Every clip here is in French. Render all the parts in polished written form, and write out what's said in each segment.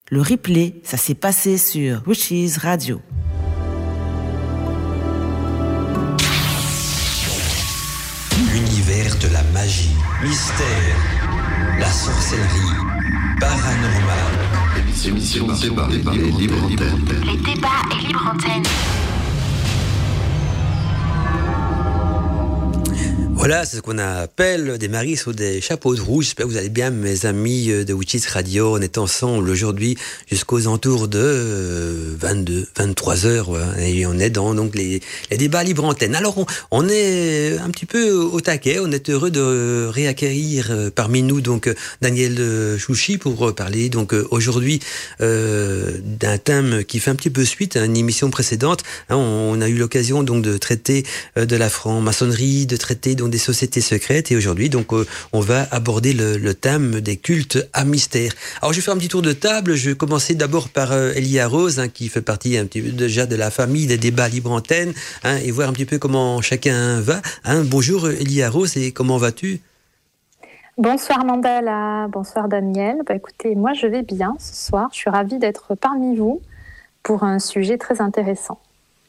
Le replay, ça s'est passé sur Witches Radio. L'univers de la magie, mystère, la sorcellerie, paranormal. Émission par les Libre Antenne. Les débats et Libre Antenne. Voilà, c'est ce qu'on appelle des maris ou des chapeaux de rouge. J'espère que vous allez bien, mes amis de Witches Radio. On est ensemble aujourd'hui jusqu'aux alentours de 23 heures. Et on est dans donc les débats Libre Antenne. Alors, on est un petit peu au taquet. On est heureux de réaccueillir parmi nous donc Daniel Chouchi pour parler donc aujourd'hui d'un thème qui fait un petit peu suite à une émission précédente. On a eu l'occasion donc de traiter de la franc-maçonnerie, de traiter donc des sociétés secrètes, et aujourd'hui donc on va aborder le thème des cultes à mystère. Alors je vais faire un petit tour de table. Je vais commencer d'abord par Elia Rose, qui fait partie un petit peu déjà de la famille des débats Libre Antenne, et voir un petit peu comment chacun va. Bonjour Elia Rose, et comment vas-tu? Bonsoir Mandala, bonsoir Daniel. Écoutez, moi je vais bien ce soir. Je suis ravie d'être parmi vous pour un sujet très intéressant.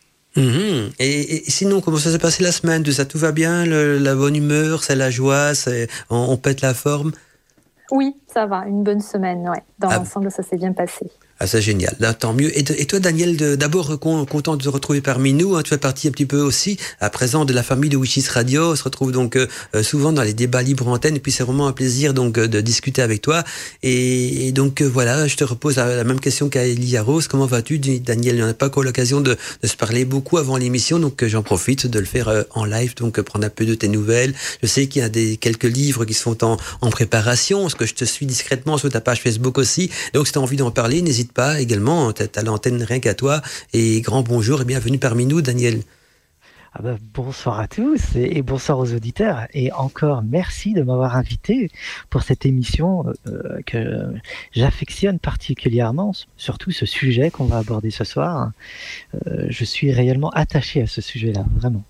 Et sinon, comment ça s'est passé la semaine? Tout va bien? La bonne humeur, c'est la joie, on pète la forme? Oui, ça va, une bonne semaine, ouais. Dans l'ensemble, ça s'est bien passé. Ah, c'est génial, là, tant mieux. Et toi, Daniel, d'abord, content de te retrouver parmi nous. Tu fais partie un petit peu aussi, à présent, de la famille de Witches Radio. On se retrouve donc souvent dans les débats Libre Antenne. Et puis, c'est vraiment un plaisir donc de discuter avec toi. Et donc, voilà, je te repose la même question qu'à Elia Rose. Comment vas-tu, Daniel? Il n'y en a pas encore l'occasion de se parler beaucoup avant l'émission. Donc, j'en profite de le faire en live, donc prendre un peu de tes nouvelles. Je sais qu'il y a quelques livres qui sont en préparation, parce que je te suis discrètement sur ta page Facebook aussi. Donc, si tu as envie d'en parler, n'hésite pas également, t'as l'antenne rien qu'à toi, et grand bonjour et bienvenue parmi nous, Daniel. Bonsoir à tous et bonsoir aux auditeurs, et encore merci de m'avoir invité pour cette émission que j'affectionne particulièrement, surtout ce sujet qu'on va aborder ce soir. Je suis réellement attaché à ce sujet-là, vraiment.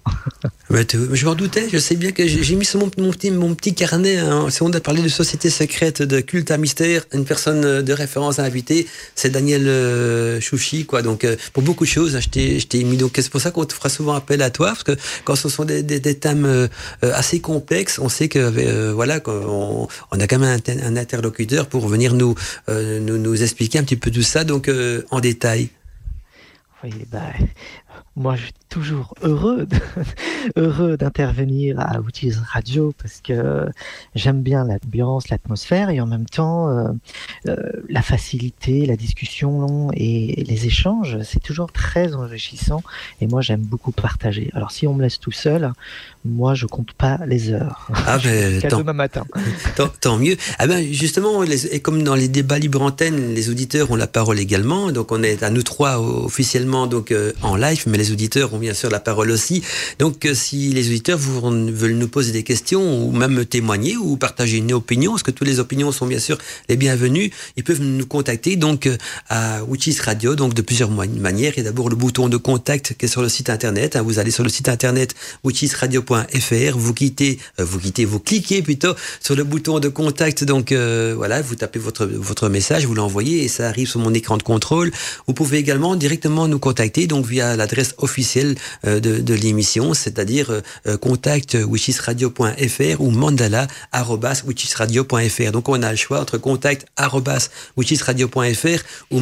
Je m'en doutais, je sais bien que j'ai mis sur mon petit carnet, si on a parlé de société secrète, de culte à mystère, une personne de référence à inviter, c'est Daniel Chouchi, quoi. Donc pour beaucoup de choses, je t'ai mis, donc c'est pour ça qu'on te fera souvent appel à toi, parce que quand ce sont des thèmes assez complexes, on sait que voilà, qu'on a quand même un interlocuteur pour venir nous expliquer un petit peu tout ça, donc en détail. Oui, moi je suis toujours heureux d'intervenir à Witches Radio, parce que j'aime bien l'ambiance, l'atmosphère, et en même temps la facilité, la discussion et les échanges, c'est toujours très enrichissant, et moi j'aime beaucoup partager. Alors si on me laisse tout seul, moi je compte pas les heures. Demain matin. Tant mieux. Justement, et comme dans les débats Libre Antenne, les auditeurs ont la parole également, donc on est à nous trois officiellement donc en live, mais les auditeurs ont bien sûr la parole aussi. Donc si les auditeurs veulent nous poser des questions, ou même témoigner ou partager une opinion, parce que toutes les opinions sont bien sûr les bienvenues, ils peuvent nous contacter donc à Witches Radio, donc de plusieurs manières. Il y a d'abord le bouton de contact qui est sur le site internet. Vous allez sur le site internet witchesradio.fr, vous cliquez plutôt sur le bouton de contact, donc voilà, vous tapez votre message, vous l'envoyez et ça arrive sur mon écran de contrôle. Vous pouvez également directement nous contacter donc via l'adresse officielle de l'émission, c'est-à-dire contact witchesradio.fr ou mandala@witchesradio.fr. Donc on a le choix entre contact @witchesradio.fr ou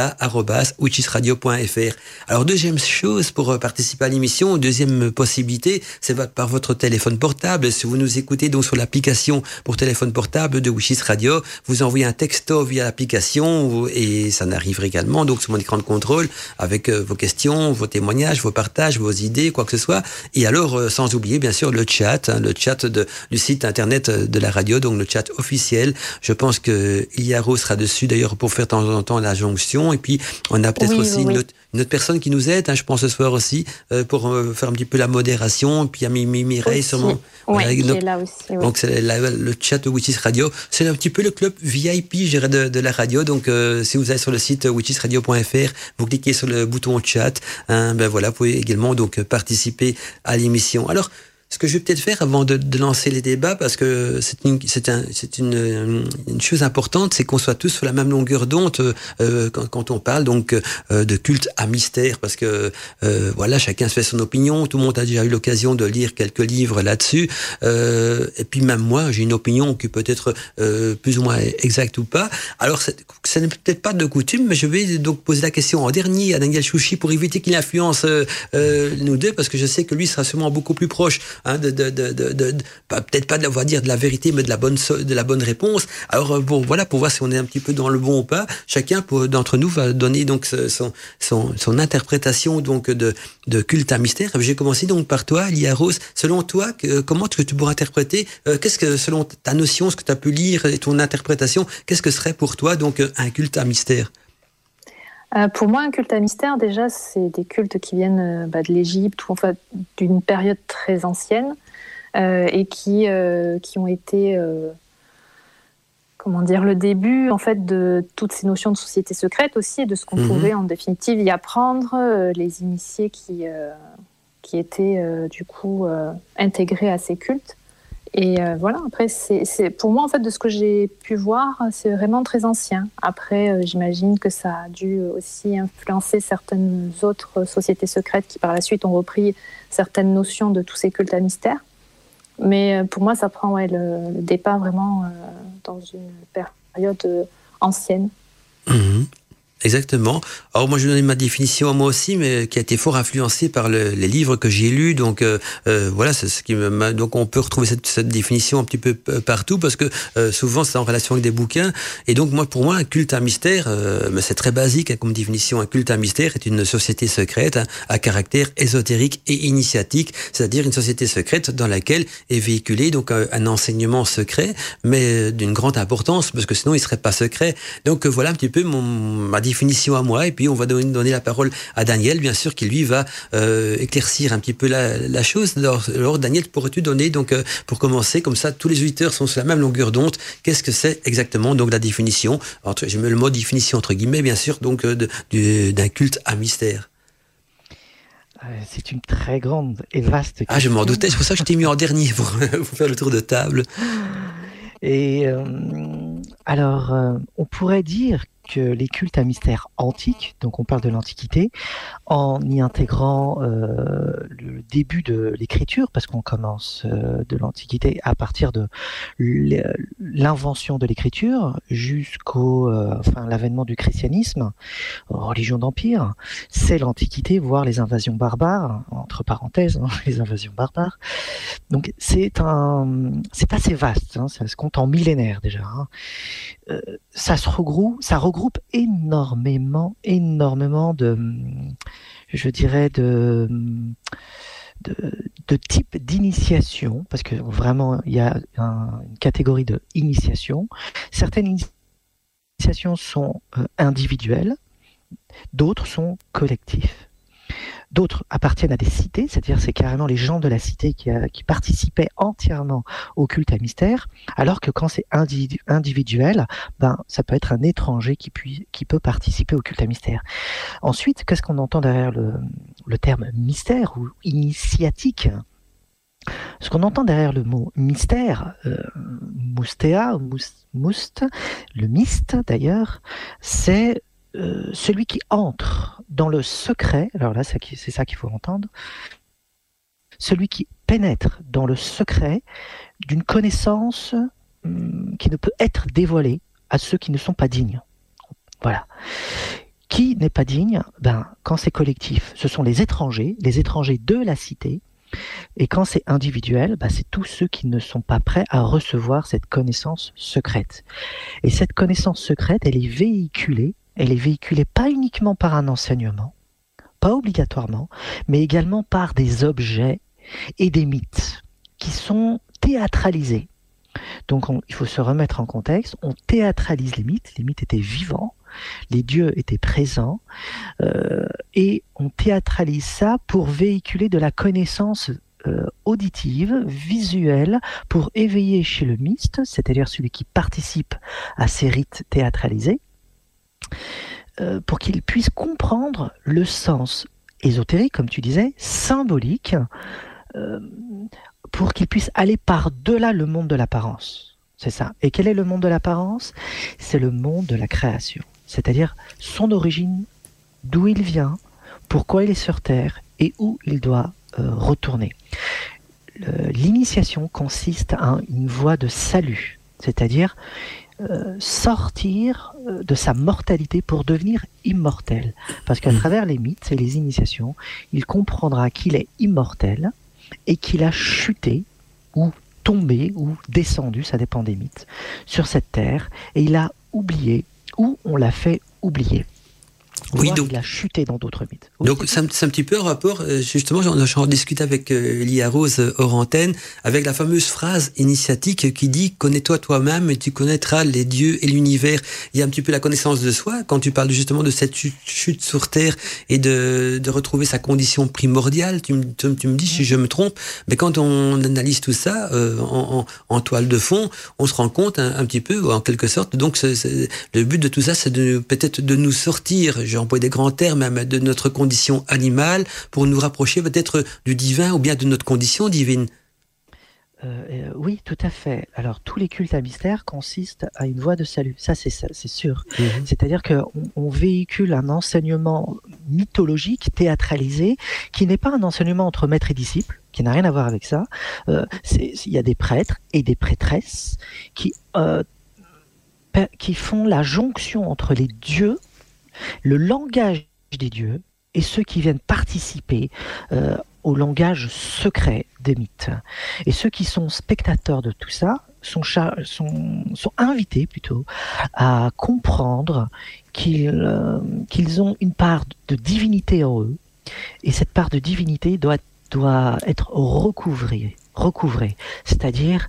mandala@witchesradio.fr. Alors deuxième chose pour participer à l'émission, deuxième possibilité, c'est par votre téléphone portable. Si vous nous écoutez donc sur l'application pour téléphone portable de Witches Radio, vous envoyez un texto via l'application et ça n'arrive également donc sur mon écran de contrôle avec vos questions, vos témoignages, vos partages, vos idées, quoi que ce soit. Et alors, sans oublier bien sûr le chat du site internet de la radio, donc le chat officiel. Je pense que Iliaro sera dessus d'ailleurs pour faire de temps en temps la jonction. Et puis, on a peut-être aussi une autre personne qui nous aide, je pense ce soir aussi, pour faire un petit peu la modération. Et puis, il y a Mireille sûrement. Oui, qui est là aussi. Oui. Donc, c'est le chat de Witches Radio. C'est un petit peu le club VIP, je dirais, de la radio. Donc, si vous allez sur le site witchesradio.fr, vous cliquez sur le bouton chat. Voilà, vous pouvez également donc participer à l'émission. Alors, Ce que je vais peut-être faire avant de lancer les débats, parce que c'est une chose importante, c'est qu'on soit tous sur la même longueur d'onde quand on parle donc de culte à mystère, parce que voilà, chacun se fait son opinion, tout le monde a déjà eu l'occasion de lire quelques livres là-dessus, et puis même moi, j'ai une opinion qui peut être plus ou moins exacte ou pas. Alors, ça n'est peut-être pas de coutume, mais je vais donc poser la question en dernier à Daniel Chouchi pour éviter qu'il influence nous deux, parce que je sais que lui sera sûrement beaucoup plus proche. Peut-être pas de dire de la vérité, mais de la bonne réponse. Alors bon, voilà, pour voir si on est un petit peu dans le bon ou pas, chacun d'entre nous va donner donc son interprétation donc de culte à mystère. J'ai commencé donc par toi, Lia Rose. Selon toi, comment est-ce que tu pourrais interpréter, qu'est-ce que, selon ta notion, ce que tu as pu lire et ton interprétation, qu'est-ce que serait pour toi donc un culte à mystère? Pour moi, un culte à mystère, déjà, c'est des cultes qui viennent de l'Égypte, ou enfin d'une période très ancienne, et qui ont été, comment dire, le début en fait de toutes ces notions de société secrète aussi, et de ce qu'on pouvait en définitive y apprendre, les initiés qui étaient du coup intégrés à ces cultes. Et voilà, après, c'est pour moi, en fait, de ce que j'ai pu voir, c'est vraiment très ancien. Après, j'imagine que ça a dû aussi influencer certaines autres sociétés secrètes qui, par la suite, ont repris certaines notions de tous ces cultes à mystère. Mais pour moi, ça prend le départ vraiment dans une période ancienne. Exactement. Alors moi je vais donner ma définition à moi aussi, mais qui a été fort influencée par les livres que j'ai lus. Donc voilà, c'est ce qui donc on peut retrouver cette définition un petit peu partout, parce que souvent c'est en relation avec des bouquins. Et donc pour moi un culte à mystère, mais c'est très basique comme définition. Un culte à mystère est une société secrète à caractère ésotérique et initiatique, c'est-à-dire une société secrète dans laquelle est véhiculé donc un enseignement secret, mais d'une grande importance, parce que sinon il serait pas secret. Donc voilà un petit peu ma définition à moi, et puis on va donner la parole à Daniel, bien sûr, qui lui va éclaircir un petit peu la chose. Alors Daniel, pourrais-tu donner donc pour commencer, comme ça tous les auditeurs sont sur la même longueur d'onde, qu'est-ce que c'est exactement donc la définition, je mets le mot définition entre guillemets bien sûr, donc d'un culte à mystère? C'est une très grande et vaste question. Ah, je m'en doutais, c'est pour ça que je t'ai mis en dernier pour faire le tour de table. Et alors, on pourrait dire que les cultes à mystère antiques, donc on parle de l'Antiquité, en y intégrant le début de l'écriture, parce qu'on commence de l'Antiquité à partir de l'invention de l'écriture jusqu'au l'avènement du christianisme, religion d'empire, c'est l'Antiquité, voire les invasions barbares, entre parenthèses, les invasions barbares. Donc c'est assez vaste, ça se compte en millénaires déjà. Ça regroupe énormément de, je dirais, de types d'initiation, parce que vraiment il y a une catégorie de initiation. Certaines initiations sont individuelles, d'autres sont collectives. D'autres appartiennent à des cités, c'est-à-dire c'est carrément les gens de la cité qui participaient entièrement au culte à mystère, alors que quand c'est individuel, ça peut être un étranger qui peut participer au culte à mystère. Ensuite, qu'est-ce qu'on entend derrière le terme mystère ou initiatique ? Ce qu'on entend derrière le mot mystère, moustéa, moust, le myste d'ailleurs, c'est celui qui entre dans le secret, alors là c'est ça qu'il faut entendre, celui qui pénètre dans le secret d'une connaissance qui ne peut être dévoilée à ceux qui ne sont pas dignes. Voilà. Qui n'est pas digne ? Quand c'est collectif, ce sont les étrangers de la cité, et quand c'est individuel, c'est tous ceux qui ne sont pas prêts à recevoir cette connaissance secrète. Et cette connaissance secrète, elle est véhiculée pas uniquement par un enseignement, pas obligatoirement, mais également par des objets et des mythes qui sont théâtralisés. Donc il faut se remettre en contexte, on théâtralise les mythes étaient vivants, les dieux étaient présents, et on théâtralise ça pour véhiculer de la connaissance auditive, visuelle, pour éveiller chez le myste, c'est-à-dire celui qui participe à ces rites théâtralisés, pour qu'il puisse comprendre le sens ésotérique, comme tu disais, symbolique pour qu'il puisse aller par-delà le monde de l'apparence. C'est ça. Et quel est le monde de l'apparence ? C'est le monde de la création. C'est-à-dire son origine, d'où il vient, pourquoi il est sur Terre et où il doit retourner. L'initiation consiste à une voie de salut, c'est-à-dire sortir de sa mortalité pour devenir immortel. Parce qu'à travers les mythes et les initiations, il comprendra qu'il est immortel et qu'il a chuté ou tombé ou descendu, ça dépend des mythes, sur cette terre, et il a oublié ou on l'a fait oublier. Oui, donc, il a chuté dans d'autres mythes. Oui, donc c'est un petit peu un rapport, justement, j'en discute avec Lia Rose hors antenne, avec la fameuse phrase initiatique qui dit « Connais-toi toi-même et tu connaîtras les dieux et l'univers ». Il y a un petit peu la connaissance de soi, quand tu parles justement de cette chute sur Terre et de retrouver sa condition primordiale, tu me dis si je me trompe, mais quand on analyse tout ça en toile de fond, on se rend compte un petit peu, en quelque sorte, donc le but de tout ça, c'est peut-être de nous sortir, j'ai employé des grands termes, même de notre condition animale, pour nous rapprocher peut-être du divin ou bien de notre condition divine. Oui, tout à fait. Alors, tous les cultes à mystère consistent à une voie de salut. Ça, c'est sûr. C'est-à-dire qu'on véhicule un enseignement mythologique, théâtralisé, qui n'est pas un enseignement entre maître et disciple, qui n'a rien à voir avec ça. Il y a des prêtres et des prêtresses qui font la jonction entre les dieux, le langage des dieux et ceux qui viennent participer au langage secret des mythes. Et ceux qui sont spectateurs de tout ça sont invités plutôt à comprendre qu'ils ont une part de divinité en eux, et cette part de divinité doit être recouvrée, c'est-à-dire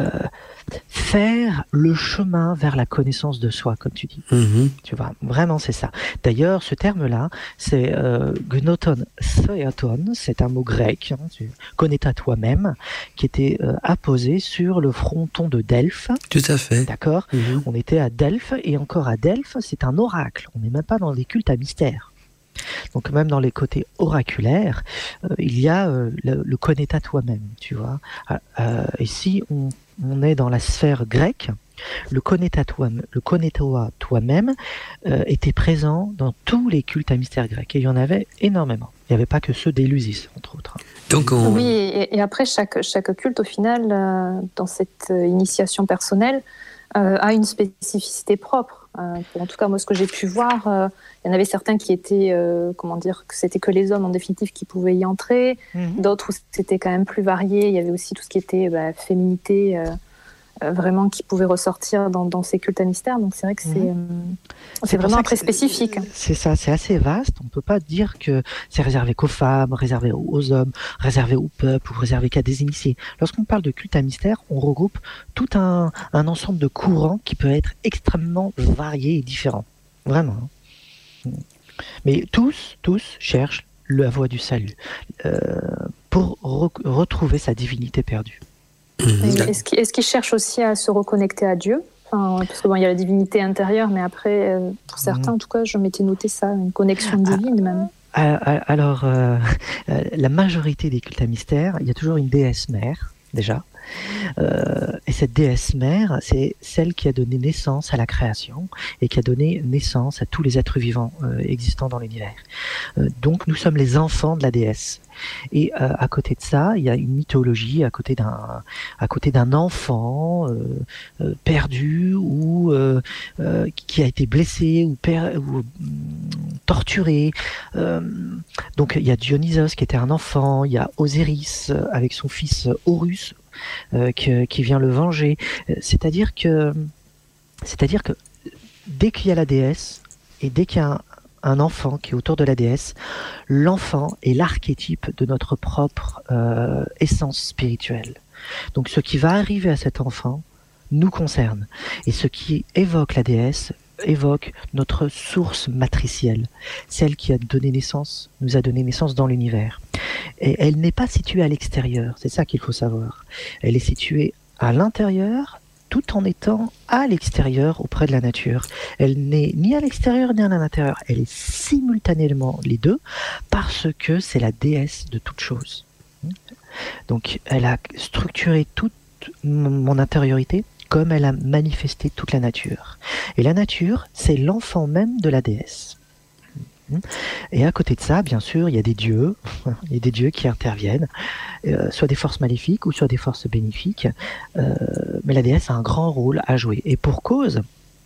faire le chemin vers la connaissance de soi, comme tu dis. Tu vois, vraiment c'est ça. D'ailleurs, ce terme-là, c'est gnoton theaton, c'est un mot grec, connais-toi toi-même, qui était apposé sur le fronton de Delphes. Tout à fait. D'accord. On était à Delphes, et encore à Delphes, c'est un oracle. On n'est même pas dans les cultes à mystère. Donc même dans les côtés oraculaires, il y a le connais-toi toi-même, tu vois. Et si on est dans la sphère grecque, le connais-toi toi-même était présent dans tous les cultes à mystère grecs. Et il y en avait énormément. Il n'y avait pas que ceux d'Élusis, entre autres. Donc Oui, et après, chaque culte, au final, dans cette initiation personnelle, a une spécificité propre. En tout cas, moi, ce que j'ai pu voir, il y en avait certains qui étaient, que c'était que les hommes, en définitive, qui pouvaient y entrer. D'autres où c'était quand même plus varié. Il y avait aussi tout ce qui était féminité, vraiment, qui pouvait ressortir dans ces cultes à mystère. Donc, c'est vrai que c'est vraiment très spécifique. C'est ça, c'est assez vaste. On ne peut pas dire que c'est réservé qu'aux femmes, réservé aux hommes, réservé au peuple ou réservé qu'à des initiés. Lorsqu'on parle de culte à mystère, on regroupe tout un ensemble de courants qui peut être extrêmement varié et différent. Vraiment. Mais tous cherchent la voie du salut pour retrouver sa divinité perdue. Est-ce qu'ils cherchent aussi à se reconnecter à Dieu ? Parce que il y a la divinité intérieure, mais après, pour certains, en tout cas, je m'étais noté ça, une connexion divine même. Alors, la majorité des cultes à mystère, il y a toujours une déesse mère, déjà. Et cette déesse mère, c'est celle qui a donné naissance à la création et qui a donné naissance à tous les êtres vivants existants dans l'univers. Donc nous sommes les enfants de la déesse. Et à côté de ça, il y a une mythologie à côté d'un enfant perdu ou qui a été blessé ou torturé. Donc il y a Dionysos qui était un enfant, il y a Osiris avec son fils Horus qui vient le venger. C'est-à-dire que dès qu'il y a la déesse et dès qu'il y a un enfant qui est autour de la déesse, l'enfant est l'archétype de notre propre essence spirituelle. Donc ce qui va arriver à cet enfant nous concerne. Et ce qui évoque la déesse évoque notre source matricielle, celle qui nous a donné naissance dans l'univers. Et elle n'est pas située à l'extérieur, c'est ça qu'il faut savoir. Elle est située à l'intérieur, tout en étant à l'extérieur auprès de la nature. Elle n'est ni à l'extérieur ni à l'intérieur. Elle est simultanément les deux parce que c'est la déesse de toute chose. Donc elle a structuré toute mon intériorité comme elle a manifesté toute la nature. Et la nature, c'est l'enfant même de la déesse. Et à côté de ça, bien sûr, il y a des dieux qui interviennent, soit des forces maléfiques ou soit des forces bénéfiques. Mais la déesse a un grand rôle à jouer. Et pour cause,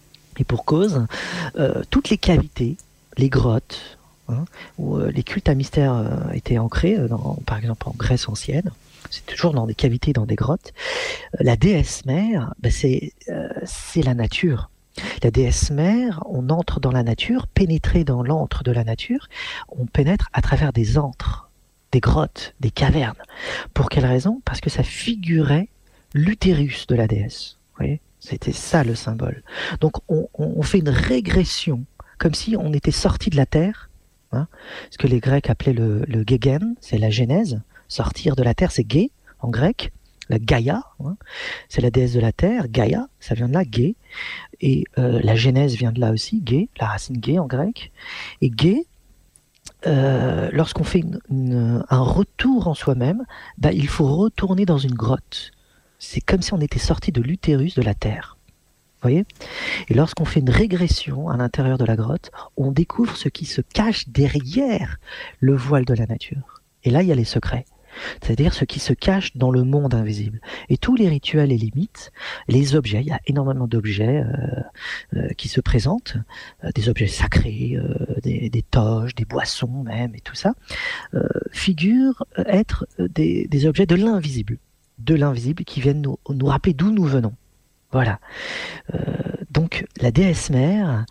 toutes les cavités, les grottes, où les cultes à mystère étaient ancrés, par exemple en Grèce ancienne, c'est toujours dans des cavités, dans des grottes. La déesse mère, c'est la nature. La déesse mère, on entre dans la nature, pénétrer dans l'antre de la nature, on pénètre à travers des antres, des grottes, des cavernes. Pour quelle raison ? Parce que ça figurait l'utérus de la déesse. Vous voyez ? C'était ça le symbole. Donc on fait une régression, comme si on était sorti de la terre, ce que les Grecs appelaient le Gegen, c'est la genèse. Sortir de la terre, c'est Gé en grec. La Gaïa, c'est la déesse de la terre. Gaïa, ça vient de là, Gé. Et la genèse vient de là aussi, Gé, la racine Gé en grec. Et Gé, lorsqu'on fait un retour en soi-même, il faut retourner dans une grotte. C'est comme si on était sorti de l'utérus de la terre. Vous voyez ? Et lorsqu'on fait une régression à l'intérieur de la grotte, on découvre ce qui se cache derrière le voile de la nature. Et là, il y a les secrets. C'est-à-dire ce qui se cache dans le monde invisible. Et tous les rituels et les mythes, les objets, il y a énormément d'objets qui se présentent, des objets sacrés, des toges, des boissons même, et tout ça, figurent être des objets de l'invisible qui viennent nous rappeler d'où nous venons. Voilà. Donc la déesse mère,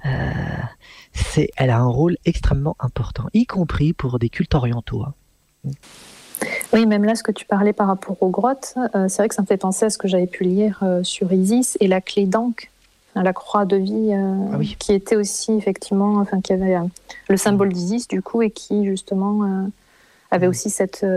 elle a un rôle extrêmement important, y compris pour des cultes orientaux. Oui, même là, ce que tu parlais par rapport aux grottes, c'est vrai que ça me fait penser à ce que j'avais pu lire sur Isis et la clé d'Ankh, la croix de vie, qui était aussi effectivement, qui avait le symbole d'Isis du coup, et qui justement avait aussi cette...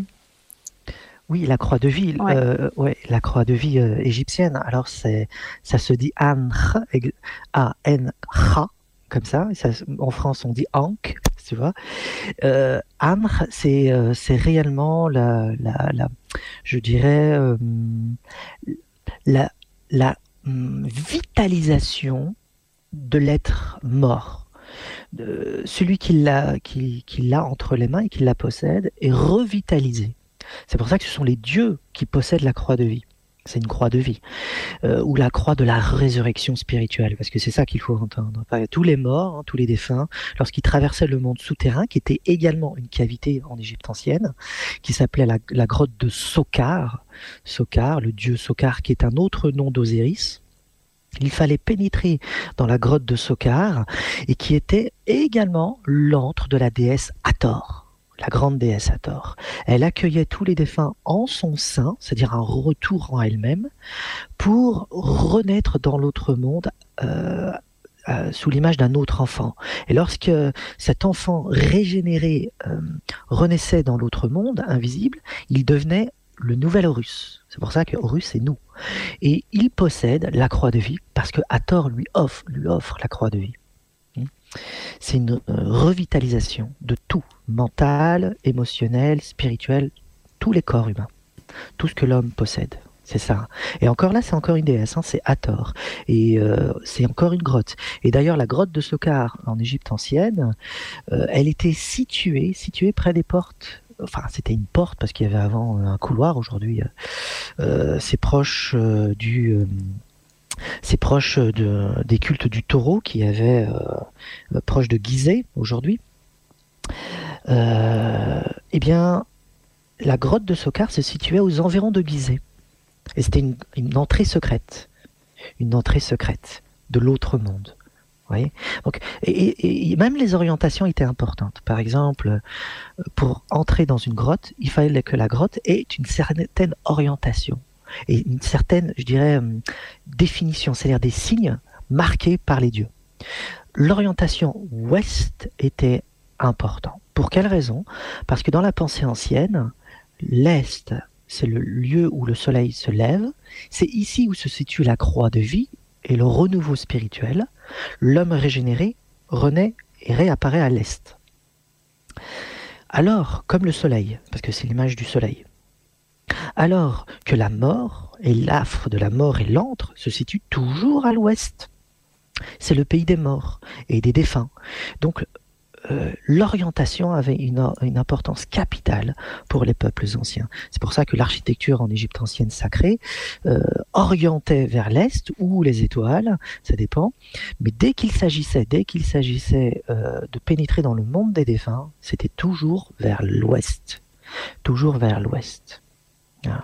Oui, la croix de vie, la croix de vie égyptienne. Alors ça se dit Ankh, A-N-Kha, comme ça. En France, on dit Ankh, tu vois. Ankh, c'est réellement je dirais, la vitalisation de l'être mort. Celui qui l'a entre les mains et qui la possède est revitalisé. C'est pour ça que ce sont les dieux qui possèdent la croix de vie. C'est une croix de vie. Ou la croix de la résurrection spirituelle, parce que c'est ça qu'il faut entendre. Tous les morts, tous les défunts, lorsqu'ils traversaient le monde souterrain, qui était également une cavité en Égypte ancienne, qui s'appelait la grotte de Sokar, le dieu Sokar, qui est un autre nom d'Osiris. Il fallait pénétrer dans la grotte de Sokar, et qui était également l'antre de la déesse Hathor. La grande déesse Hathor. Elle accueillait tous les défunts en son sein, c'est-à-dire un retour en elle-même, pour renaître dans l'autre monde sous l'image d'un autre enfant. Et lorsque cet enfant régénéré renaissait dans l'autre monde, invisible, il devenait le nouvel Horus. C'est pour ça que Horus, c'est nous. Et il possède la croix de vie, parce que Hathor lui offre la croix de vie. C'est une revitalisation de tout, mental, émotionnel, spirituel, tous les corps humains, tout ce que l'homme possède, c'est ça. Et encore là, c'est encore une déesse, c'est Hathor, et c'est encore une grotte. Et d'ailleurs, la grotte de Sokar en Égypte ancienne, elle était située près des portes. Enfin, c'était une porte parce qu'il y avait avant un couloir. Aujourd'hui, c'est proche des cultes du taureau qui avaient proche de Gizeh aujourd'hui. Eh bien, la grotte de Sokar se situait aux environs de Gizeh. Et c'était une entrée secrète de l'autre monde. Vous voyez ? Donc, et même les orientations étaient importantes. Par exemple, pour entrer dans une grotte, il fallait que la grotte ait une certaine orientation et une certaine, je dirais, définition, c'est-à-dire des signes marqués par les dieux. L'orientation ouest était important. Pour quelle raison ? Parce que dans la pensée ancienne, l'est, c'est le lieu où le soleil se lève, c'est ici où se situe la croix de vie et le renouveau spirituel. L'homme régénéré renaît et réapparaît à l'est. Alors, comme le soleil, parce que c'est l'image du soleil, alors que la mort et l'affre de la mort et l'antre se situent toujours à l'ouest. C'est le pays des morts et des défunts. Donc, l'orientation avait une importance capitale pour les peuples anciens. C'est pour ça que l'architecture en Égypte ancienne sacrée orientait vers l'est ou les étoiles, ça dépend. Mais dès qu'il s'agissait de pénétrer dans le monde des défunts, c'était toujours vers l'ouest. Toujours vers l'ouest. Voilà.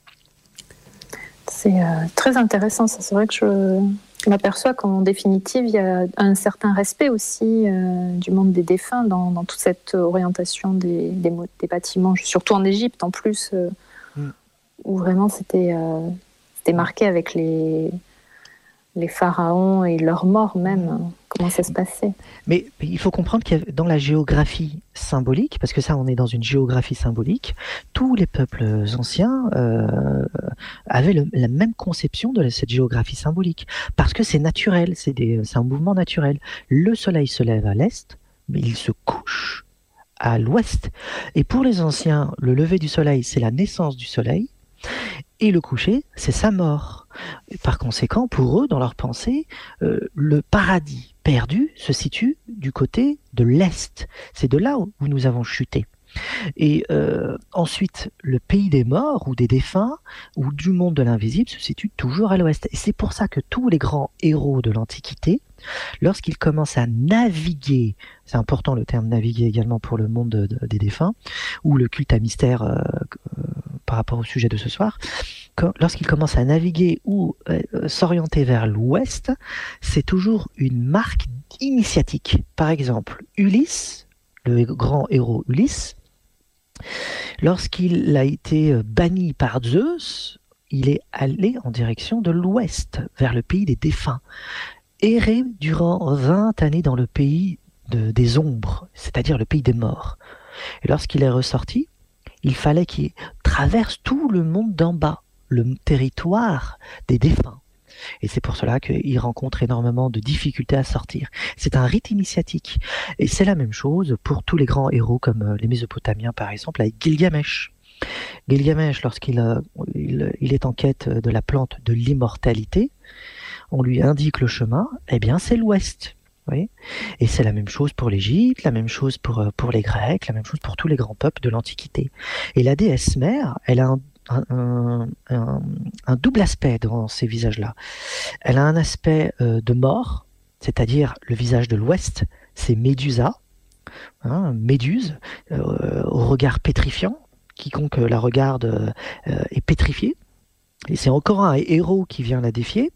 C'est très intéressant, ça. C'est vrai que je m'aperçois qu'en définitive, il y a un certain respect aussi du monde des défunts dans toute cette orientation des bâtiments, surtout en Égypte en plus, où vraiment c'était marqué avec les pharaons et leurs morts même, comment ça se passait. Mais il faut comprendre qu'il y a dans la géographie symbolique, parce que ça on est dans une géographie symbolique, tous les peuples anciens avaient la même conception de cette géographie symbolique, parce que c'est naturel, c'est un mouvement naturel. Le soleil se lève à l'est, mais il se couche à l'ouest. Et pour les anciens, le lever du soleil, c'est la naissance du soleil, et le coucher, c'est sa mort. Et par conséquent, pour eux, dans leur pensée, le paradis perdu se situe du côté de l'Est. C'est de là où nous avons chuté. Et ensuite, le pays des morts ou des défunts ou du monde de l'invisible se situe toujours à l'Ouest. Et c'est pour ça que tous les grands héros de l'Antiquité, lorsqu'ils commencent à naviguer, c'est important le terme naviguer également pour le monde des défunts, ou le culte à mystère par rapport au sujet de ce soir, lorsqu'ils commencent à naviguer ou s'orienter vers l'ouest, c'est toujours une marque initiatique. Par exemple, Ulysse, le grand héros Ulysse, lorsqu'il a été banni par Zeus, il est allé en direction de l'ouest, vers le pays des défunts, erré durant 20 années dans le pays des ombres, c'est-à-dire le pays des morts. Et lorsqu'il est ressorti, il fallait qu'il traverse tout le monde d'en bas, le territoire des défunts. Et c'est pour cela qu'il rencontre énormément de difficultés à sortir. C'est un rite initiatique. Et c'est la même chose pour tous les grands héros comme les Mésopotamiens par exemple, avec Gilgamesh. Gilgamesh, lorsqu'il est en quête de la plante de l'immortalité, on lui indique le chemin, eh bien c'est l'ouest. Oui. Et c'est la même chose pour l'Égypte, la même chose pour les Grecs, la même chose pour tous les grands peuples de l'Antiquité. Et la déesse mère, elle a un double aspect dans ces visages-là. Elle a un aspect de mort, c'est-à-dire le visage de l'Ouest, c'est Médusa, Méduse, au regard pétrifiant, quiconque la regarde est pétrifié. Et c'est encore un héros qui vient la défier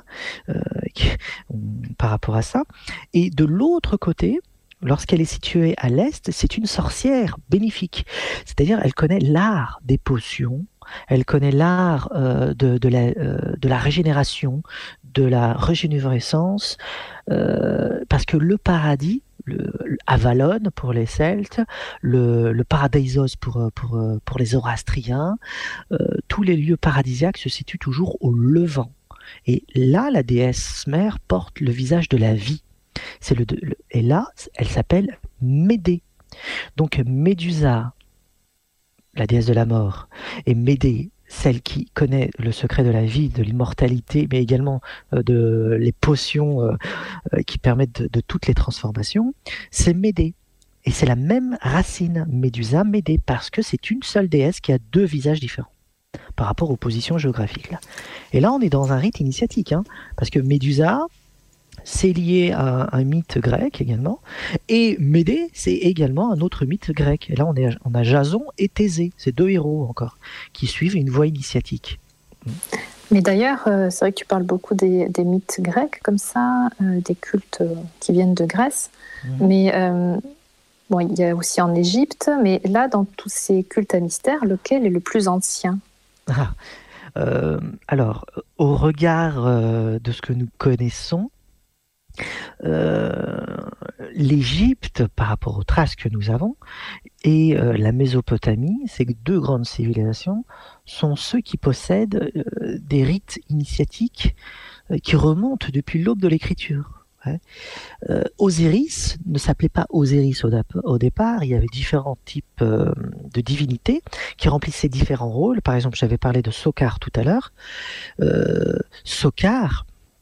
par rapport à ça. Et de l'autre côté, lorsqu'elle est située à l'est, c'est une sorcière bénéfique. C'est-à-dire, elle connaît l'art des potions, elle connaît l'art de la régénération, de la régénérescence, parce que le paradis, Avalon pour les Celtes, le Paradeisos pour les Zoroastriens, tous les lieux paradisiaques se situent toujours au levant. Et là, la déesse mère porte le visage de la vie. Et là, elle s'appelle Médée. Donc Médusa, la déesse de la mort, et Médée, celle qui connaît le secret de la vie, de l'immortalité, mais également de les potions qui permettent de toutes les transformations, c'est Médée. Et c'est la même racine, Médusa, Médée, parce que c'est une seule déesse qui a deux visages différents par rapport aux positions géographiques. Là. Et là, on est dans un rite initiatique, parce que Médusa, c'est lié à un mythe grec également, et Médée, c'est également un autre mythe grec. Et là, on a Jason et Thésée, ces deux héros encore, qui suivent une voie initiatique. Mais d'ailleurs, c'est vrai que tu parles beaucoup des mythes grecs, comme ça, des cultes qui viennent de Grèce, mais bon, il y a aussi en Égypte, mais là, dans tous ces cultes à mystère, lequel est le plus ancien ? Alors, au regard de ce que nous connaissons, l'Égypte, par rapport aux traces que nous avons, et la Mésopotamie, ces deux grandes civilisations, sont ceux qui possèdent des rites initiatiques qui remontent depuis l'aube de l'écriture. Ouais. Osiris ne s'appelait pas Osiris au départ, il y avait différents types de divinités qui remplissaient différents rôles. Par exemple, j'avais parlé de Sokar tout à l'heure. Sokar,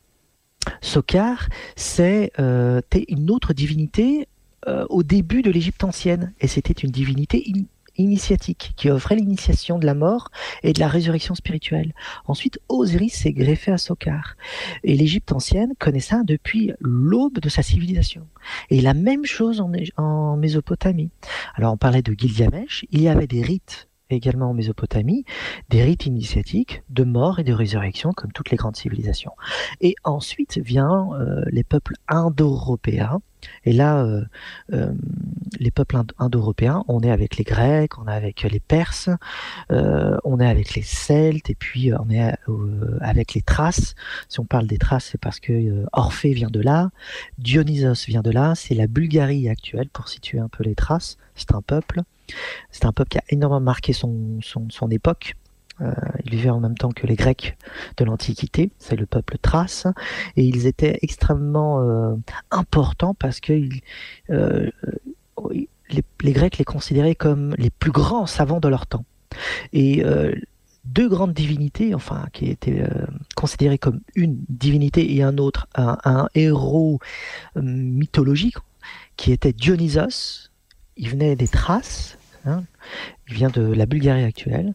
c'était une autre divinité au début de l'Égypte ancienne, et c'était une divinité initiatique qui offrait l'initiation de la mort et de la résurrection spirituelle. Ensuite, Osiris s'est greffé à Sokar, et l'Égypte ancienne connaît ça depuis l'aube de sa civilisation. Et la même chose en Mésopotamie. Alors on parlait de Gilgamesh, il y avait des rites également en Mésopotamie, des rites initiatiques de mort et de résurrection comme toutes les grandes civilisations. Et ensuite vient les peuples indo-européens. Et là, les peuples indo-européens, on est avec les Grecs, on est avec les Perses, on est avec les Celtes, et puis on est avec les Thraces. Si on parle des Thraces, c'est parce que Orphée vient de là, Dionysos vient de là, c'est la Bulgarie actuelle, pour situer un peu les Thraces. C'est un peuple qui a énormément marqué son époque. Ils vivaient en même temps que les Grecs de l'Antiquité, c'est le peuple thrace, et ils étaient extrêmement importants parce que les Grecs les considéraient comme les plus grands savants de leur temps. Et deux grandes divinités, enfin qui étaient considérées comme une divinité et un autre, un héros mythologique, qui était Dionysos. Il venait des Thraces, il vient de la Bulgarie actuelle.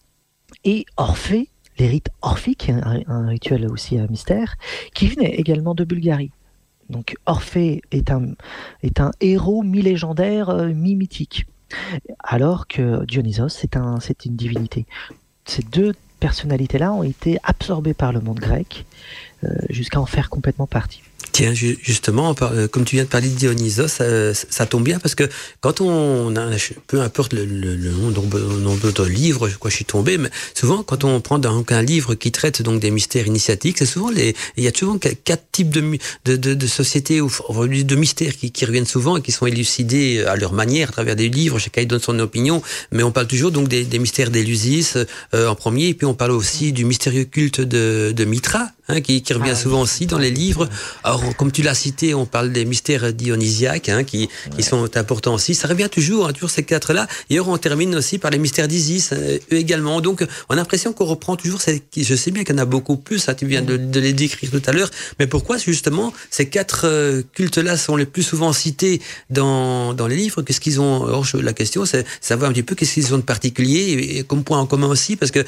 Et Orphée, les rites orphiques, un rituel aussi à mystère, qui venait également de Bulgarie. Donc Orphée est un héros mi-légendaire, mi-mythique, alors que Dionysos, c'est une divinité. Ces deux personnalités-là ont été absorbées par le monde grec, jusqu'à en faire complètement partie. Tiens, justement, comme tu viens de parler de Dionysos, ça tombe bien parce que quand on a, peu importe le nombre de livres, je suis tombé, mais souvent quand on prend donc un livre qui traite donc des mystères initiatiques, c'est souvent il y a souvent 4 types de sociétés ou de mystères qui reviennent souvent et qui sont élucidés à leur manière à travers des livres. Chacun donne son opinion, mais on parle toujours donc des mystères d'Élusis en premier, et puis on parle aussi du mystérieux culte de Mitra. Qui revient souvent aussi dans les livres. Alors, comme tu l'as cité, on parle des mystères dionysiaques, qui sont importants aussi. Ça revient toujours ces 4-là. Et on termine aussi par les mystères d'Isis, eux également. Donc, on a l'impression qu'on reprend toujours je sais bien qu'il y en a beaucoup plus, tu viens de les décrire tout à l'heure. Mais pourquoi, justement, ces 4 cultes-là sont les plus souvent cités dans les livres? Qu'est-ce qu'ils ont? Alors, la question, c'est savoir un petit peu qu'est-ce qu'ils ont de particulier et comme point en commun aussi, parce que,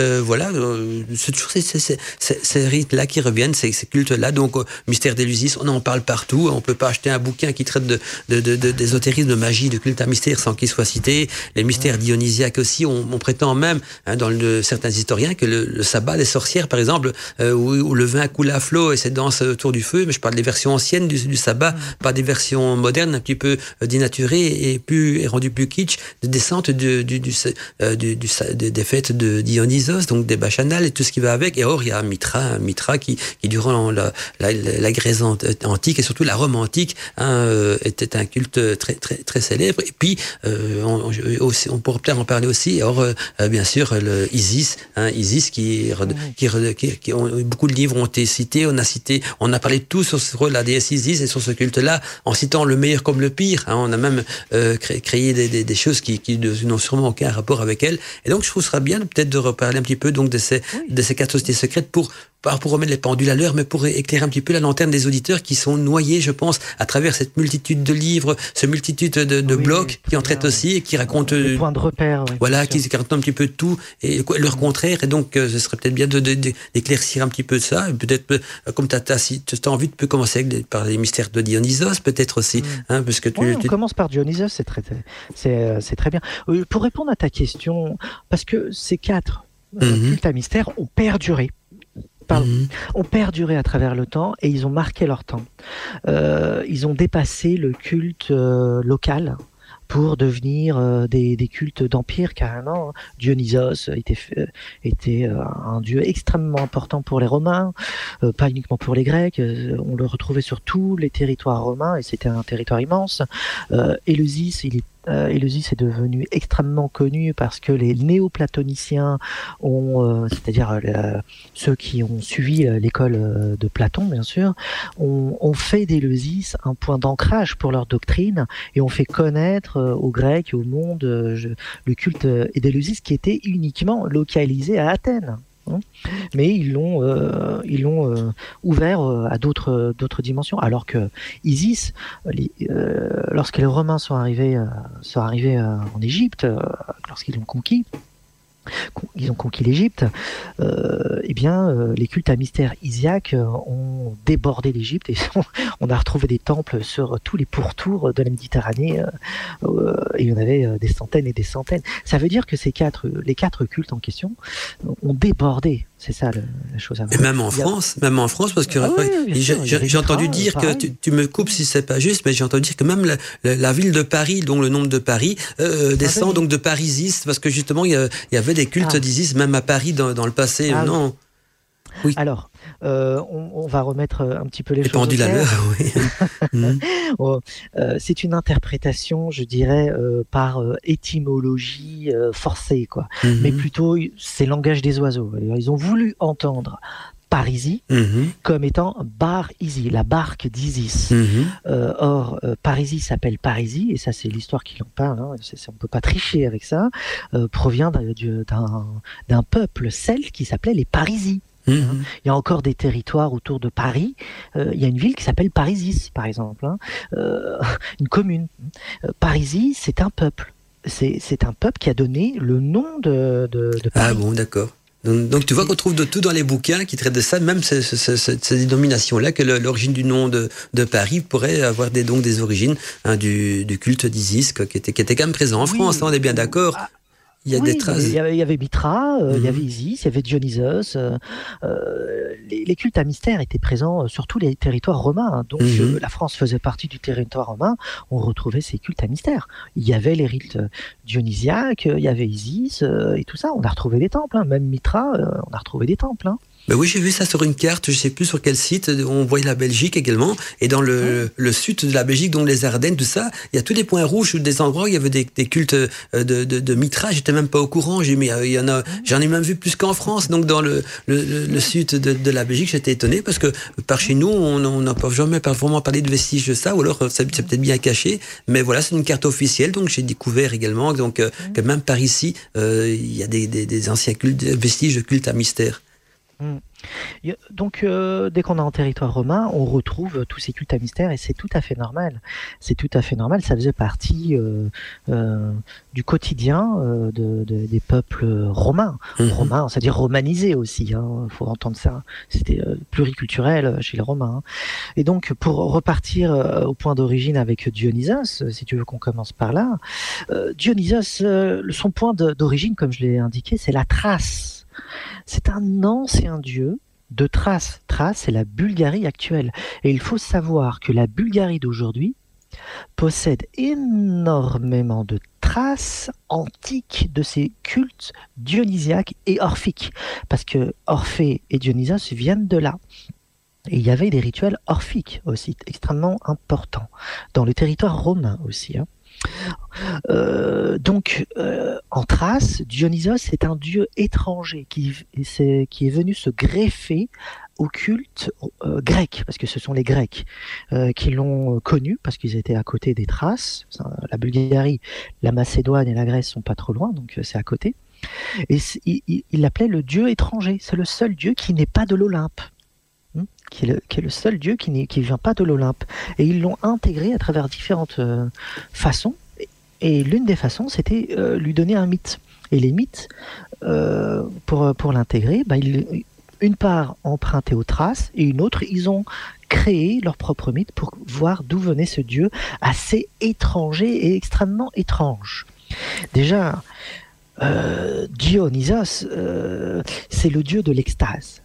c'est toujours ces rites là qui reviennent, ces cultes-là. Donc, mystère d'Élusis, on en parle partout. On peut pas acheter un bouquin qui traite d'ésotérisme, de magie, de culte à mystère sans qu'il soit cité. Les mystères dionysiaques aussi, on prétend même, certains historiens, que le sabbat des sorcières, par exemple, où le vin coule à flot et c'est danse autour du feu, mais je parle des versions anciennes du sabbat, pas des versions modernes, un petit peu dénaturées et rendues plus kitsch, de descente des fêtes de Dionysos, donc des bacchanales et tout ce qui va avec. Et or, il y a Mitra qui durant la Grèce antique et surtout la Rome antique était un culte très très très célèbre. Et puis on pourrait peut-être en parler aussi. Or bien sûr le Isis qui beaucoup de livres ont été cités. On a parlé de tout sur la déesse Isis et sur ce culte-là en citant le meilleur comme le pire. On a même créé des choses qui n'ont sûrement aucun rapport avec elle. Et donc je trouve que ce sera bien peut-être de reparler un petit peu donc de ces 4 sociétés secrètes pour remettre les pendules à l'heure, mais pour éclairer un petit peu la lanterne des auditeurs qui sont noyés, je pense, à travers cette multitude de livres, cette multitude de blogs qui en traitent aussi et qui racontent des points de repère. Qui racontent un petit peu tout et leur contraire. Et donc, ce serait peut-être bien d'éclaircir un petit peu ça. Et peut-être, comme tu as envie, tu peux commencer par les mystères de Dionysos, peut-être aussi. Parce que on commence par Dionysos, c'est très bien. Pour répondre à ta question, parce que ces 4 cultes à mystère ont perduré. Ont perduré à travers le temps et ils ont marqué leur temps. Ils ont dépassé le culte local pour devenir des cultes d'empire carrément. Dionysos était un dieu extrêmement important pour les Romains, pas uniquement pour les Grecs. On le retrouvait sur tous les territoires romains et c'était un territoire immense. Éleusis, il est Éleusis est devenu extrêmement connu parce que les néoplatoniciens c'est-à-dire ceux qui ont suivi l'école de Platon, bien sûr, ont fait d'Éleusis un point d'ancrage pour leur doctrine et ont fait connaître aux Grecs et au monde le culte d'Éleusis qui était uniquement localisé à Athènes. Mais ils l'ont ouvert à d'autres dimensions, alors que Isis, lorsque les Romains sont arrivés en Égypte, lorsqu'ils l'ont conquis, l'Égypte, les cultes à mystère isiaque ont débordé l'Égypte et on a retrouvé des temples sur tous les pourtours de la Méditerranée et il y en avait des centaines et des centaines. Ça veut dire que les quatre cultes en question ont débordé. C'est ça la chose à voir. Et même en France, parce que j'ai entendu dire que tu me coupes si c'est pas juste, mais j'ai entendu dire que même la ville de Paris, dont le nombre de Paris, descend donc de Parisis, parce que justement il y avait des cultes d'Isis même à Paris dans le passé. Non. Oui. Alors, on va remettre un petit peu les choses pendules à l'heure, oui. C'est une interprétation, je dirais, par étymologie forcée, quoi. Mais plutôt, c'est le langage des oiseaux. Ils ont voulu entendre Parisie comme étant Bar Isi, la barque d'Isis. Or, Parisie s'appelle Parisie, et ça c'est l'histoire qui en parle, on ne peut pas tricher avec ça, provient d'un peuple celte qui s'appelait les Parisies. Il y a encore des territoires autour de Paris. Il y a une ville qui s'appelle Parisis, par exemple, une commune. Parisis, c'est un peuple. C'est un peuple qui a donné le nom de Paris. Ah bon, d'accord. Donc tu vois qu'on trouve de tout dans les bouquins qui traitent de ça, même ces dénominations-là, que l'origine du nom de Paris pourrait avoir des origines du culte d'Isis, qui était quand même présent en France, on est bien d'accord. Il y a des traces. Il y avait Mithra, il y avait Isis, il y avait Dionysos. Les cultes à mystère étaient présents sur tous les territoires romains. Donc la France faisait partie du territoire romain. On retrouvait ces cultes à mystère. Il y avait les rites dionysiaques, il y avait Isis et tout ça. On a retrouvé des temples. Même Mithra, on a retrouvé des temples. Ben oui, j'ai vu ça sur une carte, je sais plus sur quel site, on voyait la Belgique également, et dans le sud de la Belgique, donc les Ardennes, tout ça, il y a tous des points rouges, des endroits où il y avait des cultes de Mithra, j'étais même pas au courant, j'en ai même vu plus qu'en France, donc dans le sud de la Belgique, j'étais étonné, parce que par chez nous, on n'a pas jamais vraiment parlé de vestiges de ça, ou alors c'est peut-être bien caché, mais voilà, c'est une carte officielle, donc j'ai découvert également donc, que même par ici, il y a des anciens cultes, des vestiges de cultes à mystère. Donc, dès qu'on est en territoire romain, on retrouve tous ces cultes à mystère et c'est tout à fait normal. C'est tout à fait normal. Ça faisait partie du quotidien des peuples romains. Romains, c'est-à-dire romanisés aussi. Faut entendre ça. C'était pluriculturel chez les Romains. Et donc, pour repartir au point d'origine avec Dionysos, si tu veux qu'on commence par là, Dionysos, son point d'origine, comme je l'ai indiqué, c'est la Thrace. C'est un ancien dieu de Thrace. Thrace, c'est la Bulgarie actuelle. Et il faut savoir que la Bulgarie d'aujourd'hui possède énormément de traces antiques de ces cultes dionysiaques et orphiques. Parce que Orphée et Dionysos viennent de là. Et il y avait des rituels orphiques aussi, extrêmement importants, dans le territoire romain aussi. En Thrace, Dionysos est un dieu étranger qui est venu se greffer au culte grec, parce que ce sont les Grecs qui l'ont connu, parce qu'ils étaient à côté des Thraces. La Bulgarie, la Macédoine et la Grèce sont pas trop loin, donc c'est à côté. Et il l'appelait le dieu étranger. C'est le seul dieu qui n'est pas de l'Olympe. Qui est le seul dieu qui ne vient pas de l'Olympe. Et ils l'ont intégré à travers différentes façons. Et l'une des façons, c'était lui donner un mythe. Et les mythes, pour l'intégrer, une part emprunté aux Thraces, et une autre, ils ont créé leur propre mythe pour voir d'où venait ce dieu assez étranger et extrêmement étrange. Déjà, Dionysos, c'est le dieu de l'extase.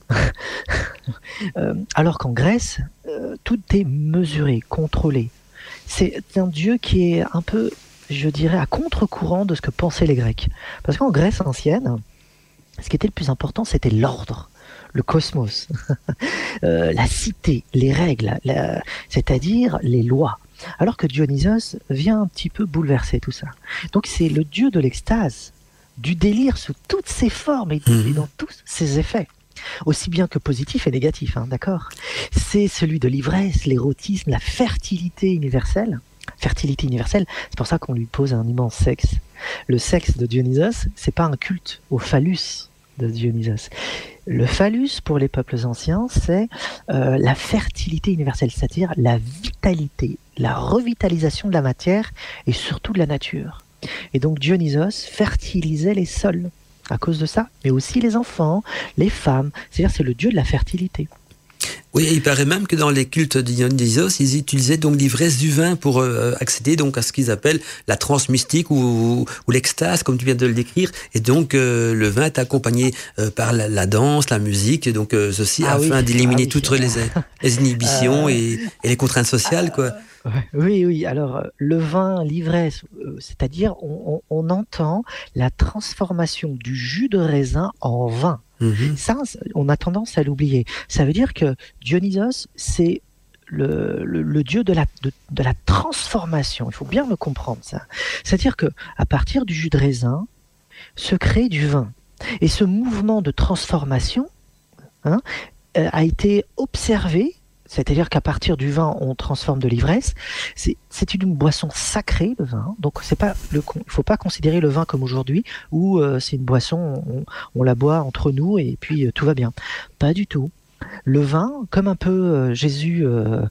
Alors qu'en Grèce, tout est mesuré, contrôlé. C'est un dieu qui est un peu, je dirais, à contre-courant de ce que pensaient les Grecs. Parce qu'en Grèce ancienne, ce qui était le plus important, c'était l'ordre, le cosmos, la cité, les règles, c'est-à-dire les lois. alors que Dionysos vient un petit peu bouleverser tout ça. Donc c'est le dieu de l'extase, du délire sous toutes ses formes et dans tous ses effets, aussi bien que positifs et négatifs, d'accord ? C'est celui de l'ivresse, l'érotisme, la fertilité universelle. Fertilité universelle, c'est pour ça qu'on lui pose un immense sexe. Le sexe de Dionysos, c'est pas un culte au phallus de Dionysos. Le phallus, pour les peuples anciens, c'est la fertilité universelle, c'est-à-dire la vitalité, la revitalisation de la matière et surtout de la nature. Et donc Dionysos fertilisait les sols à cause de ça, mais aussi les enfants, les femmes, c'est-à-dire c'est le dieu de la fertilité. Oui, il paraît même que dans les cultes de Dionysos, ils utilisaient donc l'ivresse du vin pour accéder donc à ce qu'ils appellent la transe mystique ou l'extase, comme tu viens de le décrire. Et donc le vin est accompagné par la danse, la musique, donc ceci afin d'éliminer toutes les inhibitions et les contraintes sociales, quoi. Oui. Alors, le vin, l'ivresse, c'est-à-dire on entend la transformation du jus de raisin en vin. Ça, on a tendance à l'oublier. Ça veut dire que Dionysos, c'est le dieu de la transformation. Il faut bien le comprendre, ça. C'est-à-dire que à partir du jus de raisin se crée du vin. Et ce mouvement de transformation a été observé. C'est-à-dire qu'à partir du vin, on transforme de l'ivresse. C'est une boisson sacrée, le vin. Donc, il faut pas considérer le vin comme aujourd'hui, où c'est une boisson, on la boit entre nous et puis tout va bien. Pas du tout. Le vin, comme un peu Jésus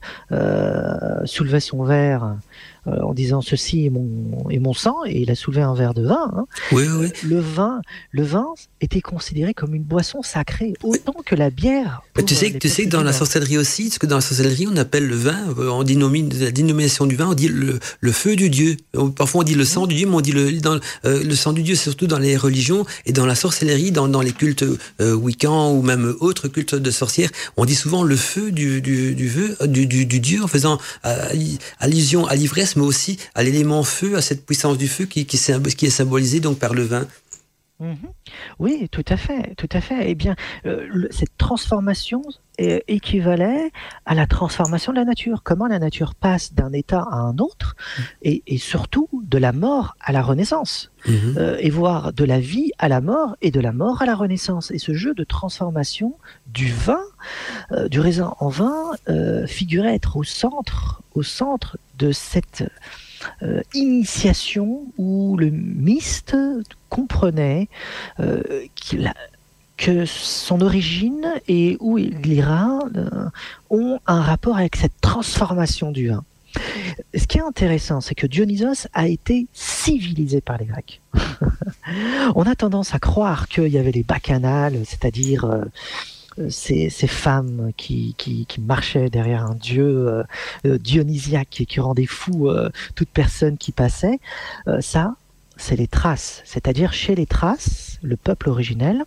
soulevait son verre en disant ceci est mon sang, et il a soulevé un verre de vin. Oui. Le vin était considéré comme une boisson sacrée, autant que la bière. Tu sais que dans la sorcellerie aussi, parce que dans la sorcellerie, on appelle le vin, on dénomine la dénomination du vin, on dit le feu du dieu. Parfois on dit le sang du dieu, mais on dit le sang du dieu, surtout dans les religions et dans la sorcellerie, dans les cultes wiccans ou même autres cultes de sorcières, on dit souvent le feu du dieu en faisant allusion à l'ivresse, mais aussi à l'élément feu, à cette puissance du feu qui est symbolisée donc par le vin. Oui, tout à fait. Eh bien, cette transformation équivalait à la transformation de la nature. Comment la nature passe d'un état à un autre, et surtout de la mort à la renaissance, et voire de la vie à la mort et de la mort à la renaissance. Et ce jeu de transformation du vin, du raisin en vin, figurait être au centre de cette initiation où le myste comprenait que son origine et où il ira ont un rapport avec cette transformation du vin. Ce qui est intéressant, c'est que Dionysos a été civilisé par les Grecs. On a tendance à croire qu'il y avait les bacchanales, c'est-à-dire ces femmes qui marchaient derrière un dieu dionysiaque et qui rendait fou toute personne qui passait. Ça, c'est les Thraces. C'est-à-dire, chez les Thraces, le peuple originel,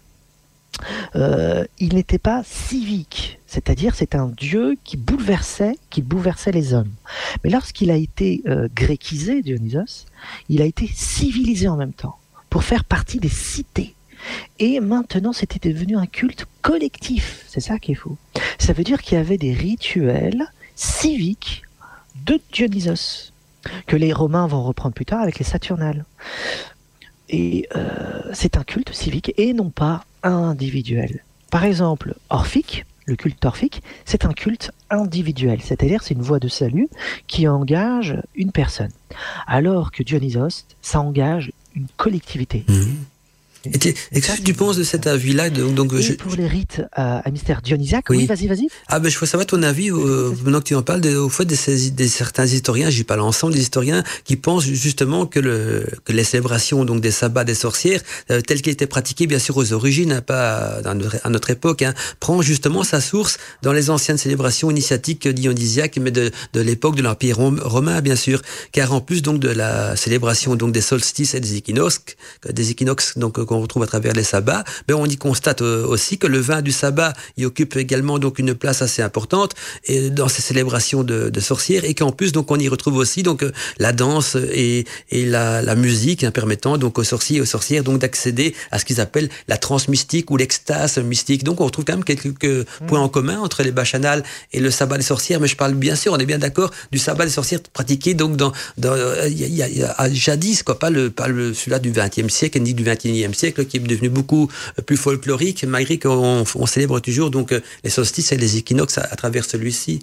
il n'était pas civique. C'est-à-dire, c'est un dieu qui bouleversait les hommes. Mais lorsqu'il a été grécisé, Dionysos, il a été civilisé en même temps, pour faire partie des cités. Et maintenant, c'était devenu un culte collectif. C'est ça qui est fou. Ça veut dire qu'il y avait des rituels civiques de Dionysos, que les Romains vont reprendre plus tard avec les Saturnales. Et c'est un culte civique et non pas individuel. Par exemple, orphique, le culte orphique, c'est un culte individuel. C'est-à-dire, c'est une voie de salut qui engage une personne. Alors que Dionysos, ça engage une collectivité. Et qu'est-ce que tu penses de cet avis-là pour les rites à mystère dionysiaque, oui, vas-y. Je voudrais savoir ton avis, maintenant que tu en parles, au fait des certains historiens, je dis pas l'ensemble des historiens, qui pensent justement que les célébrations donc des sabbats des sorcières, telles qu'elles étaient pratiquées bien sûr aux origines, pas à notre époque, prend justement sa source dans les anciennes célébrations initiatiques dionysiaques, mais de l'époque de l'Empire romain bien sûr, car en plus donc de la célébration donc des solstices et des équinoxes donc qu'on retrouve à travers les sabbats, mais on y constate aussi que le vin du sabbat y occupe également donc une place assez importante et dans ces célébrations de sorcières, et qu'en plus donc on y retrouve aussi donc la danse et la musique, permettant donc aux sorciers et aux sorcières donc d'accéder à ce qu'ils appellent la transe mystique ou l'extase mystique. Donc on retrouve quand même quelques points en commun entre les bacchanales et le sabbat des sorcières, mais je parle bien sûr, on est bien d'accord, du sabbat des sorcières pratiqué donc dans jadis, quoi, pas celui-là du XXe siècle ni du XXIe siècle, qui est devenu beaucoup plus folklorique, malgré qu'on célèbre toujours donc les solstices et les équinoxes à travers celui-ci.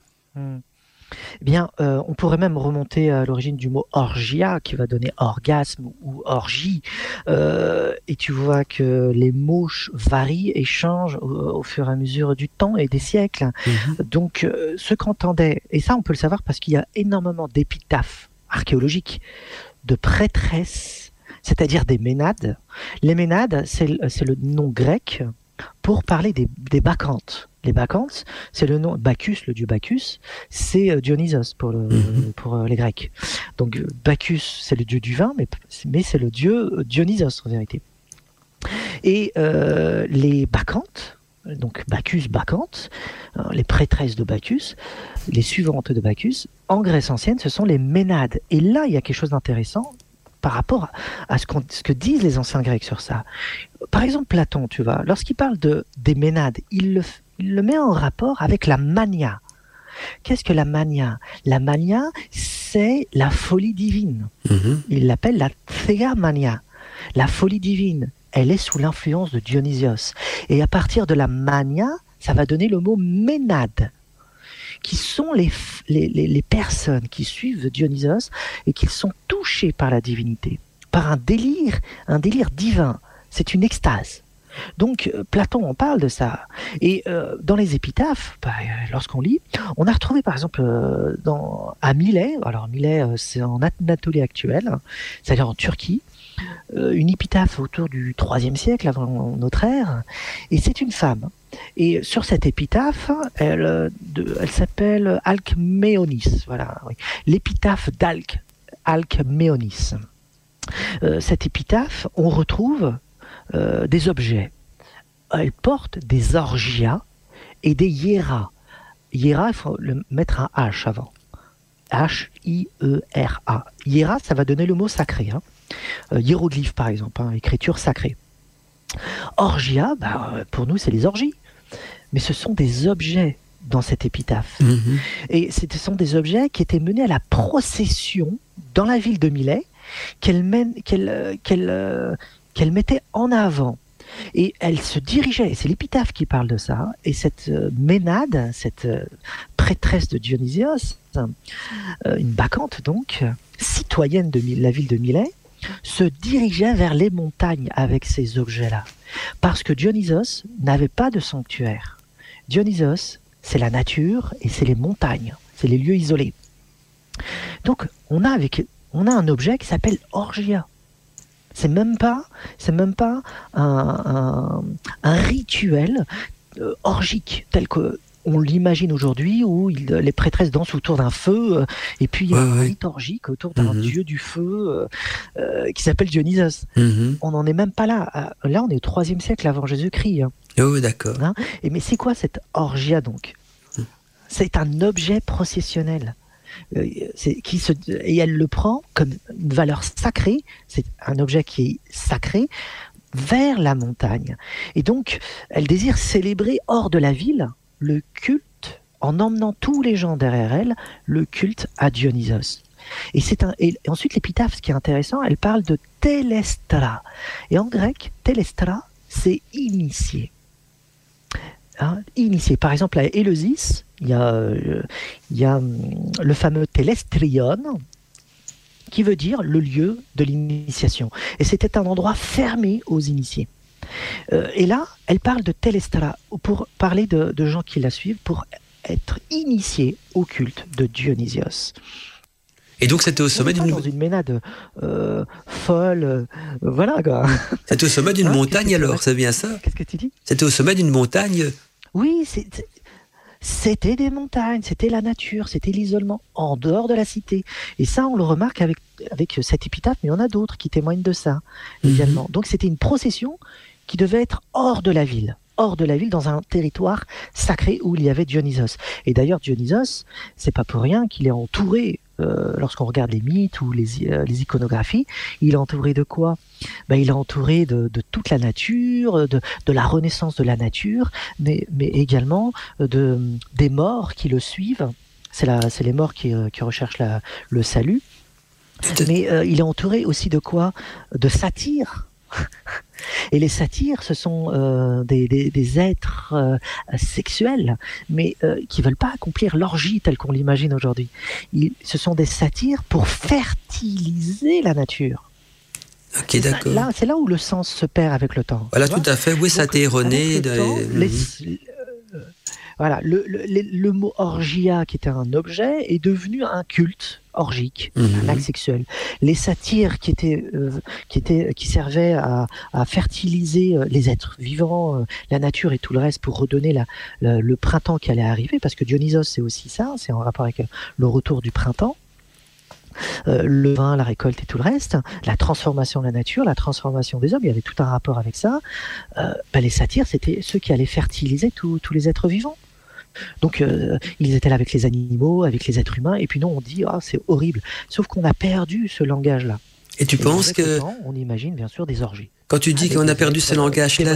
Eh bien, on pourrait même remonter à l'origine du mot orgia, qui va donner orgasme ou orgie. Et tu vois que les mots varient et changent au fur et à mesure du temps et des siècles. Donc, ce qu'entendait, et ça on peut le savoir parce qu'il y a énormément d'épitaphes archéologiques, de prêtresses, c'est-à-dire des ménades. Les ménades, c'est le nom grec pour parler des bacchantes. Les bacchantes, c'est le nom Bacchus, le dieu Bacchus, c'est Dionysos pour les Grecs. Donc Bacchus, c'est le dieu du vin, mais c'est le dieu Dionysos en vérité. Et les bacchantes, donc Bacchus, bacchantes, les prêtresses de Bacchus, les suivantes de Bacchus, en Grèce ancienne, ce sont les ménades. Et là, il y a quelque chose d'intéressant par rapport à ce que disent les anciens Grecs sur ça. Par exemple, Platon, tu vois, lorsqu'il parle des ménades, il le met en rapport avec la mania. Qu'est-ce que la mania? La mania, c'est la folie divine. Il l'appelle la theamania, la folie divine. Elle est sous l'influence de Dionysios. Et à partir de la mania, ça va donner le mot ménade, qui sont les personnes qui suivent Dionysos et qui sont touchées par la divinité, par un délire divin. C'est une extase. Donc Platon en parle de ça. Et dans les épitaphes, lorsqu'on lit, on a retrouvé par exemple à Milet, alors Milet c'est en Anatolie actuelle, c'est-à-dire en Turquie, une épitaphe autour du IIIe siècle avant notre ère, et c'est une femme. Et sur cette épitaphe, elle s'appelle Alcméonis. Voilà, oui. L'épitaphe d'Alcméonis. Cette épitaphe, on retrouve des objets. Elle porte des orgias et des hiéras. Hiéra, il faut mettre un H avant. H-I-E-R-A. Hiéra, ça va donner le mot sacré. Hiéroglyphe, par exemple, écriture sacrée. Orgia, pour nous, c'est les orgies. Mais ce sont des objets dans cette épitaphe. Et ce sont des objets qui étaient menés à la procession dans la ville de Milet, qu'elle mettait en avant. Et elle se dirigeait, et c'est l'épitaphe qui parle de ça, et cette ménade, cette prêtresse de Dionysios, une bacchante donc, citoyenne de la ville de Milet, se dirigeait vers les montagnes avec ces objets-là. Parce que Dionysos n'avait pas de sanctuaire. Dionysos, c'est la nature et c'est les montagnes, c'est les lieux isolés. Donc, on a un objet qui s'appelle orgia. C'est même pas un rituel orgique tel que on l'imagine aujourd'hui, où les prêtresses dansent autour d'un feu, et puis il y a un rite orgique autour d'un dieu du feu qui s'appelle Dionysos. On n'en est même pas là. Là, on est au IIIe siècle avant Jésus-Christ. Oh, d'accord. Mais c'est quoi cette orgia donc? C'est un objet processionnel. Et elle le prend comme une valeur sacrée, c'est un objet qui est sacré, vers la montagne. Et donc, elle désire célébrer hors de la ville le culte, en emmenant tous les gens derrière elle, le culte à Dionysos. Et ensuite, l'épitaphe, ce qui est intéressant, elle parle de telestra. Et en grec, telestra, c'est initié. Initié. Par exemple, à Éleusis, il y a le fameux telestrion, qui veut dire le lieu de l'initiation. Et c'était un endroit fermé aux initiés. Et là, elle parle de telestra, pour parler de gens qui la suivent, pour être initiés au culte de Dionysios. Et donc c'était au sommet dans une ménade folle, voilà quoi. C'était au sommet d'une montagne alors, c'est bien ça? Qu'est-ce que tu dis? C'était au sommet d'une montagne? Oui, c'était des montagnes, c'était la nature, c'était l'isolement en dehors de la cité. Et ça, on le remarque avec cette épitaphe, mais il y en a d'autres qui témoignent de ça également. Donc c'était une procession qui devait être hors de la ville, dans un territoire sacré où il y avait Dionysos. Et d'ailleurs, Dionysos, c'est pas pour rien qu'il est entouré, lorsqu'on regarde les mythes ou les iconographies, il est entouré de quoi ? Il est entouré de toute la nature, de la renaissance de la nature, mais également des morts qui le suivent. C'est les morts qui recherchent le salut. Mais il est entouré aussi de quoi ? De satyres. Et les satyres, ce sont des êtres sexuels, mais qui ne veulent pas accomplir l'orgie telle qu'on l'imagine aujourd'hui. Ce sont des satyres pour fertiliser la nature. Ok, d'accord. C'est là où le sens se perd avec le temps. Voilà, tout à fait. Oui, ça t'est erroné. Voilà, le mot orgia, qui était un objet, est devenu un culte orgique, un acte sexuel. Les satyres qui servaient à fertiliser les êtres vivants, la nature et tout le reste pour redonner le printemps qui allait arriver, parce que Dionysos, c'est aussi ça, c'est en rapport avec le retour du printemps. Le vin, la récolte et tout le reste, la transformation de la nature, la transformation des hommes, il y avait tout un rapport avec ça. Les satyres, c'était ceux qui allaient fertiliser tous les êtres vivants. Donc ils étaient là avec les animaux, avec les êtres humains, et puis nous on dit c'est horrible. Sauf qu'on a perdu ce langage-là. Et tu penses que... On imagine bien sûr des orgies. Quand tu dis qu'on a perdu ce langage-là,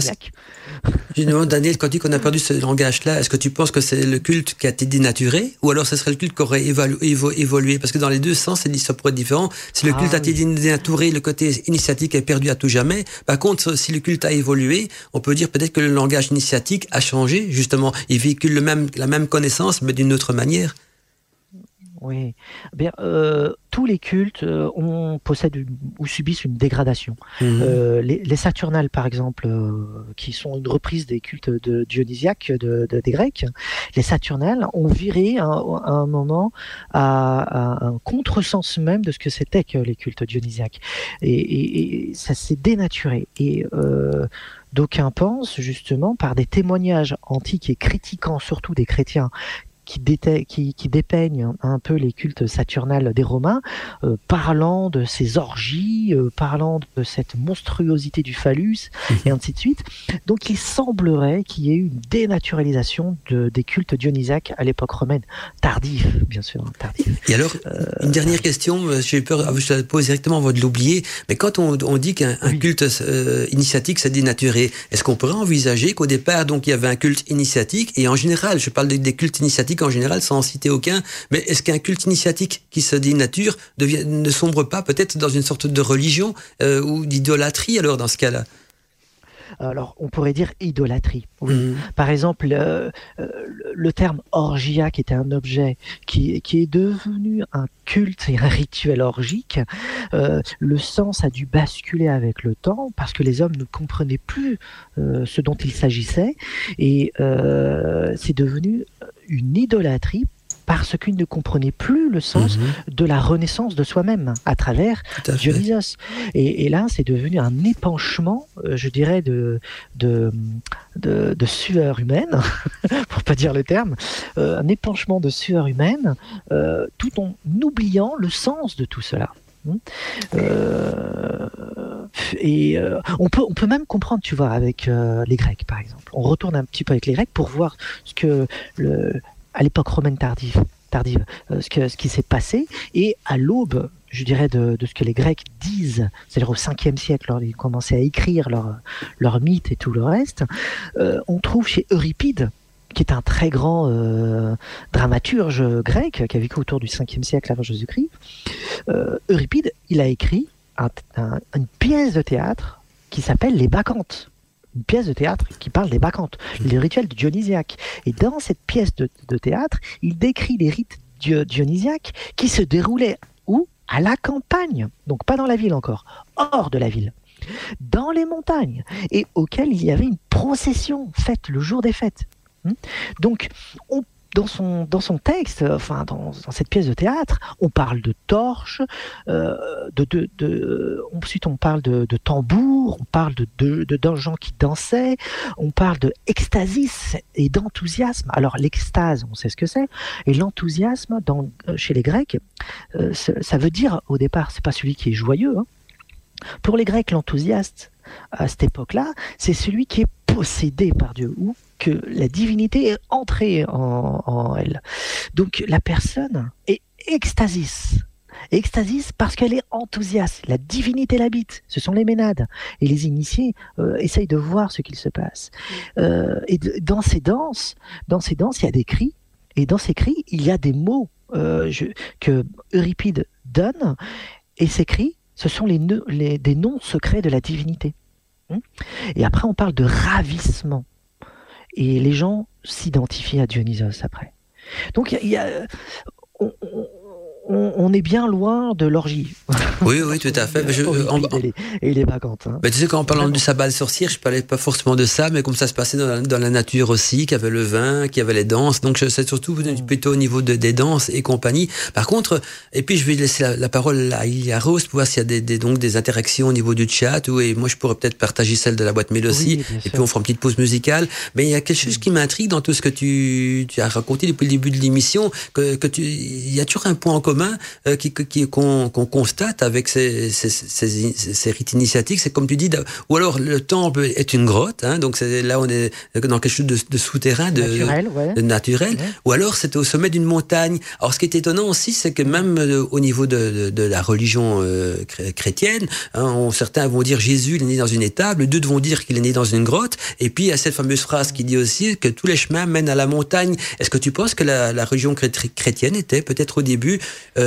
je me demande, Daniel, quand tu dis qu'on a perdu ce langage-là, est-ce que tu penses que c'est le culte qui a été dénaturé, ou alors ce serait le culte qui aurait évolué? Parce que dans les deux sens, ça pourrait être différent. Si le culte a été dénaturé, le côté initiatique est perdu à tout jamais. Par contre, si le culte a évolué, on peut dire peut-être que le langage initiatique a changé, justement. Il véhicule la même connaissance, mais d'une autre manière. Oui, tous les cultes possèdent ou subissent une dégradation. Les Saturnales, par exemple, qui sont une reprise des cultes dionysiaques des Grecs, les Saturnales ont viré à un moment à un contresens même de ce que c'était que les cultes dionysiaques. Et ça s'est dénaturé. Et d'aucuns pensent, justement, par des témoignages antiques et critiquant surtout des chrétiens, qui dépeignent un peu les cultes saturnales des Romains, parlant de ces orgies, parlant de cette monstruosité du phallus, et ainsi de suite. Donc il semblerait qu'il y ait eu une dénaturalisation des cultes dionysiaques à l'époque romaine, tardive, bien sûr, tardive. Et alors, une dernière question, j'ai peur, je la pose directement avant de l'oublier, mais quand on dit qu'un culte initiatique s'est dénaturé, est-ce qu'on pourrait envisager qu'au départ, donc, il y avait un culte initiatique, et en général, je parle des cultes initiatiques en général, sans en citer aucun, mais est-ce qu'un culte initiatique qui se dénature ne sombre pas peut-être dans une sorte de religion ou d'idolâtrie, alors, dans ce cas-là? Alors, on pourrait dire idolâtrie. Oui. Par exemple, le terme orgia, qui était un objet qui est devenu un culte et un rituel orgique, le sens a dû basculer avec le temps parce que les hommes ne comprenaient plus ce dont il s'agissait, et c'est devenu une idolâtrie parce qu'ils ne comprenaient plus le sens de la renaissance de soi-même à travers Dionysos. Et là, c'est devenu un épanchement, je dirais, de sueur humaine, pour pas dire le terme, un épanchement de sueur humaine, tout en oubliant le sens de tout cela. On peut même comprendre, tu vois, avec les Grecs, par exemple. On retourne un petit peu avec les Grecs pour voir ce que à l'époque romaine tardive, ce qui s'est passé, et à l'aube, je dirais, de ce que les Grecs disent, c'est-à-dire au 5e siècle, lorsqu'ils ils commençaient à écrire leurs mythes et tout le reste, on trouve chez Euripide, qui est un très grand dramaturge grec, qui a vécu autour du 5e siècle avant Jésus-Christ. Euripide, il a écrit une pièce de théâtre qui s'appelle Les Bacchantes. Une pièce de théâtre qui parle des bacchantes, les rituels dionysiaques. Et dans cette pièce de théâtre, il décrit les rites dionysiaques qui se déroulaient où ? À la campagne, donc pas dans la ville encore, hors de la ville, dans les montagnes, et auquel il y avait une procession faite le jour des fêtes. Donc, dans son texte, enfin dans cette pièce de théâtre, on parle de torches, ensuite on parle de tambours, on parle de gens qui dansaient, on parle de extasis et d'enthousiasme. Alors l'extase, on sait ce que c'est, et l'enthousiasme chez les Grecs, ça veut dire au départ, c'est pas celui qui est joyeux. Hein. Pour les Grecs, l'enthousiaste à cette époque-là, c'est celui qui est possédé par Dieu ou que la divinité est entrée en elle. Donc la personne est extasis. Extasis parce qu'elle est enthousiaste. La divinité l'habite. Ce sont les ménades. Et les initiés essayent de voir ce qu'il se passe. Et dans ces danses, il y a des cris. Et dans ces cris, il y a des mots que Euripide donne. Et ces cris, ce sont des noms secrets de la divinité. Et après, on parle de ravissement. Et les gens s'identifient à Dionysos après. Donc, on est bien loin de l'orgie. Oui, tout à fait. Et les bacchantes. Hein. Tu sais, quand en parlant du sabbat de sorcière, je parlais pas forcément de ça, mais comme ça se passait dans la nature aussi, qu'il y avait le vin, qu'il y avait les danses. Donc, c'est surtout plutôt au niveau des danses et compagnie. Par contre, et puis je vais laisser la parole à Ilia Rose pour voir s'il y a des interactions au niveau du chat. Et moi, je pourrais peut-être partager celle de la boîte mail aussi. Oui, et puis, on fera une petite pause musicale. Mais il y a quelque chose qui m'intrigue dans tout ce que tu as raconté depuis le début de l'émission, il y a toujours un point en commun qu'on constate avec ces rites initiatiques, c'est comme tu dis, ou alors le temple est une grotte, hein, donc là on est dans quelque chose de souterrain, de naturel, ou alors c'est au sommet d'une montagne. Alors ce qui est étonnant aussi, c'est que même au niveau de la religion chrétienne, hein, certains vont dire Jésus il est né dans une étable, d'autres vont dire qu'il est né dans une grotte, et puis il y a cette fameuse phrase qui dit aussi que tous les chemins mènent à la montagne. Est-ce que tu penses que la religion chrétienne était peut-être au début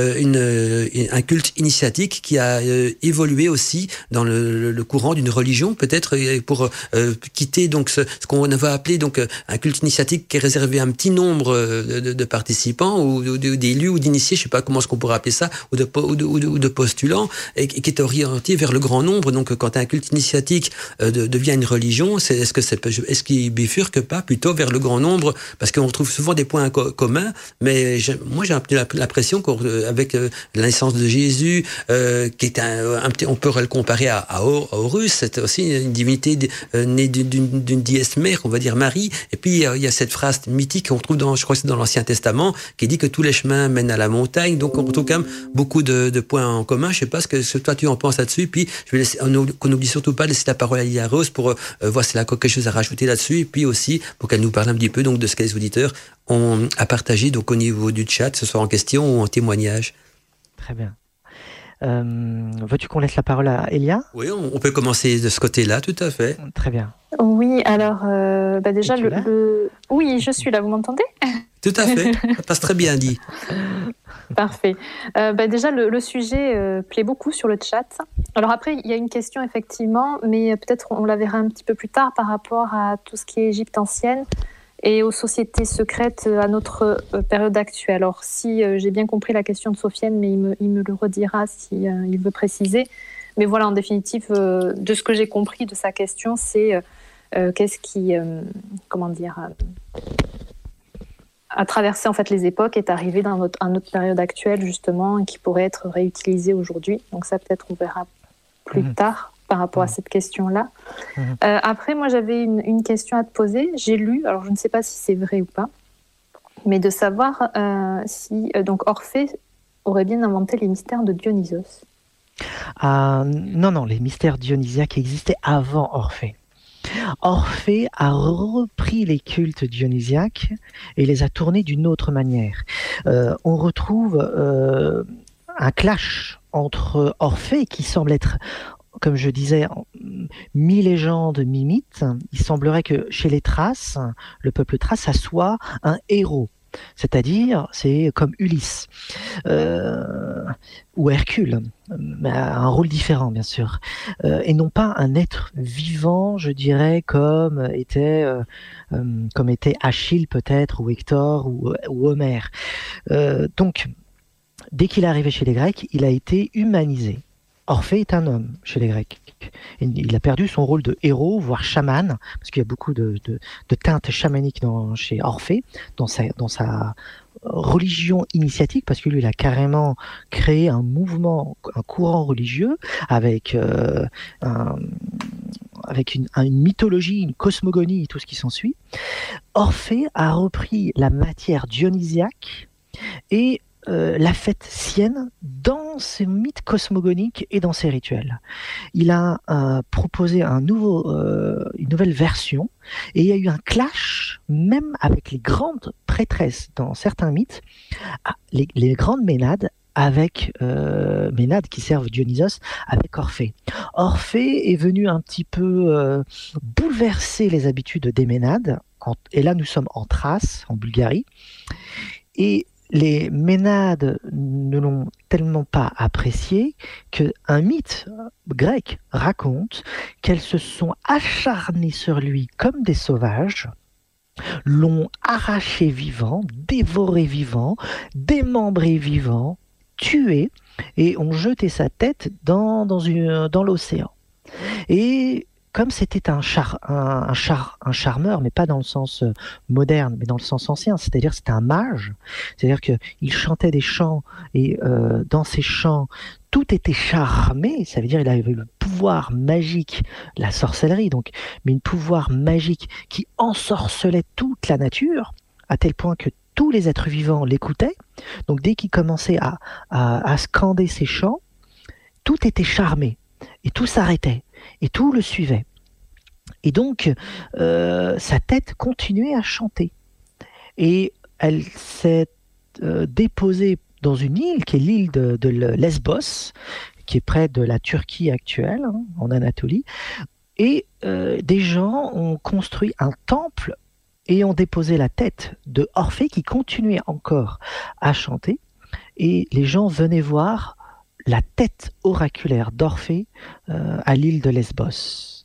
un culte initiatique qui a évolué aussi dans le courant d'une religion, peut-être pour quitter donc ce qu'on va appeler donc un culte initiatique qui est réservé à un petit nombre de participants ou d'élus ou d'initiés, je sais pas comment est-ce qu'on pourrait appeler ça, ou de postulants, et qui est orienté vers le grand nombre. Donc quand un culte initiatique devient une religion, est-ce qu'il bifurque pas plutôt vers le grand nombre, parce qu'on trouve souvent des points communs, mais moi j'ai l'impression qu'avec la naissance de Jésus, qui est on peut le comparer à Horus, c'est aussi une divinité née d'une déesse mère, on va dire Marie. Et puis il y a cette phrase mythique qu'on trouve je crois que c'est dans l'Ancien Testament, qui dit que tous les chemins mènent à la montagne. Donc on retrouve quand même beaucoup de points en commun. Je sais pas ce que toi tu en penses là-dessus. Puis je vais laisser, qu'on n'oublie surtout pas de laisser la parole à Ilia Rose pour voir si elle a quelque chose à rajouter là-dessus, et puis aussi pour qu'elle nous parle un petit peu donc de ce que les auditeurs ont à partager donc au niveau du chat, que ce soit en question ou en témoignage. Très bien. Veux-tu qu'on laisse la parole à Elia ? Oui, on peut commencer de ce côté-là, tout à fait. Très bien. Oui, alors déjà oui, je suis là, vous m'entendez ? Tout à fait, ça passe très bien dit. Parfait. Déjà, le sujet plaît beaucoup sur le chat. Alors après, il y a une question effectivement, mais peut-être on la verra un petit peu plus tard par rapport à tout ce qui est Égypte ancienne et aux sociétés secrètes à notre période actuelle. Alors, si j'ai bien compris la question de Sofiane, mais il me le redira si il veut préciser. Mais voilà, en définitive, de ce que j'ai compris de sa question, c'est qu'est-ce qui, a traversé en fait les époques, est arrivé dans notre période actuelle justement, et qui pourrait être réutilisé aujourd'hui. Donc ça, peut-être, on verra plus tard par rapport à cette question-là. Après, moi, j'avais une question à te poser. J'ai lu, alors je ne sais pas si c'est vrai ou pas, mais de savoir si donc Orphée aurait bien inventé les mystères de Dionysos. Non, les mystères dionysiaques existaient avant Orphée. Orphée a repris les cultes dionysiaques et les a tournés d'une autre manière. On retrouve un clash entre Orphée, qui semble être, comme je disais, mi-légende, mi-mythe. Il semblerait que chez les Thraces, le peuple thrace, ça soit un héros. C'est-à-dire, c'est comme Ulysse ou Hercule, mais un rôle différent bien sûr, et non pas un être vivant, je dirais, comme était Achille peut-être, ou Hector, ou Homère. Donc, dès qu'il est arrivé chez les Grecs, il a été humanisé. Orphée est un homme chez les Grecs. Il a perdu son rôle de héros, voire chaman, parce qu'il y a beaucoup de teintes chamaniques chez Orphée, dans sa religion initiatique, parce que lui, il a carrément créé un mouvement, un courant religieux avec une mythologie, une cosmogonie et tout ce qui s'ensuit. Orphée a repris la matière dionysiaque et la fête sienne dans ses mythes cosmogoniques et dans ses rituels. Il a proposé une nouvelle version et il y a eu un clash même avec les grandes prêtresses dans certains mythes, les grandes Ménades avec Ménades qui servent Dionysos avec Orphée. Orphée est venu un petit peu bouleverser les habitudes des Ménades, et là nous sommes en Thrace, en Bulgarie, et les Ménades ne l'ont tellement pas apprécié qu'un mythe grec raconte qu'elles se sont acharnées sur lui comme des sauvages, l'ont arraché vivant, dévoré vivant, démembré vivant, tué, et ont jeté sa tête dans l'océan. Et comme c'était un charmeur, mais pas dans le sens moderne, mais dans le sens ancien, c'est-à-dire c'était un mage, c'est-à-dire qu'il chantait des chants, et dans ces chants, tout était charmé, ça veut dire qu'il avait le pouvoir magique, la sorcellerie donc, mais un pouvoir magique qui ensorcelait toute la nature, à tel point que tous les êtres vivants l'écoutaient. Donc dès qu'il commençait à scander ses chants, tout était charmé, et tout s'arrêtait. Et tout le suivait. Et donc, sa tête continuait à chanter. Et elle s'est déposée dans une île, qui est l'île de Lesbos, qui est près de la Turquie actuelle, en Anatolie. Et des gens ont construit un temple et ont déposé la tête de Orphée, qui continuait encore à chanter. Et les gens venaient voir la tête oraculaire d'Orphée à l'île de Lesbos.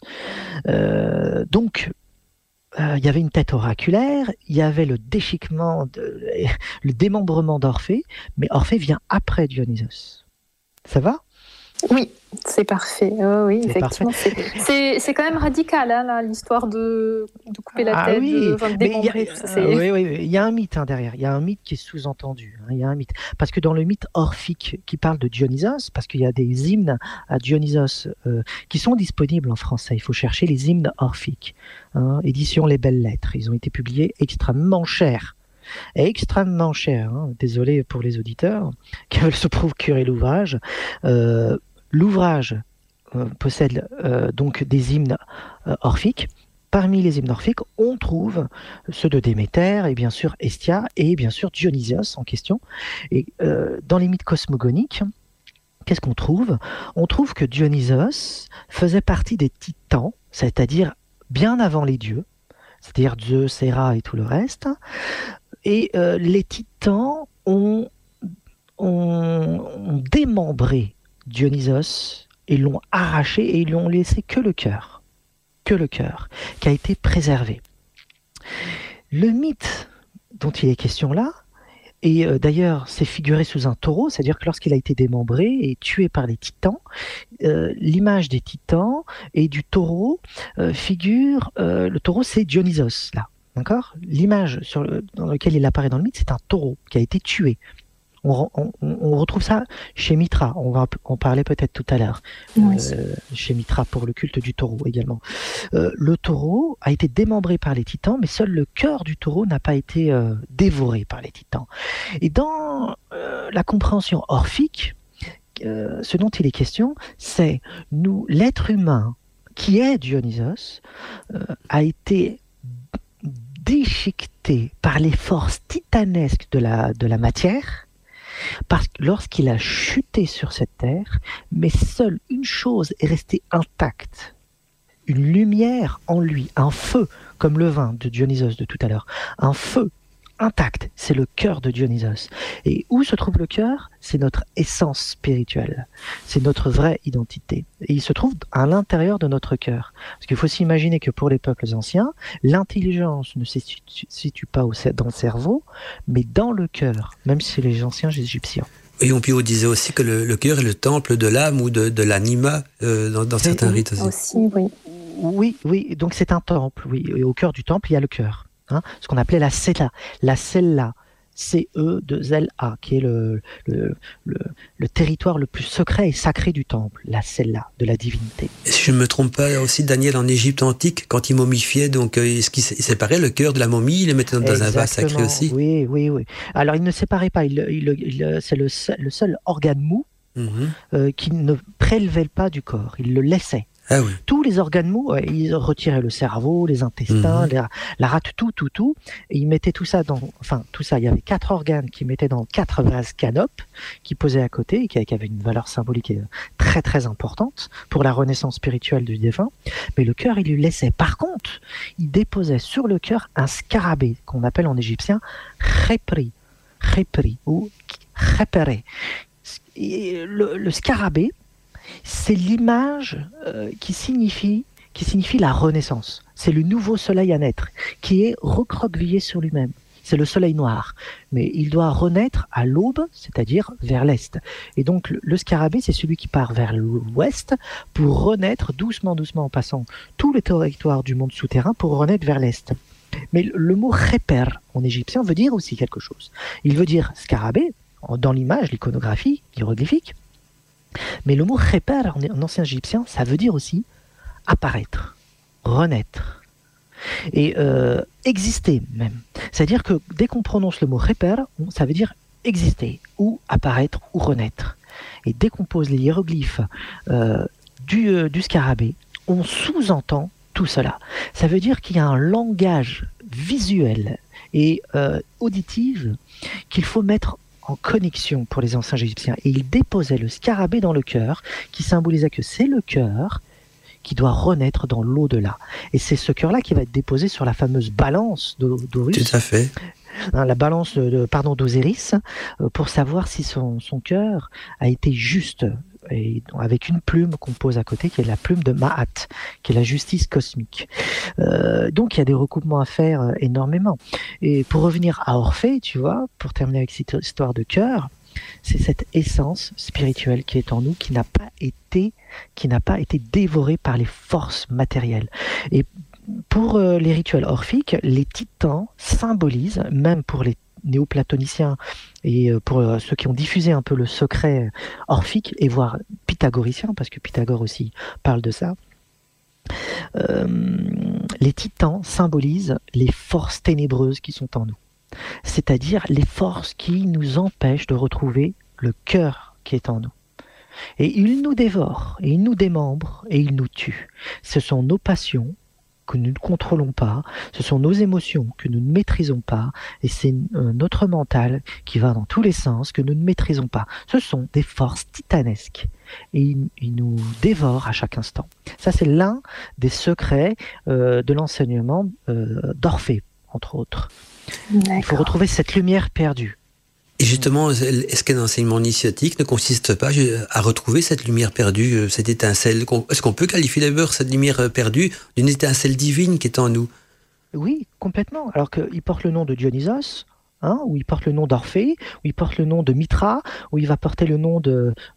Donc, il y avait une tête oraculaire, il y avait le déchiquement, le démembrement d'Orphée, mais Orphée vient après Dionysos. Ça va ? Oui, c'est parfait. Oh, oui, C'est effectivement. C'est quand même radical, hein, là, l'histoire de couper la tête, de démembrer, tout ça. Oui, il y a un mythe derrière. Il y a un mythe qui est sous-entendu. Il y a un mythe. Parce que dans le mythe orphique qui parle de Dionysos, parce qu'il y a des hymnes à Dionysos qui sont disponibles en français. Il faut chercher les hymnes orphiques. Édition Les Belles Lettres. Ils ont été publiés extrêmement cher. Désolé pour les auditeurs qui veulent se procurer l'ouvrage. L'ouvrage possède donc des hymnes orphiques. Parmi les hymnes orphiques, on trouve ceux de Déméter et bien sûr Hestia et bien sûr Dionysos en question. Et dans les mythes cosmogoniques, qu'est-ce qu'on trouve ? On trouve que Dionysos faisait partie des titans, c'est-à-dire bien avant les dieux, c'est-à-dire Zeus, Héra et tout le reste. Et les titans ont démembré Dionysos et l'ont arraché et ils lui ont laissé que le cœur, qui a été préservé. Le mythe dont il est question là, et d'ailleurs c'est figuré sous un taureau, c'est-à-dire que lorsqu'il a été démembré et tué par les titans, l'image des titans et du taureau figure, le taureau c'est Dionysos là. D'accord ? L'image dans laquelle il apparaît dans le mythe, c'est un taureau qui a été tué. On retrouve ça chez Mitra. On va en parler peut-être tout à l'heure. Oui. Chez Mitra pour le culte du taureau également. Le taureau a été démembré par les titans, mais seul le cœur du taureau n'a pas été dévoré par les titans. Et dans la compréhension orphique, ce dont il est question, c'est l'être humain qui est Dionysos a été déchiqueté par les forces titanesques de la matière, parce que lorsqu'il a chuté sur cette terre, mais seule une chose est restée intacte, une lumière en lui, un feu, comme le vin de Dionysos de tout à l'heure, un feu intact, c'est le cœur de Dionysos. Et où se trouve le cœur ? C'est notre essence spirituelle, c'est notre vraie identité. Et il se trouve à l'intérieur de notre cœur. Parce qu'il faut s'imaginer que pour les peuples anciens, l'intelligence ne se situe pas dans le cerveau, mais dans le cœur, même chez les anciens égyptiens. Et on disait aussi que le cœur est le temple de l'âme ou de l'anima dans certains rites aussi. Aussi, Oui. Donc c'est un temple, oui. Et au cœur du temple, il y a le cœur. Ce qu'on appelait la cella. La cella, C-E-2-L-A, qui est le territoire le plus secret et sacré du temple. La cella, de la divinité. Et si je ne me trompe pas, aussi Daniel en Égypte antique, quand il momifiait, donc est-ce qu'il séparait le cœur de la momie, il le mettait dans un vase sacré aussi? Oui. Alors il ne séparait pas, c'est le seul organe mou qui ne prélevait pas du corps, il le laissait. Ah oui. Tous les organes mous, ils retiraient le cerveau, les intestins, la rate, tout, et ils mettaient tout ça il y avait 4 organes qu'ils mettaient dans 4 vases canopes, qui posaient à côté, et qui avaient une valeur symbolique très très importante pour la renaissance spirituelle du défunt, mais le cœur, il lui laissait. Par contre, il déposait sur le cœur un scarabée, qu'on appelle en égyptien khepri, ou khepere. Le scarabée, c'est l'image qui signifie la renaissance. C'est le nouveau soleil à naître, qui est recroquevillé sur lui-même. C'est le soleil noir. Mais il doit renaître à l'aube, c'est-à-dire vers l'est. Et donc le scarabée, c'est celui qui part vers l'ouest pour renaître doucement en passant tous les territoires du monde souterrain pour renaître vers l'est. Mais le mot kheper en égyptien veut dire aussi quelque chose. Il veut dire scarabée, dans l'image, l'iconographie, hiéroglyphique. Mais le mot kheper en ancien égyptien, ça veut dire aussi apparaître, renaître et exister même. C'est-à-dire que dès qu'on prononce le mot kheper, ça veut dire exister ou apparaître ou renaître. Et dès qu'on pose les hiéroglyphes du scarabée, on sous-entend tout cela. Ça veut dire qu'il y a un langage visuel et auditif qu'il faut mettre en connexion pour les anciens égyptiens. Et ils déposaient le scarabée dans le cœur, qui symbolisait que c'est le cœur qui doit renaître dans l'au-delà. Et c'est ce cœur-là qui va être déposé sur la fameuse balance d'Horus. Tout à fait. La balance d'Osiris, pour savoir si son cœur a été juste, et avec une plume qu'on pose à côté, qui est la plume de Ma'at, qui est la justice cosmique. Donc il y a des recoupements à faire énormément. Et pour revenir à Orphée, tu vois, pour terminer avec cette histoire de cœur, c'est cette essence spirituelle qui est en nous, qui n'a pas été dévorée par les forces matérielles. Et pour les rituels orphiques, les titans symbolisent, même pour les néoplatoniciens et pour ceux qui ont diffusé un peu le secret orphique, et voire pythagoricien, parce que Pythagore aussi parle de ça, les titans symbolisent les forces ténébreuses qui sont en nous. C'est-à-dire les forces qui nous empêchent de retrouver le cœur qui est en nous. Et ils nous dévorent, et ils nous démembrent, et ils nous tuent. Ce sont nos passions que nous ne contrôlons pas, ce sont nos émotions que nous ne maîtrisons pas, et c'est notre mental qui va dans tous les sens que nous ne maîtrisons pas. Ce sont des forces titanesques, et ils nous dévorent à chaque instant. Ça, c'est l'un des secrets de l'enseignement d'Orphée, entre autres. Il faut retrouver cette lumière perdue. Et justement, est-ce qu'un enseignement initiatique ne consiste pas à retrouver cette lumière perdue, cette étincelle? Est-ce qu'on peut qualifier d'abord cette lumière perdue d'une étincelle divine qui est en nous? Oui, complètement. Alors qu'il porte le nom de Dionysos, où il porte le nom d'Orphée, où il porte le nom de Mitra, où il va porter le nom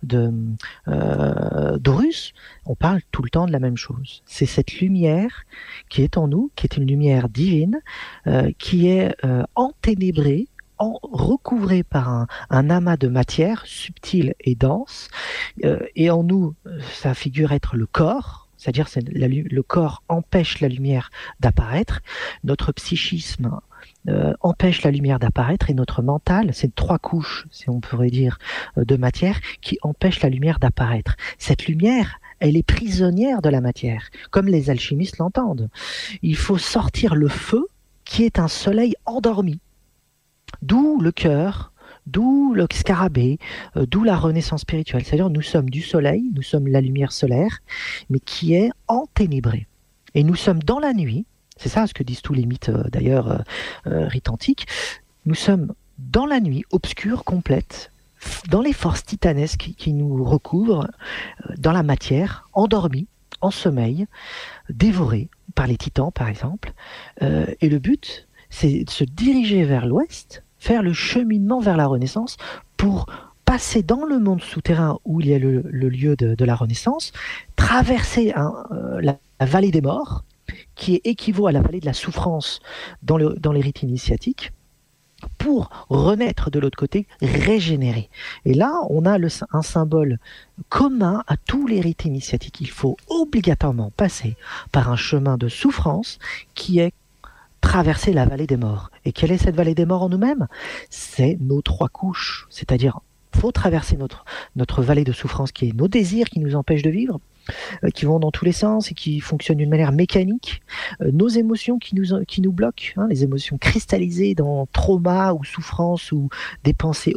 d'Horus. On parle tout le temps de la même chose. C'est cette lumière qui est en nous, qui est une lumière divine, qui est enténébrée, recouvré par un amas de matière subtile et dense, et en nous, ça figure être le corps, c'est-à-dire le corps empêche la lumière d'apparaître, notre psychisme empêche la lumière d'apparaître, et notre mental, c'est 3 couches, si on pourrait dire, de matière qui empêchent la lumière d'apparaître. Cette lumière, elle est prisonnière de la matière, comme les alchimistes l'entendent. Il faut sortir le feu, qui est un soleil endormi. D'où le cœur, d'où le scarabée, d'où la renaissance spirituelle. C'est-à-dire nous sommes du soleil, nous sommes la lumière solaire, mais qui est enténébrée. Et nous sommes dans la nuit, c'est ça ce que disent tous les mythes d'ailleurs rites antiques, nous sommes dans la nuit obscure, complète, dans les forces titanesques qui nous recouvrent, dans la matière, endormis, en sommeil, dévorés par les titans par exemple. Et le but, c'est de se diriger vers l'ouest, faire le cheminement vers la Renaissance pour passer dans le monde souterrain où il y a le lieu de la Renaissance, traverser la vallée des morts, qui équivaut à la vallée de la souffrance dans les rites initiatiques, pour renaître de l'autre côté, régénéré. Et là, on a un symbole commun à tous les rites initiatiques. Il faut obligatoirement passer par un chemin de souffrance qui est traverser la vallée des morts. Et quelle est cette vallée des morts en nous-mêmes ? C'est nos 3 couches, c'est-à-dire il faut traverser notre vallée de souffrance qui est nos désirs qui nous empêchent de vivre, qui vont dans tous les sens et qui fonctionnent d'une manière mécanique, nos émotions qui nous bloquent, les émotions cristallisées dans trauma ou souffrance ou des pensées,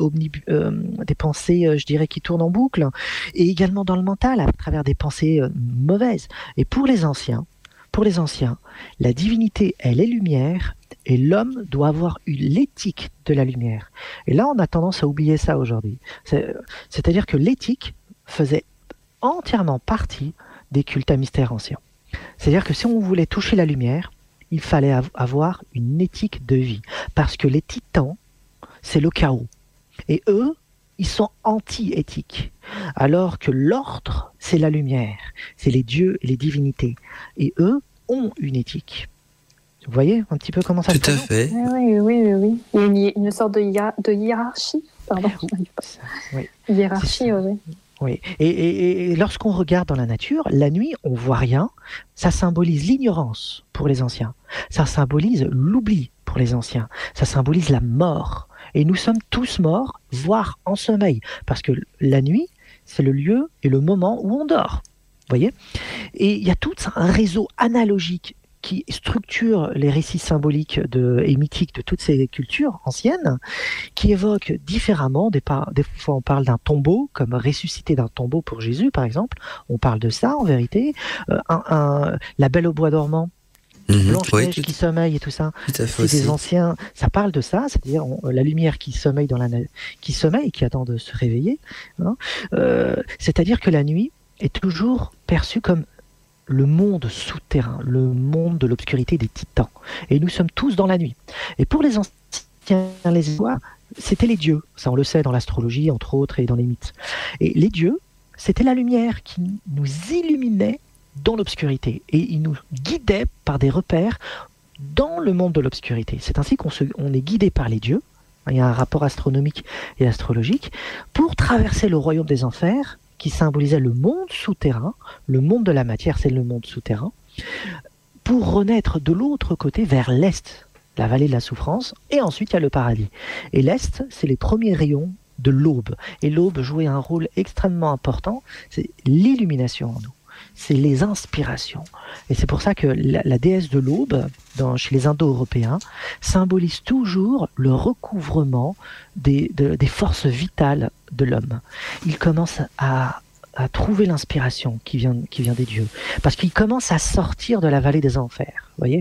je dirais, qui tournent en boucle, et également dans le mental à travers des pensées mauvaises. Et pour les anciens, la divinité, elle est lumière, et l'homme doit avoir eu l'éthique de la lumière. Et là, on a tendance à oublier ça aujourd'hui. C'est-à-dire que l'éthique faisait entièrement partie des cultes à mystère anciens. C'est-à-dire que si on voulait toucher la lumière, il fallait avoir une éthique de vie. Parce que les titans, c'est le chaos. Et eux, ils sont anti-éthiques. Alors que l'ordre, c'est la lumière. C'est les dieux et les divinités. Et eux ont une éthique. Vous voyez un petit peu comment ça se passe ? Tout à fait. Oui. Il y a une sorte de hiérarchie. Pardon. Oui. Hiérarchie, oui. Oui. Et lorsqu'on regarde dans la nature, la nuit, on voit rien. Ça symbolise l'ignorance pour les anciens. Ça symbolise l'oubli pour les anciens. Ça symbolise la mort. Et nous sommes tous morts, voire en sommeil. Parce que la nuit, c'est le lieu et le moment où on dort. Vous voyez ? Et il y a tout un réseau analogique qui structure les récits symboliques et mythiques de toutes ces cultures anciennes, qui évoquent différemment, des fois on parle d'un tombeau, comme ressusciter d'un tombeau pour Jésus par exemple, on parle de ça en vérité, la Belle au bois dormant, Blanche-Neige qui sommeille et tout ça, c'est des anciens, ça parle de ça, c'est-à-dire la lumière qui sommeille qui sommeille, qui attend de se réveiller, c'est-à-dire que la nuit est toujours perçue comme le monde souterrain, le monde de l'obscurité des titans. Et nous sommes tous dans la nuit. Et pour les anciens, les étoiles, c'était les dieux. Ça, on le sait dans l'astrologie, entre autres, et dans les mythes. Et les dieux, c'était la lumière qui nous illuminait dans l'obscurité. Et ils nous guidaient par des repères dans le monde de l'obscurité. C'est ainsi qu'on est guidé par les dieux. Il y a un rapport astronomique et astrologique pour traverser le royaume des enfers, qui symbolisait le monde souterrain, le monde de la matière, c'est le monde souterrain, pour renaître de l'autre côté vers l'Est, la vallée de la souffrance, et ensuite il y a le paradis. Et l'Est, c'est les premiers rayons de l'aube. Et l'aube jouait un rôle extrêmement important, c'est l'illumination en nous. C'est les inspirations. Et c'est pour ça que la déesse de l'aube, chez les Indo-Européens, symbolise toujours le recouvrement des forces vitales de l'homme. Il commence à trouver l'inspiration qui vient des dieux. Parce qu'il commence à sortir de la vallée des enfers. Vous voyez ?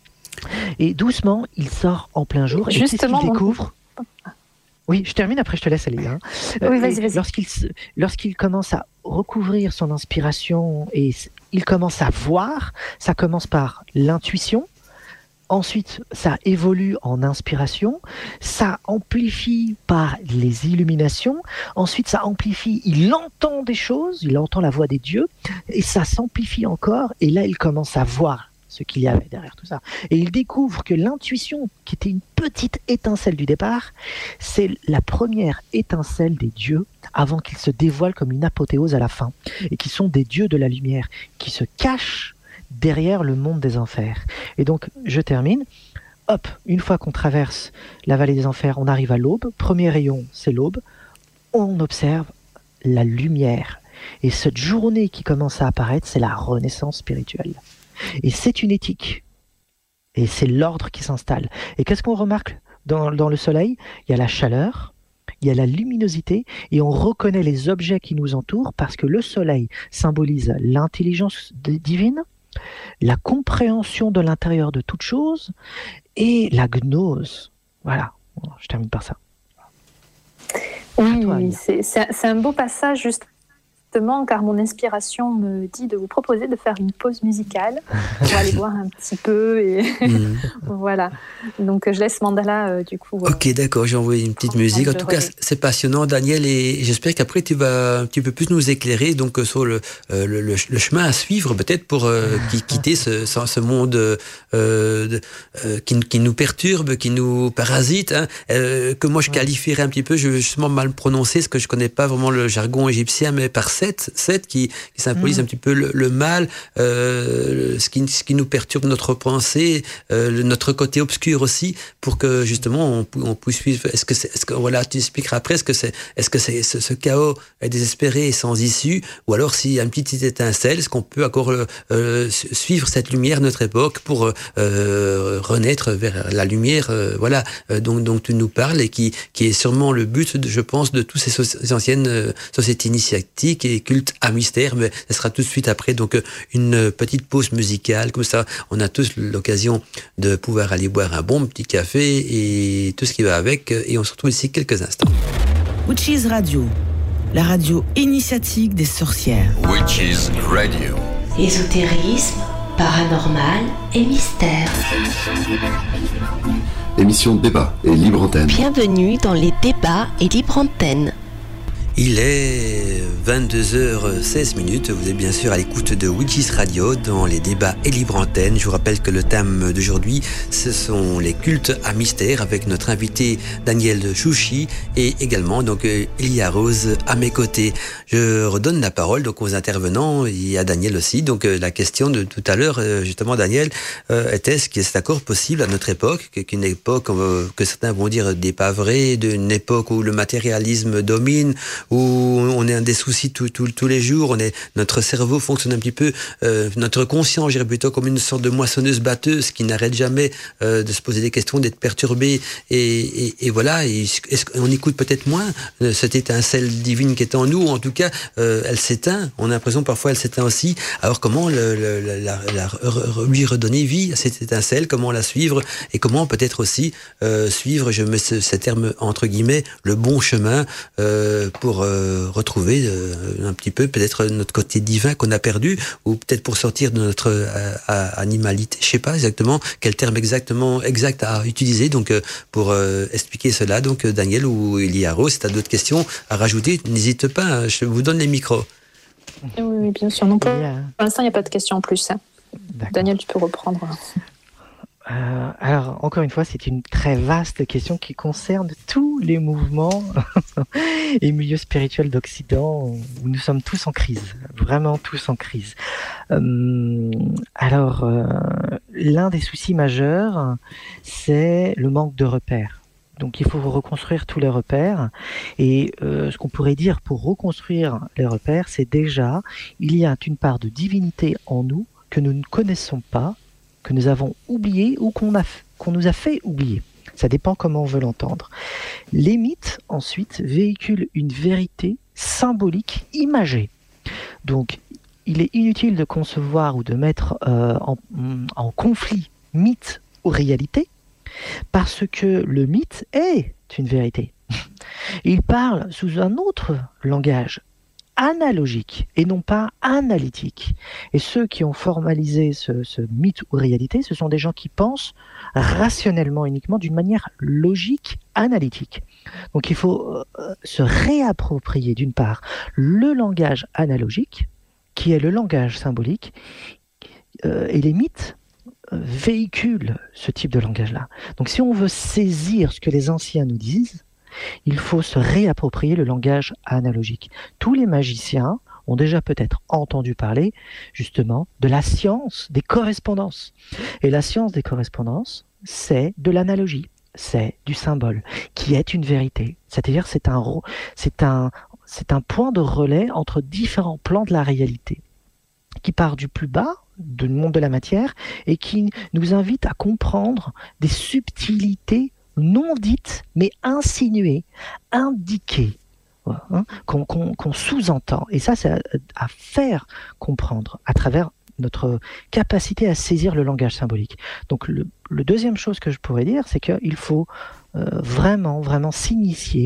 Et doucement, il sort en plein jour. Et qu'est-ce qu'il découvre ? Oui, je termine, après je te laisse aller. Oui, vas-y. Lorsqu'il commence à recouvrir son inspiration et il commence à voir, ça commence par l'intuition, ensuite ça évolue en inspiration, ça amplifie par les illuminations, ensuite ça amplifie, il entend des choses, il entend la voix des dieux, et ça s'amplifie encore, et là il commence à voir ce qu'il y avait derrière tout ça. Et il découvre que l'intuition, qui était une petite étincelle du départ, c'est la première étincelle des dieux avant qu'ils se dévoilent comme une apothéose à la fin, et qui sont des dieux de la lumière, qui se cachent derrière le monde des enfers. Et donc, je termine. Hop, une fois qu'on traverse la vallée des enfers, on arrive à l'aube. Premier rayon, c'est l'aube. On observe la lumière. Et cette journée qui commence à apparaître, c'est la renaissance spirituelle. Et c'est une éthique. Et c'est l'ordre qui s'installe. Et qu'est-ce qu'on remarque dans le soleil ? Il y a la chaleur, il y a la luminosité, et on reconnaît les objets qui nous entourent parce que le soleil symbolise l'intelligence divine, la compréhension de l'intérieur de toute chose et la gnose. Voilà, je termine par ça. Oui, c'est un beau passage juste justement, car mon inspiration me dit de vous proposer de faire une pause musicale pour aller boire un petit peu. Et voilà. Donc, je laisse Mandala, du coup. Ok, d'accord, j'ai envoyé une petite musique. En tout cas, c'est passionnant, Daniel, et j'espère qu'après, tu vas un petit peu plus nous éclairer donc, sur le chemin à suivre, peut-être, pour quitter ce monde qui nous perturbe, qui nous parasite, hein, que moi je qualifierais un petit peu, je vais justement mal prononcer, parce que je connais pas vraiment le jargon égyptien, mais par Seth qui symbolise un petit peu le mal, ce qui nous perturbe notre pensée, notre côté obscur aussi, pour que justement on puisse suivre. Est-ce que voilà, tu expliqueras après, est-ce que c'est ce chaos est désespéré et sans issue, ou alors s'il y a une petite étincelle, est-ce qu'on peut encore suivre cette lumière de notre époque pour renaître vers la lumière, voilà, dont tu nous parles, et qui est sûrement le but, je pense, de toutes ces anciennes sociétés initiatiques et cultes à mystère. Mais ce sera tout de suite après, donc une petite pause musicale, comme ça on a tous l'occasion de pouvoir aller boire un bon petit café et tout ce qui va avec, et on se retrouve ici quelques instants. Witches Radio, la radio initiatique des sorcières. Witches Radio. Ésotérisme, paranormal et mystère. Émission de débat et libre antenne. Bienvenue dans les débats et libre antenne. Il est 22h16. Vous êtes bien sûr à l'écoute de Witches Radio dans les débats et libre antenne. Je vous rappelle que le thème d'aujourd'hui, ce sont les cultes à mystère, avec notre invité Daniel Chouchi et également donc Elia Rose à mes côtés. Je redonne la parole donc aux intervenants et à Daniel aussi. Donc la question de tout à l'heure, justement, Daniel, est-ce que c'est encore possible à notre époque, qu'une époque que certains vont dire dépavrée, d'une époque où le matérialisme domine, où on est un des soucis tous les jours, notre cerveau fonctionne un petit peu, notre conscience, je dirais plutôt comme une sorte de moissonneuse batteuse qui n'arrête jamais de se poser des questions, d'être perturbé, et voilà, est-ce qu'on écoute peut-être moins cette étincelle divine qui est en nous, ou en tout cas elle s'éteint, on a l'impression parfois elle s'éteint aussi. Alors comment lui redonner vie à cette étincelle, comment la suivre, et comment peut-être aussi suivre, je mets ce terme entre guillemets, le bon chemin pour retrouver un petit peu peut-être notre côté divin qu'on a perdu, ou peut-être pour sortir de notre animalité. Je sais pas exactement quel terme exact à utiliser, donc pour expliquer cela. Donc Daniel ou Elia Rose, si tu as d'autres questions à rajouter, n'hésite pas, hein, je vous donne les micros. Oui, bien sûr. Non, pour l'instant, il n'y a pas de questions en plus. Hein. Daniel, tu peux reprendre. Alors, encore une fois, c'est une très vaste question qui concerne tous les mouvements et milieux spirituels d'Occident où nous sommes tous en crise, vraiment tous en crise. Alors, l'un des soucis majeurs, c'est le manque de repères. Donc, il faut reconstruire tous les repères. Et ce qu'on pourrait dire pour reconstruire les repères, c'est déjà, il y a une part de divinité en nous que nous ne connaissons pas, que nous avons oublié ou qu'on nous a fait oublier. Ça dépend comment on veut l'entendre. Les mythes, ensuite, véhiculent une vérité symbolique imagée. Donc, il est inutile de concevoir ou de mettre en conflit mythe ou réalité, parce que le mythe est une vérité. Il parle sous un autre langage, analogique et non pas analytique. Et ceux qui ont formalisé ce mythe ou réalité, ce sont des gens qui pensent rationnellement uniquement d'une manière logique, analytique. Donc il faut se réapproprier d'une part le langage analogique, qui est le langage symbolique, et les mythes véhiculent ce type de langage-là. Donc si on veut saisir ce que les anciens nous disent, il faut se réapproprier le langage analogique. Tous les magiciens ont déjà peut-être entendu parler, justement, de la science des correspondances. Et la science des correspondances, c'est de l'analogie, c'est du symbole, qui est une vérité. C'est-à-dire c'est un point de relais entre différents plans de la réalité, qui part du plus bas, du monde de la matière, et qui nous invite à comprendre des subtilités non dites, mais insinuées, indiquées, hein, qu'on sous-entend. Et ça, c'est à faire comprendre à travers notre capacité à saisir le langage symbolique. Donc, le deuxième chose que je pourrais dire, c'est qu'il faut vraiment, vraiment s'initier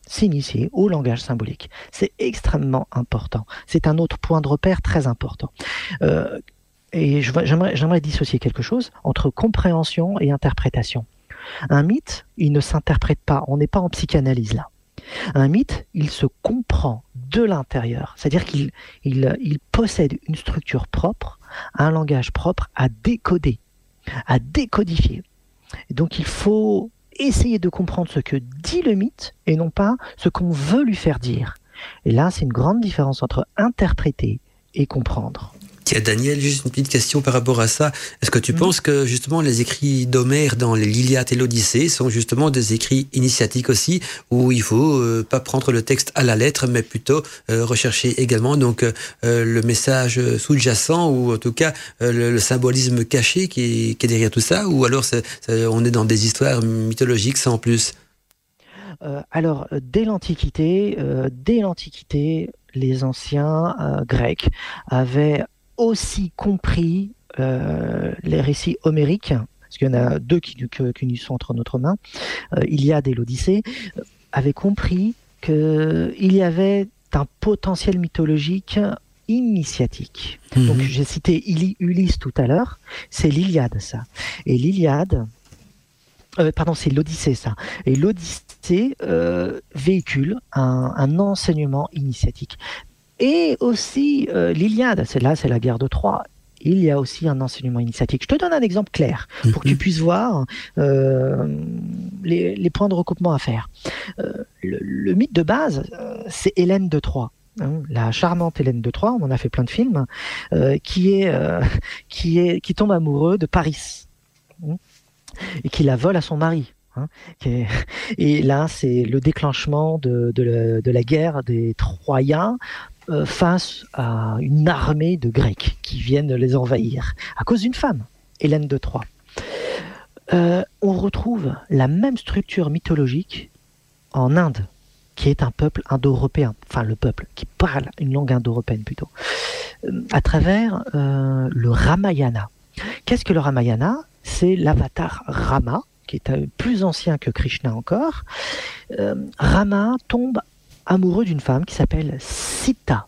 s'initier au langage symbolique. C'est extrêmement important. C'est un autre point de repère très important. Et j'aimerais dissocier quelque chose entre compréhension et interprétation. Un mythe, il ne s'interprète pas. On n'est pas en psychanalyse là. Un mythe, il se comprend de l'intérieur. C'est-à-dire qu'il possède une structure propre, un langage propre à décoder, à décodifier. Et donc il faut essayer de comprendre ce que dit le mythe et non pas ce qu'on veut lui faire dire. Et là, c'est une grande différence entre interpréter et comprendre. Tiens, Daniel, juste une petite question par rapport à ça. Est-ce que tu penses que justement les écrits d'Homère dans l'Iliade et l'Odyssée sont justement des écrits initiatiques aussi, où il faut pas prendre le texte à la lettre, mais plutôt rechercher également donc le message sous-jacent, ou en tout cas le symbolisme caché qui est derrière tout ça, ou alors on est dans des histoires mythologiques sans plus? Alors, dès l'Antiquité, les anciens Grecs avaient aussi compris les récits homériques, parce qu'il y en a deux qui nous sont entre notre main, Iliade et l'Odyssée, avaient compris qu'il y avait un potentiel mythologique initiatique. Donc j'ai cité Ulysse tout à l'heure, c'est l'Iliade ça. Et l'Iliade, c'est l'Odyssée ça. Et l'Odyssée véhicule un enseignement initiatique. Et aussi l'Iliade, c'est la guerre de Troie. Il y a aussi un enseignement initiatique. Je te donne un exemple clair pour que tu puisses voir les points de recoupement à faire. Le mythe de base, c'est Hélène de Troie. La charmante Hélène de Troie, on en a fait plein de films, qui tombe amoureux de Paris et qui la vole à son mari. Et là, c'est le déclenchement de la guerre des Troyens face à une armée de Grecs qui viennent les envahir à cause d'une femme, Hélène de Troie. On retrouve la même structure mythologique en Inde, qui est un peuple indo-européen, enfin le peuple qui parle une langue indo-européenne plutôt, à travers le Ramayana. Qu'est-ce que le Ramayana ? C'est l'avatar Rama, qui est plus ancien que Krishna encore. Rama tombe amoureux d'une femme qui s'appelle Sita.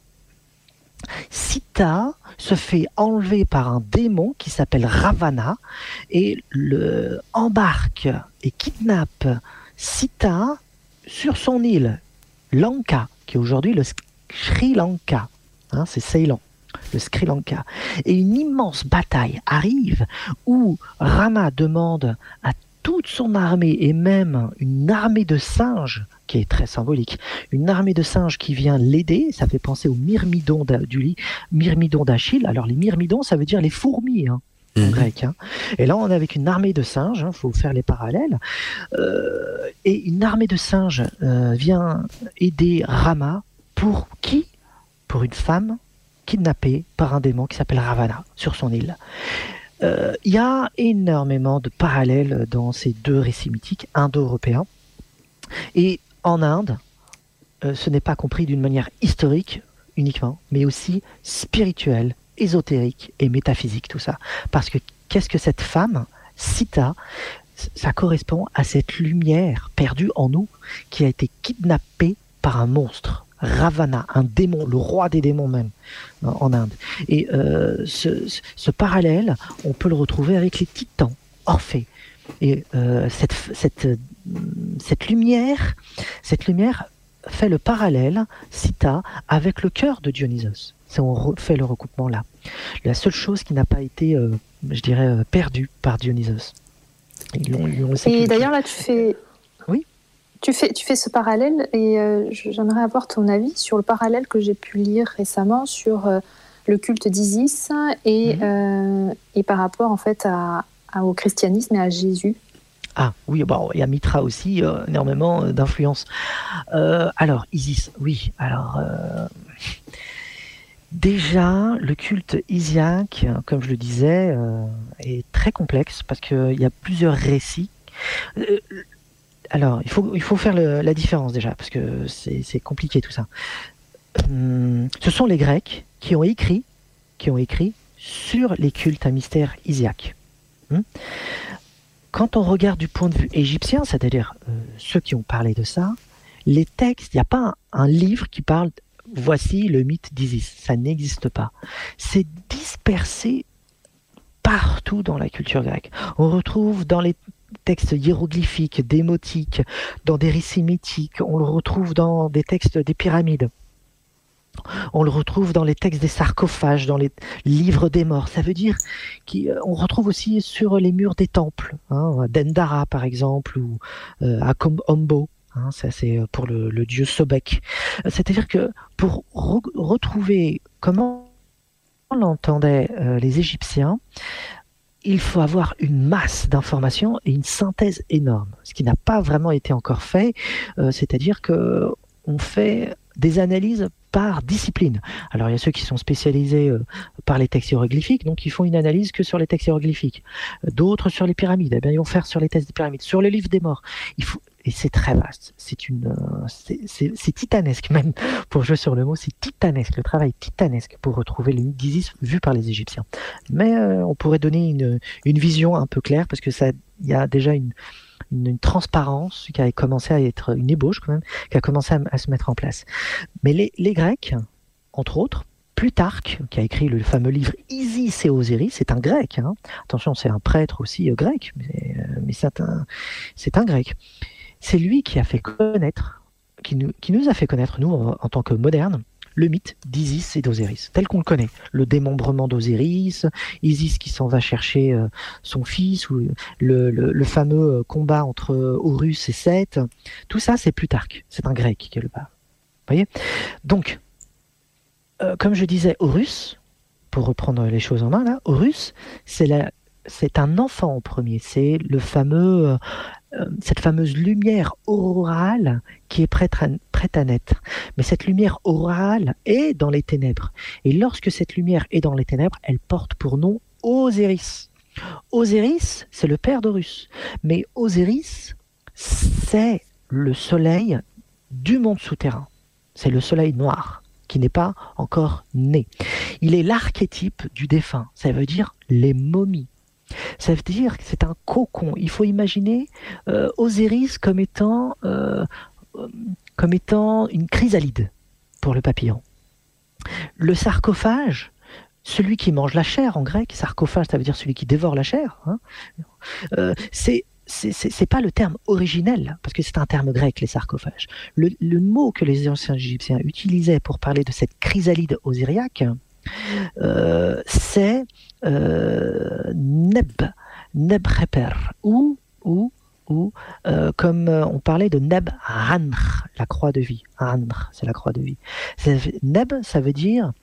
Sita se fait enlever par un démon qui s'appelle Ravana et embarque et kidnappe Sita sur son île Lanka, qui est aujourd'hui le Sri Lanka, c'est Ceylan, le Sri Lanka. Et une immense bataille arrive où Rama demande à toute son armée, et même une armée de singes, qui est très symbolique, une armée de singes qui vient l'aider. Ça fait penser aux myrmidons d'Achille. Alors les myrmidons, ça veut dire les fourmis en grec. Et là, on est avec une armée de singes, faut faire les parallèles. Et une armée de singes vient aider Rama. Pour qui ? Pour une femme kidnappée par un démon qui s'appelle Ravana sur son île. Il y a énormément de parallèles dans ces deux récits mythiques indo-européens. Et en Inde, ce n'est pas compris d'une manière historique uniquement, mais aussi spirituelle, ésotérique et métaphysique, tout ça. Parce que qu'est-ce que cette femme, Sita, ça correspond à cette lumière perdue en nous qui a été kidnappée par un monstre. Ravana, un démon, le roi des démons même, en Inde. Et ce parallèle, on peut le retrouver avec les titans, Orphée. Et cette lumière fait le parallèle, Sita, avec le cœur de Dionysos. On fait le recoupement là. La seule chose qui n'a pas été, perdue par Dionysos. Et d'ailleurs là, tu fais... Oui. Tu fais ce parallèle et j'aimerais avoir ton avis sur le parallèle que j'ai pu lire récemment sur le culte d'Isis et par rapport en fait au christianisme et à Jésus. Ah oui, il y a Mitra aussi, énormément d'influence. Alors Isis, oui. Alors déjà, le culte isiaque, comme je le disais, est très complexe parce qu'il y a plusieurs récits. Alors, il faut faire la différence déjà, parce que c'est compliqué tout ça. Ce sont les Grecs qui ont écrit sur les cultes à mystère isiaques. Quand on regarde du point de vue égyptien, c'est-à-dire ceux qui ont parlé de ça, Les textes, il n'y a pas un livre qui parle « voici le mythe d'Isis ». Ça n'existe pas. C'est dispersé partout dans la culture grecque. On retrouve dans les textes hiéroglyphiques, démotiques, dans des récits mythiques, on le retrouve dans des textes des pyramides. On le retrouve dans les textes des sarcophages, dans les livres des morts. Ça veut dire qu'on retrouve aussi sur les murs des temples, à Dendara par exemple, ou à Kombo. Ça c'est pour le dieu Sobek. C'est-à-dire que pour retrouver comment l'entendaient les Égyptiens, il faut avoir une masse d'informations et une synthèse énorme, ce qui n'a pas vraiment été encore fait, c'est-à-dire qu'on fait des analyses par discipline. Alors il y a ceux qui sont spécialisés par les textes hiéroglyphiques, donc ils font une analyse que sur les textes hiéroglyphiques. D'autres sur les pyramides, ils vont faire sur les textes des pyramides, sur le livre des morts. Et c'est très vaste, c'est titanesque même, pour jouer sur le mot, c'est titanesque, le travail titanesque pour retrouver le mythe d'Isis vu par les Égyptiens. Mais on pourrait donner une vision un peu claire, parce que il y a déjà une transparence qui a commencé à être, une ébauche quand même, qui a commencé à se mettre en place. Mais les Grecs, entre autres, Plutarque, qui a écrit le fameux livre Isis et Osiris, c'est un grec, attention, c'est un prêtre aussi grec, mais c'est un grec. C'est lui qui a fait connaître, qui nous a fait connaître, nous, en tant que modernes, le mythe d'Isis et d'Osiris, tel qu'on le connaît. Le démembrement d'Osiris, Isis qui s'en va chercher son fils, ou le fameux combat entre Horus et Seth. Tout ça, c'est Plutarque. C'est un grec qui le parle. Vous voyez ? Donc, comme je disais, Horus, pour reprendre les choses en main, là, Horus, c'est un enfant en premier. C'est le fameux... cette fameuse lumière aurorale qui est prête à naître. Mais cette lumière aurorale est dans les ténèbres. Et lorsque cette lumière est dans les ténèbres, elle porte pour nom Osiris. Osiris, c'est le père d'Horus. Mais Osiris, c'est le soleil du monde souterrain. C'est le soleil noir qui n'est pas encore né. Il est l'archétype du défunt. Ça veut dire les momies. Ça veut dire que c'est un cocon. Il faut imaginer Osiris comme étant une chrysalide pour le papillon. Le sarcophage, celui qui mange la chair en grec, sarcophage, ça veut dire celui qui dévore la chair. C'est pas le terme originel, parce que c'est un terme grec, les sarcophages. Le mot que les anciens Égyptiens utilisaient pour parler de cette chrysalide osiriaque, c'est Nebreper, ou comme on parlait de Neb Ranr, la croix de vie. Ranr, c'est la croix de vie. Neb, ça veut dire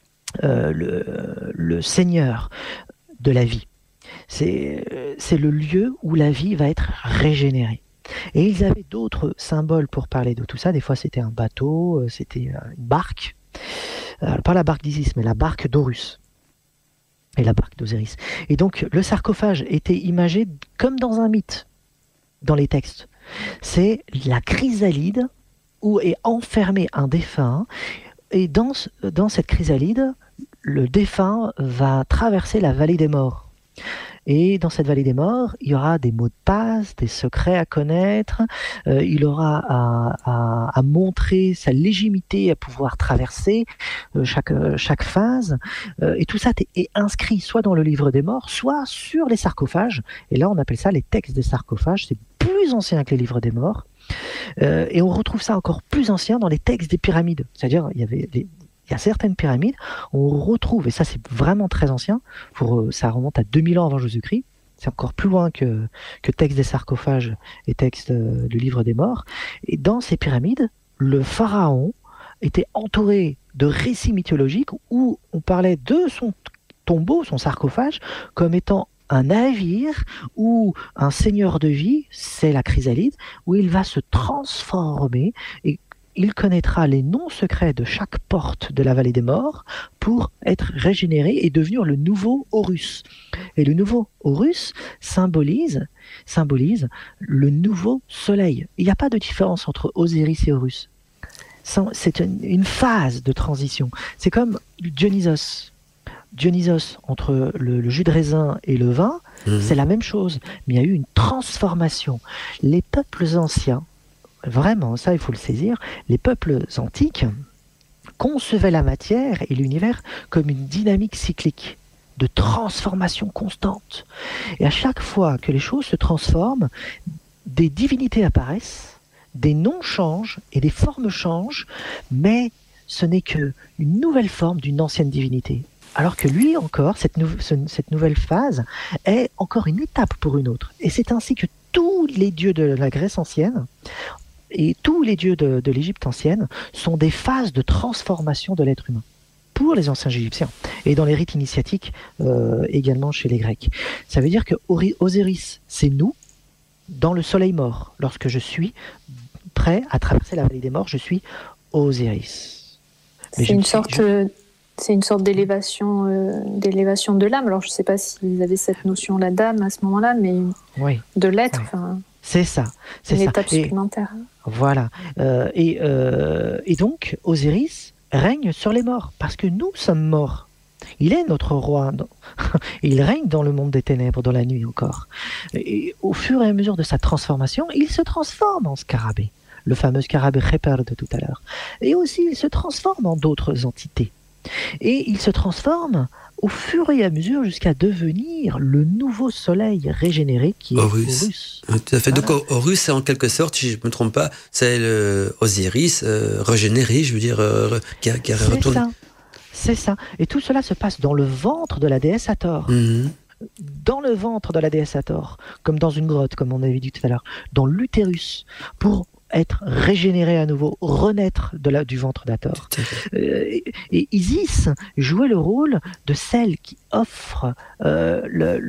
le seigneur de la vie. C'est le lieu où la vie va être régénérée. Et ils avaient d'autres symboles pour parler de tout ça. Des fois, c'était un bateau, c'était une barque. Pas la barque d'Isis, mais la barque d'Horus. Et la barque d'Osiris. Et donc, le sarcophage était imagé comme dans un mythe, dans les textes. C'est la chrysalide où est enfermé un défunt. Et dans cette chrysalide, le défunt va traverser la vallée des morts. Et dans cette vallée des morts, il y aura des mots de passe, des secrets à connaître, il aura à montrer sa légitimité à pouvoir traverser chaque phase, et tout ça est inscrit soit dans le livre des morts, soit sur les sarcophages, et là on appelle ça les textes des sarcophages, c'est plus ancien que les livres des morts, et on retrouve ça encore plus ancien dans les textes des pyramides, c'est-à-dire il y a certaines pyramides, on retrouve, et ça c'est vraiment très ancien, ça remonte à 2000 ans avant Jésus-Christ, c'est encore plus loin que texte des sarcophages et texte du livre des morts, et dans ces pyramides, le pharaon était entouré de récits mythologiques où on parlait de son tombeau, son sarcophage, comme étant un navire ou un seigneur de vie, c'est la chrysalide, où il va se transformer et il connaîtra les noms secrets de chaque porte de la vallée des morts pour être régénéré et devenir le nouveau Horus. Et le nouveau Horus symbolise le nouveau soleil. Il n'y a pas de différence entre Osiris et Horus. C'est une phase de transition. C'est comme Dionysos. Dionysos, entre le jus de raisin et le vin, c'est la même chose. Mais il y a eu une transformation. Les peuples anciens vraiment, ça il faut le saisir, les peuples antiques concevaient la matière et l'univers comme une dynamique cyclique de transformation constante. Et à chaque fois que les choses se transforment, des divinités apparaissent, des noms changent et des formes changent, mais ce n'est qu'une nouvelle forme d'une ancienne divinité. Alors que lui encore, cette nouvelle phase est encore une étape pour une autre. Et c'est ainsi que tous les dieux de la Grèce ancienne et tous les dieux de l'Égypte ancienne sont des phases de transformation de l'être humain pour les anciens Égyptiens et dans les rites initiatiques également chez les Grecs. Ça veut dire que Osiris, c'est nous dans le soleil mort. Lorsque je suis prêt à traverser la vallée des morts, je suis Osiris. C'est une sorte d'élévation de l'âme. Alors je ne sais pas s'ils avaient cette notion-là d'âme à ce moment-là, mais de l'être. Oui. C'est ça. C'est une ça. étape supplémentaire. Voilà. Et donc, Osiris règne sur les morts, parce que nous sommes morts. Il est notre roi. Il règne dans le monde des ténèbres, dans la nuit encore. Et au fur et à mesure de sa transformation, il se transforme en scarabée. Le fameux scarabée Khépère de tout à l'heure. Et aussi, il se transforme en d'autres entités. Et il se transforme au fur et à mesure jusqu'à devenir le nouveau soleil régénéré qui est Horus. Tout à fait. Voilà. Donc Horus, c'est en quelque sorte, si je ne me trompe pas, c'est le Osiris régénéré, je veux dire, qui a retourné. C'est ça. Et tout cela se passe dans le ventre de la déesse Hathor. Dans le ventre de la déesse Hathor, comme dans une grotte, comme on avait dit tout à l'heure, dans l'utérus, pour être régénéré à nouveau, renaître du ventre d'Hathor. Et Isis jouait le rôle de celle qui offre la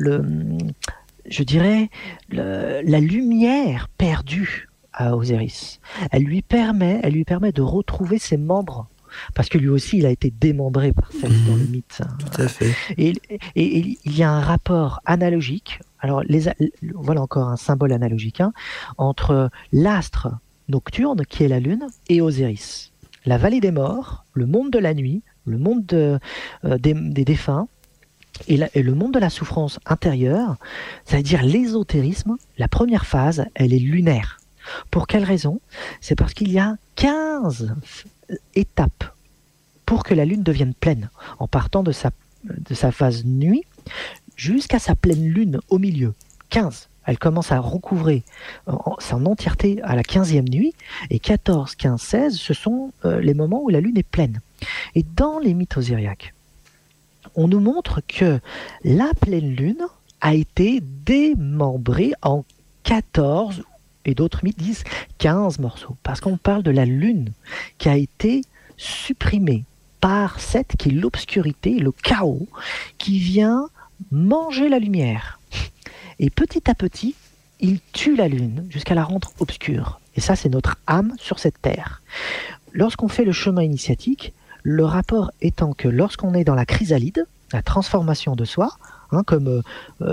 lumière perdue à Osiris. Elle lui permet de retrouver ses membres. Parce que lui aussi, il a été démembré par celle dans le mythe. Tout à fait. Et il y a un rapport analogique. Alors, voilà encore un symbole analogique entre l'astre nocturne, qui est la lune, et Osiris. La vallée des morts, le monde de la nuit, le monde des défunts, et le monde de la souffrance intérieure, ça veut dire l'ésotérisme. La première phase, elle est lunaire. Pour quelle raison ? C'est parce qu'il y a 15 étapes pour que la lune devienne pleine, en partant de sa phase nuit jusqu'à sa pleine lune au milieu. 15. Elle commence à recouvrer son entièreté à la 15e nuit, et 14, 15, 16, ce sont les moments où la lune est pleine. Et dans les mythes osiriaques, on nous montre que la pleine lune a été démembrée en 14, et d'autres mythes disent 15 morceaux, parce qu'on parle de la lune qui a été supprimée par Seth, qui est l'obscurité, le chaos, qui vient manger la lumière. Et petit à petit, il tue la lune jusqu'à la rendre obscure. Et ça, c'est notre âme sur cette terre. Lorsqu'on fait le chemin initiatique, le rapport étant que lorsqu'on est dans la chrysalide, la transformation de soi, comme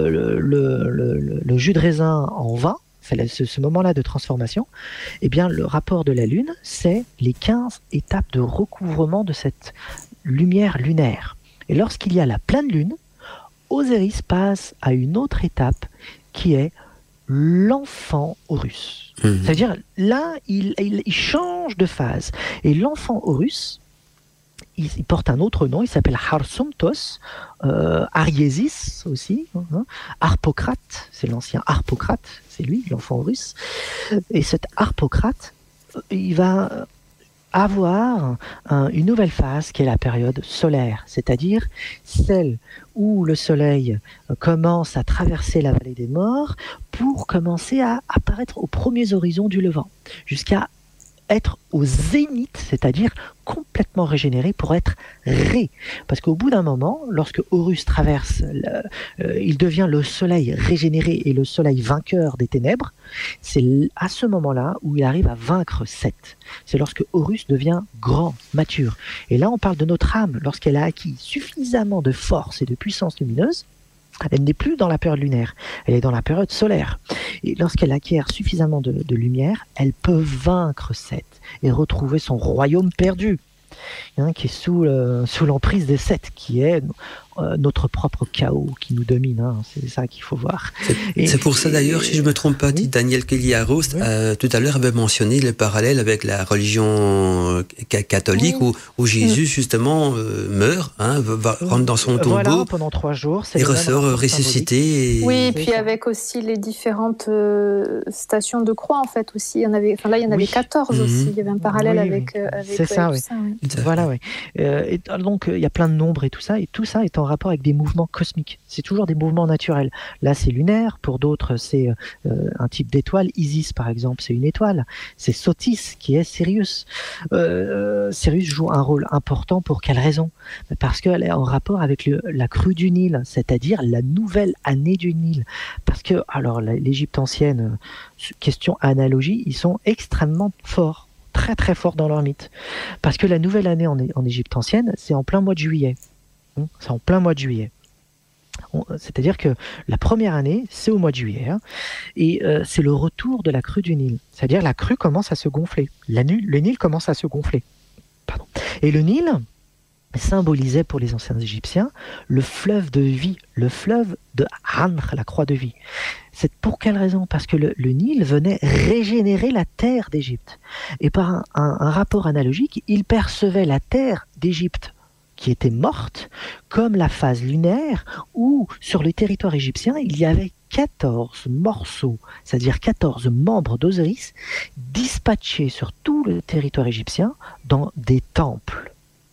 le jus de raisin en vin, c'est ce moment-là de transformation, eh bien, le rapport de la lune, c'est les 15 étapes de recouvrement de cette lumière lunaire. Et lorsqu'il y a la pleine lune, Osiris passe à une autre étape qui est l'enfant Horus. C'est-à-dire, là, il change de phase. Et l'enfant Horus, il porte un autre nom, il s'appelle Harsomptos, Ariésis aussi, Harpocrate, c'est l'ancien Harpocrate, c'est lui, l'enfant Horus. Et cet Harpocrate, il va avoir une nouvelle phase qui est la période solaire, c'est-à-dire celle où le soleil commence à traverser la vallée des morts pour commencer à apparaître aux premiers horizons du levant, jusqu'à être au zénith, c'est-à-dire complètement régénéré pour être parce qu'au bout d'un moment, lorsque Horus traverse, il devient le soleil régénéré et le soleil vainqueur des ténèbres. C'est à ce moment-là où il arrive à vaincre Seth. C'est lorsque Horus devient grand, mature. Et là, on parle de notre âme, lorsqu'elle a acquis suffisamment de force et de puissance lumineuse. Elle n'est plus dans la période lunaire, elle est dans la période solaire. Et lorsqu'elle acquiert suffisamment de lumière, elle peut vaincre Seth et retrouver son royaume perdu, qui est sous l'emprise des Seth, qui est notre propre chaos qui nous domine. Hein. C'est ça qu'il faut voir. C'est pour ça d'ailleurs, si je ne me trompe pas, dit Daniel Kelly-Arros, tout à l'heure avait mentionné le parallèle avec la religion catholique où Jésus justement meurt, rentre dans son tombeau. Voilà, pendant 3 jours. Et ressort ressuscité. Oui, et puis avec aussi les différentes stations de croix en fait aussi. Il y en avait 14 aussi. Il y avait un parallèle avec c'est ça, oui. Voilà, oui. Et donc il y a plein de nombres et tout ça est en rapport avec des mouvements cosmiques. C'est toujours des mouvements naturels. Là, c'est lunaire. Pour d'autres, c'est un type d'étoile. Isis, par exemple, c'est une étoile. C'est Sothis qui est Sirius. Sirius joue un rôle important. Pour quelle raison ? Parce qu'elle est en rapport avec la crue du Nil, c'est-à-dire la nouvelle année du Nil. Parce que, alors, l'Égypte ancienne, question analogie, ils sont extrêmement forts. Très très forts dans leur mythe. Parce que la nouvelle année en Égypte ancienne, c'est en plein mois de juillet. C'est en plein mois de juillet. C'est-à-dire que la première année, c'est au mois de juillet. Et c'est le retour de la crue du Nil. C'est-à-dire la crue commence à se gonfler. Le Nil commence à se gonfler. Pardon. Et le Nil symbolisait pour les anciens Égyptiens le fleuve de vie, le fleuve de Hanr, la croix de vie. C'est pour quelle raison ? Parce que le Nil venait régénérer la terre d'Égypte. Et par un rapport analogique, il percevait la terre d'Égypte qui était morte comme la phase lunaire où, sur le territoire égyptien, il y avait 14 morceaux, c'est-à-dire 14 membres d'Osiris dispatchés sur tout le territoire égyptien dans des temples.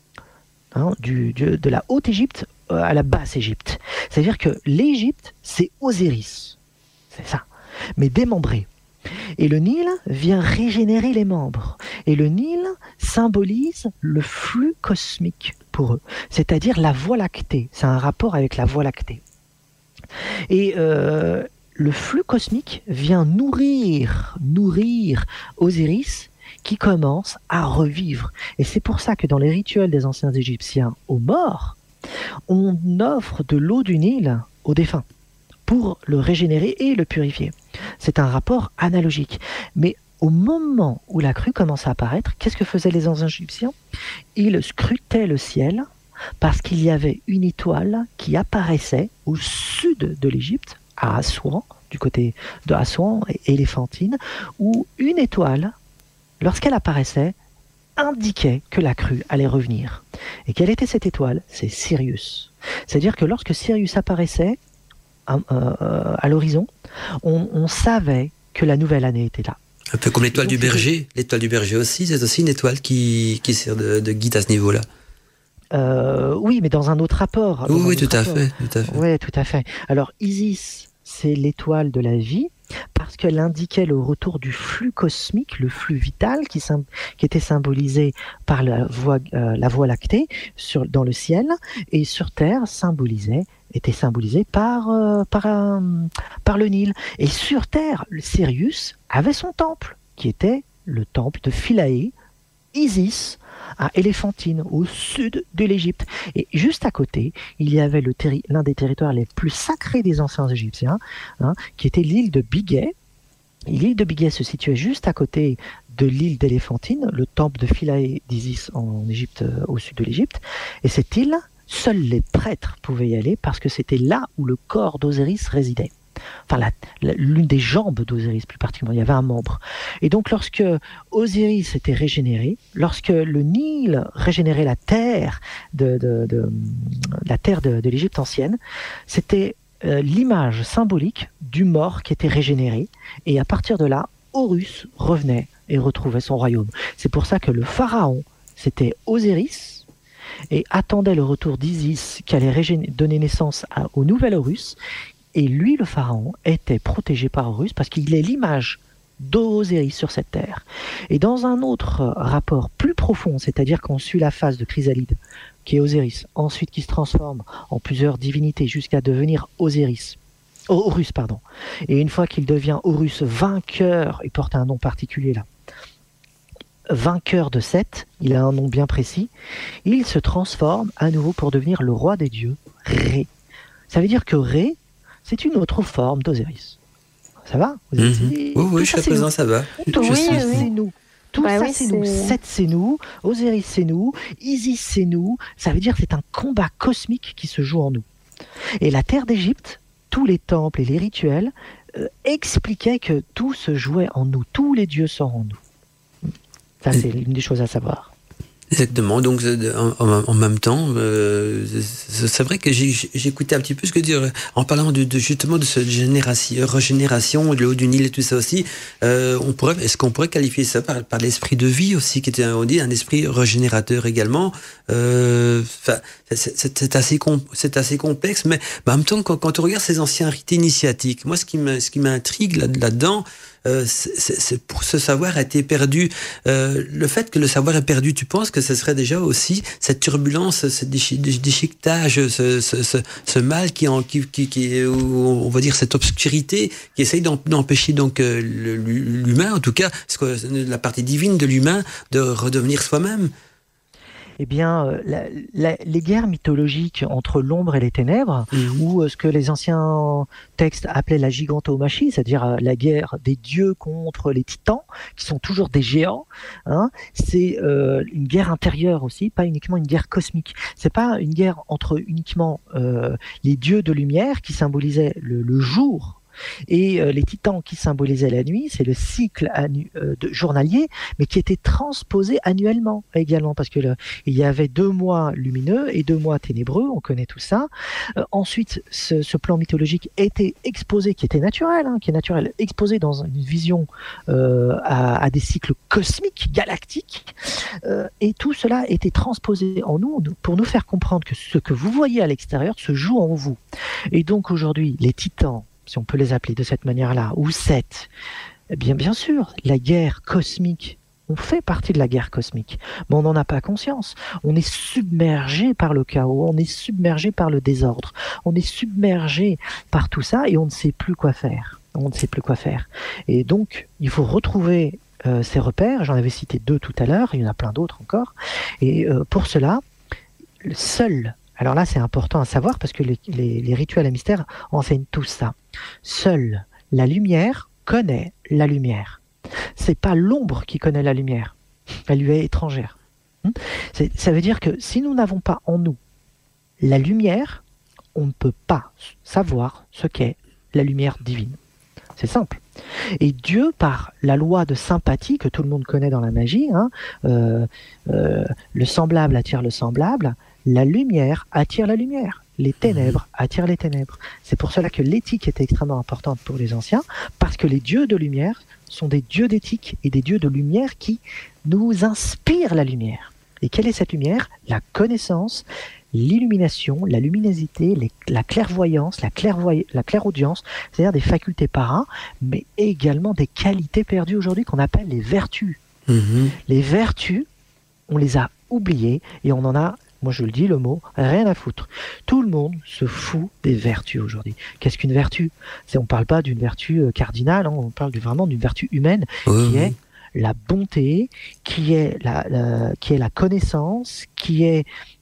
De la Haute-Égypte à la Basse-Égypte. C'est-à-dire que l'Égypte, c'est Osiris. C'est ça. Mais démembré. Et le Nil vient régénérer les membres. Et le Nil symbolise le flux cosmique pour eux. C'est-à-dire la Voie lactée. C'est un rapport avec la Voie lactée. Et le flux cosmique vient nourrir Osiris qui commence à revivre. Et c'est pour ça que dans les rituels des anciens Égyptiens aux morts, on offre de l'eau du Nil aux défunts pour le régénérer et le purifier. C'est un rapport analogique. Mais au moment où la crue commence à apparaître, qu'est-ce que faisaient les anciens Égyptiens ? Ils scrutaient le ciel parce qu'il y avait une étoile qui apparaissait au sud de l'Égypte, à Assouan, du côté de Assouan et Éléphantine, où une étoile, lorsqu'elle apparaissait, indiquait que la crue allait revenir. Et quelle était cette étoile ? C'est Sirius. C'est-à-dire que lorsque Sirius apparaissait à l'horizon, on savait que la nouvelle année était là. Un peu comme l'étoile du berger. L'étoile du berger aussi, c'est aussi une étoile qui sert de guide à ce niveau-là. Oui, mais dans un autre rapport. Oui, tout à fait. Oui, tout à fait. Alors, Isis, c'est l'étoile de la vie, parce qu'elle indiquait le retour du flux cosmique, le flux vital qui était symbolisé par la voie lactée dans le ciel, et sur Terre était symbolisé par le Nil. Et sur Terre, Sirius avait son temple, qui était le temple de Philae, Isis, à Éléphantine, au sud de l'Égypte. Et juste à côté, il y avait l'un des territoires les plus sacrés des anciens Égyptiens, qui était l'île de Bigay. Et l'île de Bigay se situait juste à côté de l'île d'Éléphantine, le temple de Philae d'Isis en Égypte, au sud de l'Égypte. Et cette île, seuls les prêtres pouvaient y aller parce que c'était là où le corps d'Osiris résidait. Enfin, l'une des jambes d'Osiris plus particulièrement, il y avait un membre. Et donc lorsque Osiris était régénéré, lorsque le Nil régénérait la terre de l'Égypte ancienne, c'était l'image symbolique du mort qui était régénéré, et à partir de là, Horus revenait et retrouvait son royaume. C'est pour ça que le pharaon, c'était Osiris, et attendait le retour d'Isis qui allait donner naissance au nouvel Horus. Et lui, le pharaon, était protégé par Horus parce qu'il est l'image d'Osiris sur cette terre. Et dans un autre rapport plus profond, c'est-à-dire qu'on suit la phase de Chrysalide, qui est Osiris, ensuite qui se transforme en plusieurs divinités jusqu'à devenir Horus. Et une fois qu'il devient Horus vainqueur, il porte un nom particulier là, vainqueur de Seth, il a un nom bien précis, il se transforme à nouveau pour devenir le roi des dieux, Ré. Ça veut dire que Ré, c'est une autre forme d'Osiris. Ça va ? Oui, jusqu'à présent, ça va. C'est nous. Tout ça, c'est nous. Seth, c'est nous. Osiris, c'est nous. Isis, c'est nous. Ça veut dire que c'est un combat cosmique qui se joue en nous. Et la terre d'Égypte, tous les temples et les rituels expliquaient que tout se jouait en nous. Tous les dieux sont en nous. Ça, c'est une des choses à savoir. Exactement, donc en même temps, c'est vrai que j'écoutais un petit peu ce que dire en parlant justement de cette régénération, le haut du Nil et tout ça aussi. Est-ce qu'on pourrait qualifier ça par l'esprit de vie aussi, qui était, on dit, un esprit régénérateur également. C'est assez complexe, mais en même temps, quand on regarde ces anciens rites initiatiques, moi, ce qui m'intrigue là-dedans, c'est pour ce savoir a été perdu. Le fait que le savoir est perdu, tu penses que ce serait déjà aussi cette turbulence, ce déchiquetage, ce mal qui on va dire cette obscurité qui essaye d'empêcher donc l'humain, en tout cas la partie divine de l'humain, de redevenir soi-même. Eh bien, les guerres mythologiques entre l'ombre et les ténèbres, ou ce que les anciens textes appelaient la gigantomachie, c'est-à-dire la guerre des dieux contre les titans, qui sont toujours des géants, hein, c'est une guerre intérieure aussi, pas uniquement une guerre cosmique. C'est pas une guerre entre uniquement les dieux de lumière qui symbolisaient le jour, et les titans qui symbolisaient la nuit, c'est le cycle journalier, mais qui était transposé annuellement également, parce que il y avait 2 mois lumineux et 2 mois ténébreux, on connaît tout ça. Ensuite, ce plan mythologique était exposé, qui était naturel, qui est naturel, exposé dans une vision à des cycles cosmiques, galactiques, et tout cela était transposé en nous pour nous faire comprendre que ce que vous voyez à l'extérieur se joue en vous. Et donc aujourd'hui, les titans, si on peut les appeler de cette manière-là, ou Seth, eh bien sûr, la guerre cosmique, on fait partie de la guerre cosmique, mais on n'en a pas conscience. On est submergé par le chaos, on est submergé par le désordre, on est submergé par tout ça et on ne sait plus quoi faire. On ne sait plus quoi faire. Et donc, il faut retrouver ces repères. J'en avais cité 2 tout à l'heure, il y en a plein d'autres encore. Et pour cela, alors là, c'est important à savoir parce que les rituels à mystère enseignent tout ça. Seule la lumière connaît la lumière. C'est pas l'ombre qui connaît la lumière. Elle lui est étrangère. Ça veut dire que si nous n'avons pas en nous la lumière, on ne peut pas savoir ce qu'est la lumière divine. C'est simple. Et Dieu, par la loi de sympathie que tout le monde connaît dans la magie, le semblable attire le semblable, la lumière attire la lumière. Les ténèbres attirent les ténèbres. C'est pour cela que l'éthique est extrêmement importante pour les anciens, parce que les dieux de lumière sont des dieux d'éthique et des dieux de lumière qui nous inspirent la lumière. Et quelle est cette lumière? La connaissance, l'illumination, la luminosité, la clairvoyance, la clairaudience, c'est-à-dire des facultés para, mais également des qualités perdues aujourd'hui qu'on appelle les vertus. Les vertus, on les a oubliées et on en a, moi je le dis le mot, rien à foutre. Tout le monde se fout des vertus aujourd'hui. Qu'est-ce qu'une vertu? On ne parle pas d'une vertu cardinale, on parle vraiment d'une vertu humaine qui est la bonté, qui est la connaissance, qui est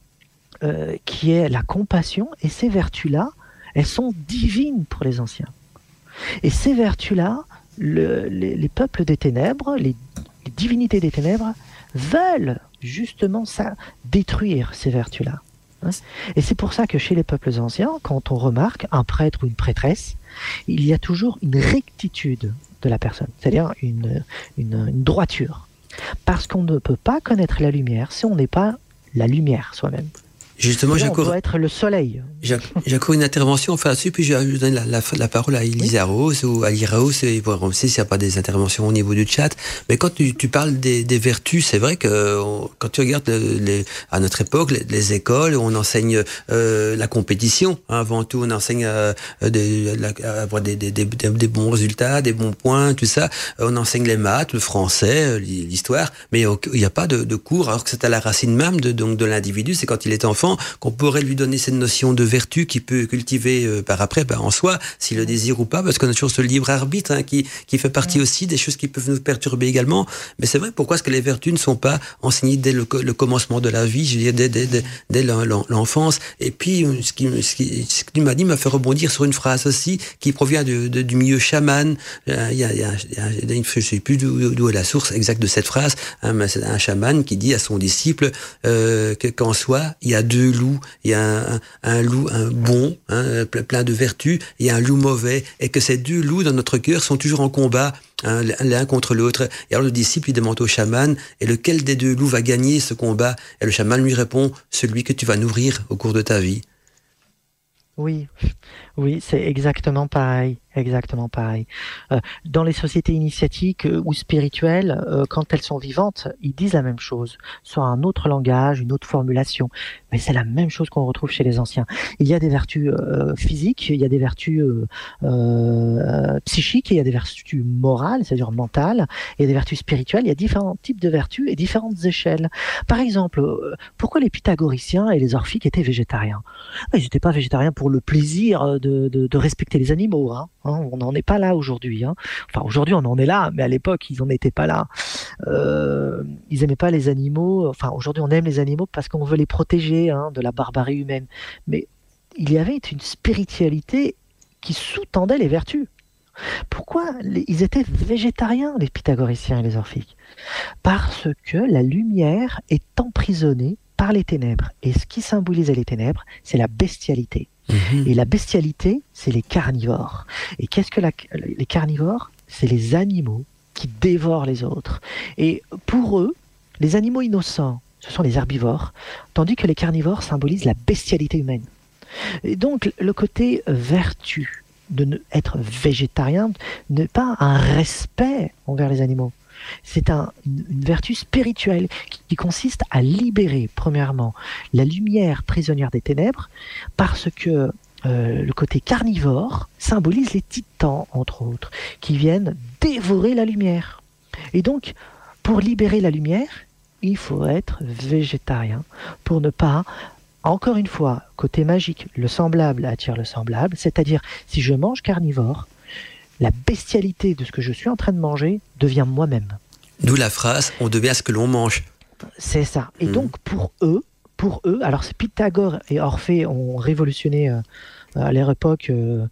la compassion. Et ces vertus-là, elles sont divines pour les anciens. Et ces vertus-là, les peuples des ténèbres, les divinités des ténèbres, veulent justement détruire ces vertus-là. Et c'est pour ça que chez les peuples anciens, quand on remarque un prêtre ou une prêtresse, il y a toujours une rectitude de la personne, c'est-à-dire une droiture. Parce qu'on ne peut pas connaître la lumière si on n'est pas la lumière soi-même. Justement, on doit être le soleil. J'ai encore une intervention enfin là-dessus, puis je vais donner la parole à Elisa Rose ou à Lira Rose, et voir aussi s'il n'y a pas des interventions au niveau du chat. Mais quand tu parles des vertus, c'est vrai que quand tu regardes à notre époque, les écoles, on enseigne la compétition. Avant tout, on enseigne avoir des bons résultats, des bons points, tout ça. On enseigne les maths, le français, l'histoire, mais il n'y a pas de cours, alors que c'est à la racine même de l'individu. C'est quand il est enfant enfant, qu'on pourrait lui donner cette notion de vertu qu'il peut cultiver par après, en soi, s'il le désire ou pas, parce qu'on a toujours ce libre arbitre qui fait partie aussi des choses qui peuvent nous perturber également. Mais c'est vrai, pourquoi est-ce que les vertus ne sont pas enseignées dès le commencement de la vie, je veux dire, dès l'enfance? Et puis, ce que tu m'as dit m'a fait rebondir sur une phrase aussi qui provient du milieu chaman. Je ne sais plus d'où est la source exacte de cette phrase, mais c'est un chaman qui dit à son disciple qu'en soi, il y a deux loups. Il y a un loup, un bon, plein de vertus, et un loup mauvais, et que ces deux loups dans notre cœur sont toujours en combat, l'un contre l'autre. Et alors le disciple lui demande au chaman, et lequel des deux loups va gagner ce combat? Et le chaman lui répond, celui que tu vas nourrir au cours de ta vie. Oui, c'est exactement pareil. Dans les sociétés initiatiques ou spirituelles, quand elles sont vivantes, ils disent la même chose, soit un autre langage, une autre formulation, mais c'est la même chose qu'on retrouve chez les anciens. Il y a des vertus physiques, il y a des vertus psychiques, il y a des vertus morales, c'est-à-dire mentales, il y a des vertus spirituelles, il y a différents types de vertus et différentes échelles. Par exemple, pourquoi les pythagoriciens et les orphiques étaient végétariens? Ils n'étaient pas végétariens pour le plaisir de respecter les animaux, on n'en est pas là aujourd'hui. Enfin, aujourd'hui, on en est là, mais à l'époque, ils n'en étaient pas là. Ils n'aimaient pas les animaux. Enfin, aujourd'hui, on aime les animaux parce qu'on veut les protéger de la barbarie humaine. Mais il y avait une spiritualité qui sous-tendait les vertus. Pourquoi ils étaient végétariens, les pythagoriciens et les orphiques? Parce que la lumière est emprisonnée par les ténèbres. Et ce qui symbolisait les ténèbres, c'est la bestialité. Et la bestialité, c'est les carnivores. Et qu'est-ce que les carnivores? C'est les animaux qui dévorent les autres. Et pour eux, les animaux innocents, ce sont les herbivores, tandis que les carnivores symbolisent la bestialité humaine. Et donc, le côté vertu de être végétarien n'est pas un respect envers les animaux. C'est une vertu spirituelle qui consiste à libérer, premièrement, la lumière prisonnière des ténèbres, parce que le côté carnivore symbolise les titans, entre autres, qui viennent dévorer la lumière. Et donc, pour libérer la lumière, il faut être végétarien, pour ne pas, encore une fois, côté magique, le semblable attire le semblable, c'est-à-dire, si je mange carnivore, la bestialité de ce que je suis en train de manger devient moi-même. D'où la phrase « on devient ce que l'on mange ». C'est ça. Et donc pour eux, alors Pythagore et Orphée ont révolutionné à leur époque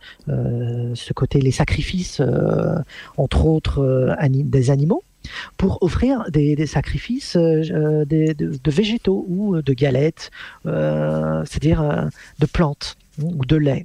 ce côté, les sacrifices, entre autres des animaux, pour offrir des sacrifices de végétaux ou de galettes, c'est-à-dire de plantes ou de lait.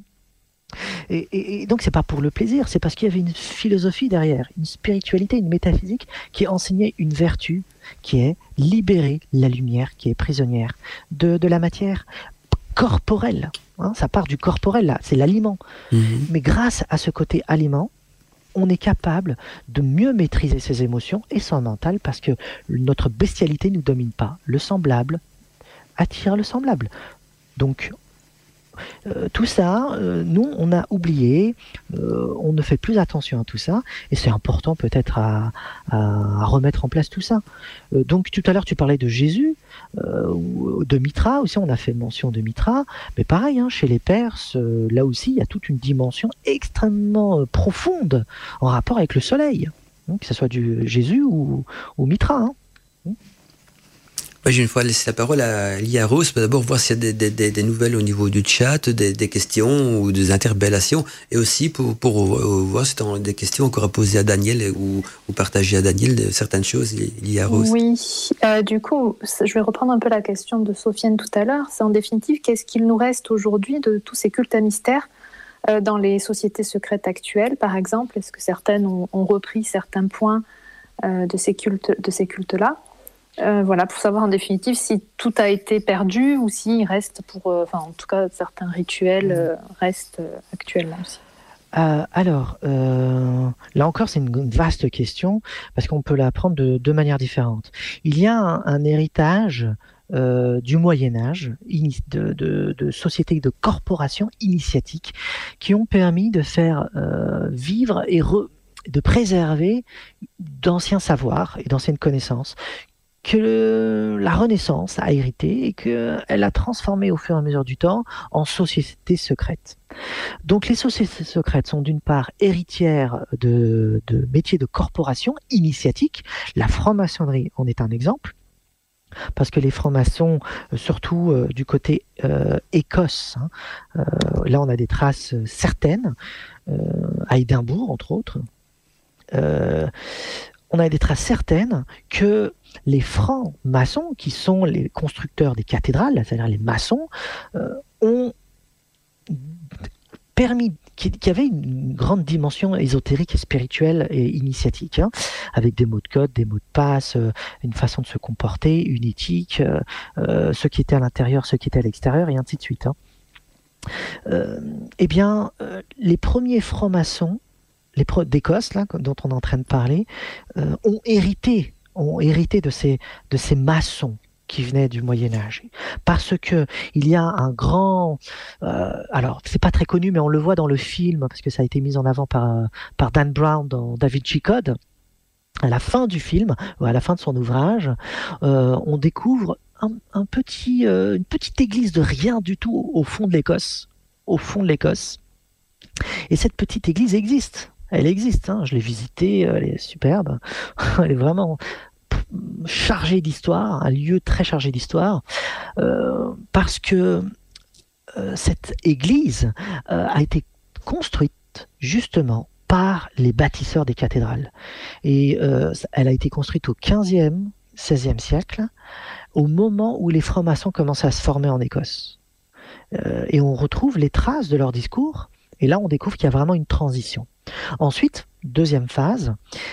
Et donc c'est pas pour le plaisir, c'est parce qu'il y avait une philosophie derrière, une spiritualité, une métaphysique qui enseignait une vertu qui est libérer la lumière qui est prisonnière de la matière corporelle. Ça part du corporel là, c'est l'aliment. Mais grâce à ce côté aliment, on est capable de mieux maîtriser ses émotions et son mental parce que notre bestialité ne nous domine pas. Le semblable attire le semblable. Donc tout ça, nous, on a oublié, on ne fait plus attention à tout ça, et c'est important peut-être à remettre en place tout ça. Donc tout à l'heure, tu parlais de Jésus, ou de Mitra, aussi on a fait mention de Mitra, mais pareil, chez les Perses, là aussi, il y a toute une dimension extrêmement profonde en rapport avec le soleil, que ce soit du Jésus ou Mitra. J'ai une fois laissé la parole à Lia Rose, d'abord voir s'il y a des nouvelles au niveau du chat, des questions ou des interpellations, et aussi pour voir si tu as des questions encore à poser à Daniel ou partager à Daniel certaines choses, Lia Rose. Oui, du coup, je vais reprendre un peu la question de Sofiane tout à l'heure. C'est en définitive, qu'est-ce qu'il nous reste aujourd'hui de tous ces cultes à mystère dans les sociétés secrètes actuelles, par exemple? Est-ce que certaines ont repris certains points de ces cultes-là? Voilà, pour savoir en définitive si tout a été perdu ou s'il reste en tout cas, certains rituels restent actuellement aussi. Alors, là encore, c'est une vaste question parce qu'on peut la prendre de deux manières différentes. Il y a un héritage du Moyen-Âge, de sociétés, de corporations initiatiques qui ont permis de faire vivre et de préserver d'anciens savoirs et d'anciennes connaissances que la Renaissance a hérité et qu'elle a transformé au fur et à mesure du temps en sociétés secrètes. Donc les sociétés secrètes sont d'une part héritières de métiers de corporation initiatiques. La franc-maçonnerie en est un exemple. Parce que les francs-maçons, surtout du côté Écosse, là on a des traces certaines, à Édimbourg entre autres, on a des traces certaines que les francs-maçons, qui sont les constructeurs des cathédrales, c'est-à-dire les maçons, ont permis, qu'il y avait une grande dimension ésotérique et spirituelle et initiatique, avec des mots de code, des mots de passe, une façon de se comporter, une éthique, ce qui était à l'intérieur, ce qui était à l'extérieur, et ainsi de suite. Les premiers francs-maçons d'Écosse, là, dont on est en train de parler, ont hérité de ces maçons qui venaient du Moyen-Âge. Parce que il y a un grand... alors, c'est pas très connu, mais on le voit dans le film, parce que ça a été mis en avant par Dan Brown dans Da Vinci Code. À la fin du film, ou à la fin de son ouvrage, on découvre une petite église de rien du tout au fond de l'Écosse. Au fond de l'Écosse. Et cette petite église existe. Elle existe, je l'ai visitée, elle est superbe. Elle est vraiment chargée d'histoire, un lieu très chargé d'histoire, parce que cette église a été construite justement par les bâtisseurs des cathédrales. Et elle a été construite au 15e, 16e siècle, au moment où les francs-maçons commençaient à se former en Écosse. Et on retrouve les traces de leur discours, et là on découvre qu'il y a vraiment une transition. Ensuite, deuxième phase,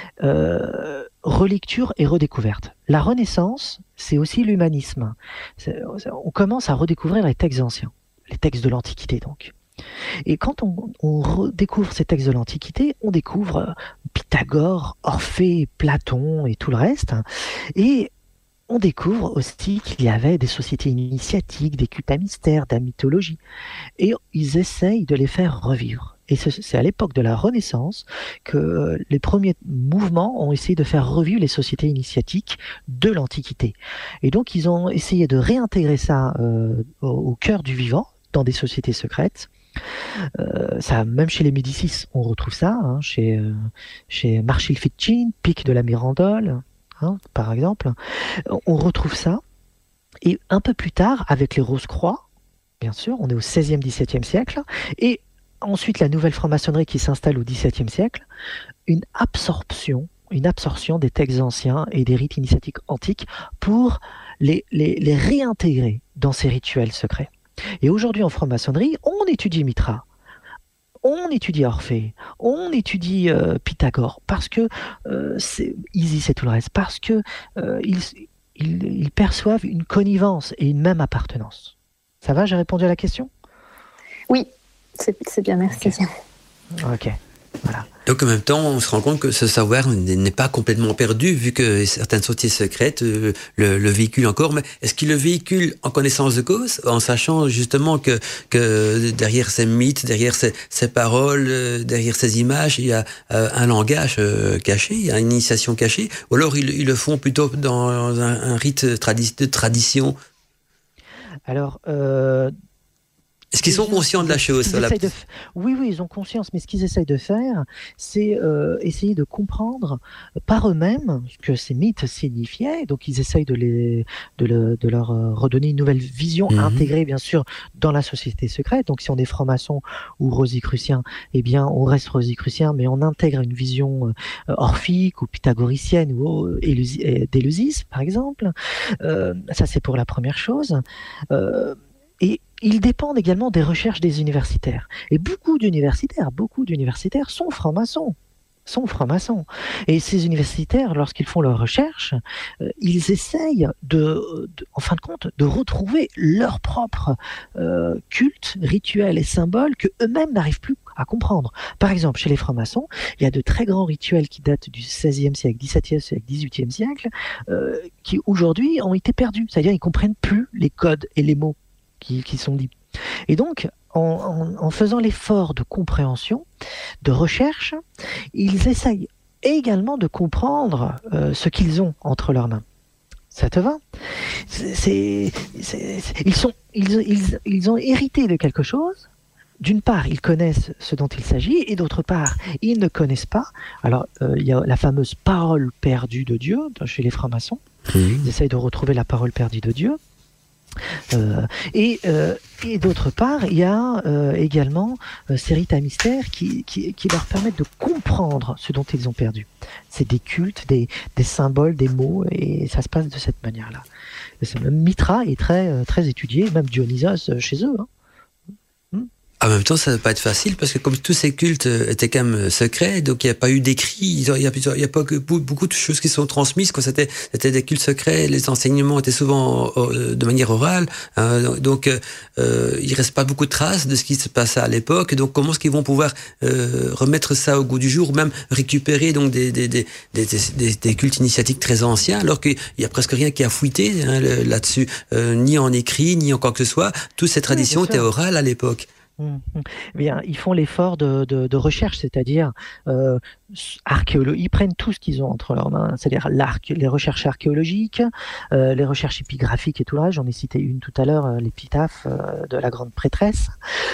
relecture et redécouverte. La Renaissance, c'est aussi l'humanisme. On commence à redécouvrir les textes anciens, les textes de l'Antiquité donc. Et quand on redécouvre ces textes de l'Antiquité, on découvre Pythagore, Orphée, Platon et tout le reste. Et on découvre aussi qu'il y avait des sociétés initiatiques, des cultes à mystère, de la mythologie. Et ils essayent de les faire revivre. Et c'est à l'époque de la Renaissance que les premiers mouvements ont essayé de faire revivre les sociétés initiatiques de l'Antiquité. Et donc ils ont essayé de réintégrer ça au cœur du vivant, dans des sociétés secrètes. Ça, même chez les Médicis, on retrouve ça, chez Marshall Fitchin, Pic de la Mirandole, par exemple. On retrouve ça. Et un peu plus tard, avec les Rose-Croix, bien sûr, on est au 16e, 17e siècle, et ensuite la nouvelle franc-maçonnerie qui s'installe au XVIIe siècle, une absorption des textes anciens et des rites initiatiques antiques pour les réintégrer dans ces rituels secrets. Et aujourd'hui en franc-maçonnerie, on étudie Mitra, on étudie Orphée, on étudie Pythagore, parce que Isis et tout le reste, parce que ils perçoivent une connivence et une même appartenance. Ça va, j'ai répondu à la question ? Oui. C'est bien, merci. Ok, voilà. Donc en même temps, on se rend compte que ce savoir n'est pas complètement perdu, vu que certaines sociétés secrètes le véhiculent encore. Mais est-ce qu'ils le véhiculent en connaissance de cause, en sachant justement que derrière ces mythes, derrière ces paroles, derrière ces images, il y a un langage caché, il y a une initiation cachée, ou alors ils le font plutôt dans un rite de tradition? Alors... Est-ce qu'ils sont conscients de la chose? Oui, ils ont conscience, mais ce qu'ils essayent de faire, c'est essayer de comprendre par eux-mêmes ce que ces mythes signifiaient. Donc, ils essayent de leur redonner une nouvelle vision intégrée, bien sûr, dans la société secrète. Donc, si on est franc-maçon ou rosicrucien, eh bien, on reste rosicrucien, mais on intègre une vision orphique ou pythagoricienne ou d'Éleusis, par exemple. Ça, c'est pour la première chose. Et ils dépendent également des recherches des universitaires. Et beaucoup d'universitaires sont francs-maçons. Et ces universitaires, lorsqu'ils font leurs recherches, ils essayent en fin de compte, de retrouver leur propre culte, rituels et symboles que eux-mêmes n'arrivent plus à comprendre. Par exemple, chez les francs-maçons, il y a de très grands rituels qui datent du XVIe siècle, XVIIe siècle, XVIIIe siècle, qui aujourd'hui ont été perdus. C'est-à-dire, ils ne comprennent plus les codes et les mots qui sont dits. Et donc, en faisant l'effort de compréhension, de recherche, ils essayent également de comprendre ce qu'ils ont entre leurs mains. Ça te va? Ils ont hérité de quelque chose. D'une part, ils connaissent ce dont il s'agit, et d'autre part, ils ne connaissent pas. Alors, il y a la fameuse parole perdue de Dieu chez les francs-maçons. Ils essayent de retrouver la parole perdue de Dieu. Et d'autre part, il y a également ces rites à mystère qui leur permettent de comprendre ce dont ils ont perdu. C'est des cultes, des symboles, des mots, et ça se passe de cette manière-là. Mitra est très étudié, même Dionysos chez eux. En même temps, ça ne va pas être facile parce que comme tous ces cultes étaient quand même secrets, donc il n'y a pas eu d'écrit, il n'y a pas beaucoup de choses qui sont transmises. Quand c'était des cultes secrets, les enseignements étaient souvent de manière orale, donc il reste pas beaucoup de traces de ce qui se passait à l'époque. Donc comment est-ce qu'ils vont pouvoir remettre ça au goût du jour, ou même récupérer donc des cultes initiatiques très anciens, alors qu'il y a presque rien qui a fuité là-dessus, ni en écrit, ni en quoi que ce soit. Toutes ces traditions étaient orales à l'époque. Bien, ils font l'effort de recherche, c'est-à-dire ils prennent tout ce qu'ils ont entre leurs mains, c'est-à-dire les recherches archéologiques, les recherches épigraphiques et tout là. J'en ai cité une tout à l'heure, l'épitaphe de la grande prêtresse.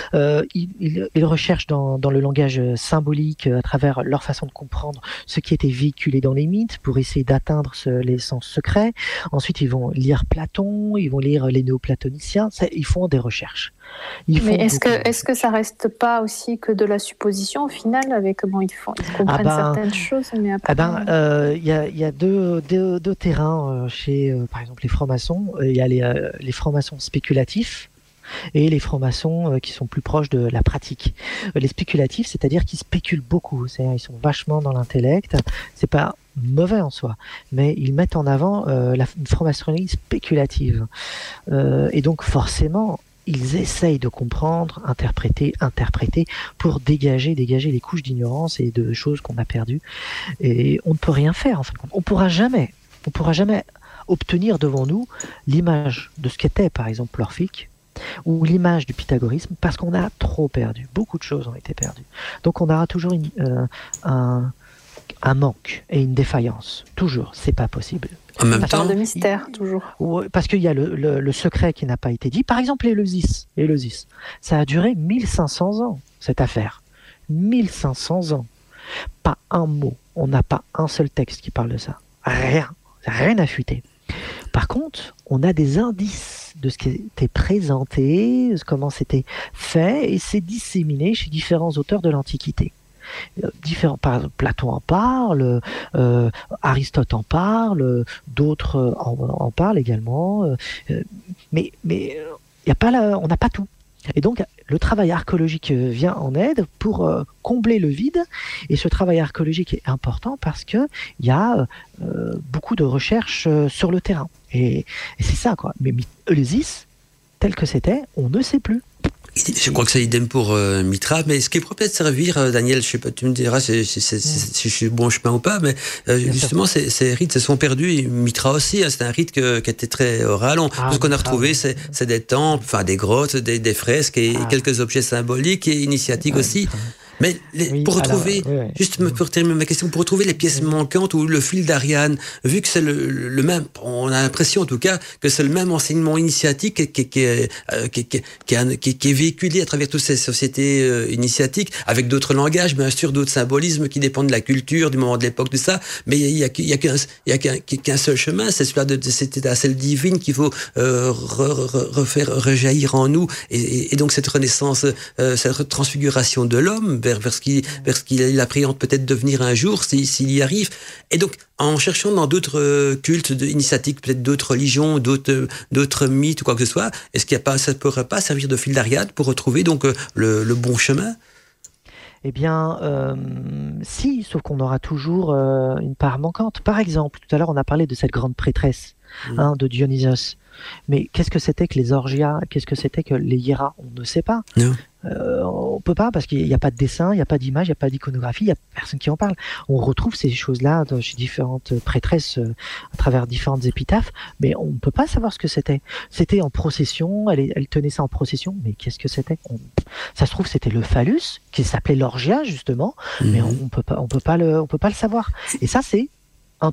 Ils recherchent dans le langage symbolique, à travers leur façon de comprendre ce qui était véhiculé dans les mythes, pour essayer d'atteindre les sens secrets. Ensuite, ils vont lire Platon, ils vont lire les néoplatoniciens. Ils font des recherches. Mais est-ce que ça reste pas aussi que de la supposition au final, avec comment ils font? Ils comprennent certaines choses, mais après... Il y a deux terrains chez, par exemple, les francs-maçons. Il y a les francs-maçons spéculatifs et les francs-maçons qui sont plus proches de la pratique. Les spéculatifs, c'est-à-dire qu'ils spéculent beaucoup, c'est-à-dire ils sont vachement dans l'intellect. C'est pas mauvais en soi, mais ils mettent en avant une franc-maçonnerie spéculative. Et donc forcément, ils essayent de comprendre, interpréter pour dégager les couches d'ignorance et de choses qu'on a perdues. Et on ne peut rien faire, en fin de compte. On pourra jamais obtenir devant nous l'image de ce qu'était, par exemple, l'orphique, ou l'image du pythagorisme, parce qu'on a trop perdu. Beaucoup de choses ont été perdues. Donc on aura toujours un manque et une défaillance. Toujours, c'est pas possible. En même temps, de mystère, toujours. Parce qu'il y a le secret qui n'a pas été dit. Par exemple, Éleusis. Ça a duré 1500 ans, cette affaire. 1500 ans. Pas un mot. On n'a pas un seul texte qui parle de ça. Rien n'a fuité. Par contre, on a des indices de ce qui était présenté, de comment c'était fait, et c'est disséminé chez différents auteurs de l'Antiquité. Par exemple, Platon en parle, Aristote en parle, d'autres en parlent également, mais on n'a pas tout. Et donc le travail archéologique vient en aide pour combler le vide, et ce travail archéologique est important parce que il y a beaucoup de recherches sur le terrain, et c'est ça quoi. Mais Éleusis, tel que c'était, on ne sait plus. Je crois que c'est idem pour Mitra, mais ce qui pourrait peut-être servir, Daniel, je sais pas, tu me diras si je suis bon chemin ou pas, mais justement ces rites se sont perdus, et Mitra aussi, c'est un rite qui était très oral. Tout ce qu'on a retrouvé, c'est des temples, enfin des grottes, des fresques et quelques objets symboliques et initiatiques aussi. Mais pour retrouver, pour terminer ma question, pour retrouver les pièces manquantes ou le fil d'Ariane, vu que c'est le même, on a l'impression en tout cas que c'est le même enseignement initiatique qui est véhiculé à travers toutes ces sociétés initiatiques, avec d'autres langages, bien sûr, d'autres symbolismes qui dépendent de la culture, du moment de l'époque, tout ça. Mais il y a qu'un seul chemin, c'est celui de cette étincelle divine qu'il faut refaire rejaillir en nous, et donc cette renaissance, cette transfiguration de l'homme vers ce qu'il appréhende peut-être devenir un jour, s'il y arrive. Et donc, en cherchant dans d'autres cultes initiatiques, peut-être d'autres religions, d'autres mythes ou quoi que ce soit, est-ce qu'il y a pas, ça ne pourrait pas servir de fil d'Ariane pour retrouver donc le bon chemin? Eh bien, si, sauf qu'on aura toujours une part manquante. Par exemple, tout à l'heure, on a parlé de cette grande prêtresse de Dionysos. Mais qu'est-ce que c'était que les orgias? Qu'est-ce que c'était que les hieras? On ne sait pas. Non. On peut pas, parce qu'il n'y a pas de dessin, il n'y a pas d'image, il n'y a pas d'iconographie, il n'y a personne qui en parle. On retrouve ces choses-là chez différentes prêtresses à travers différentes épitaphes, mais on ne peut pas savoir ce que c'était. C'était en procession, elle tenait ça en procession, mais qu'est-ce que c'était? Ça se trouve, c'était le phallus, qui s'appelait l'orgia, justement, mais on peut pas le savoir. Et ça, c'est un trou.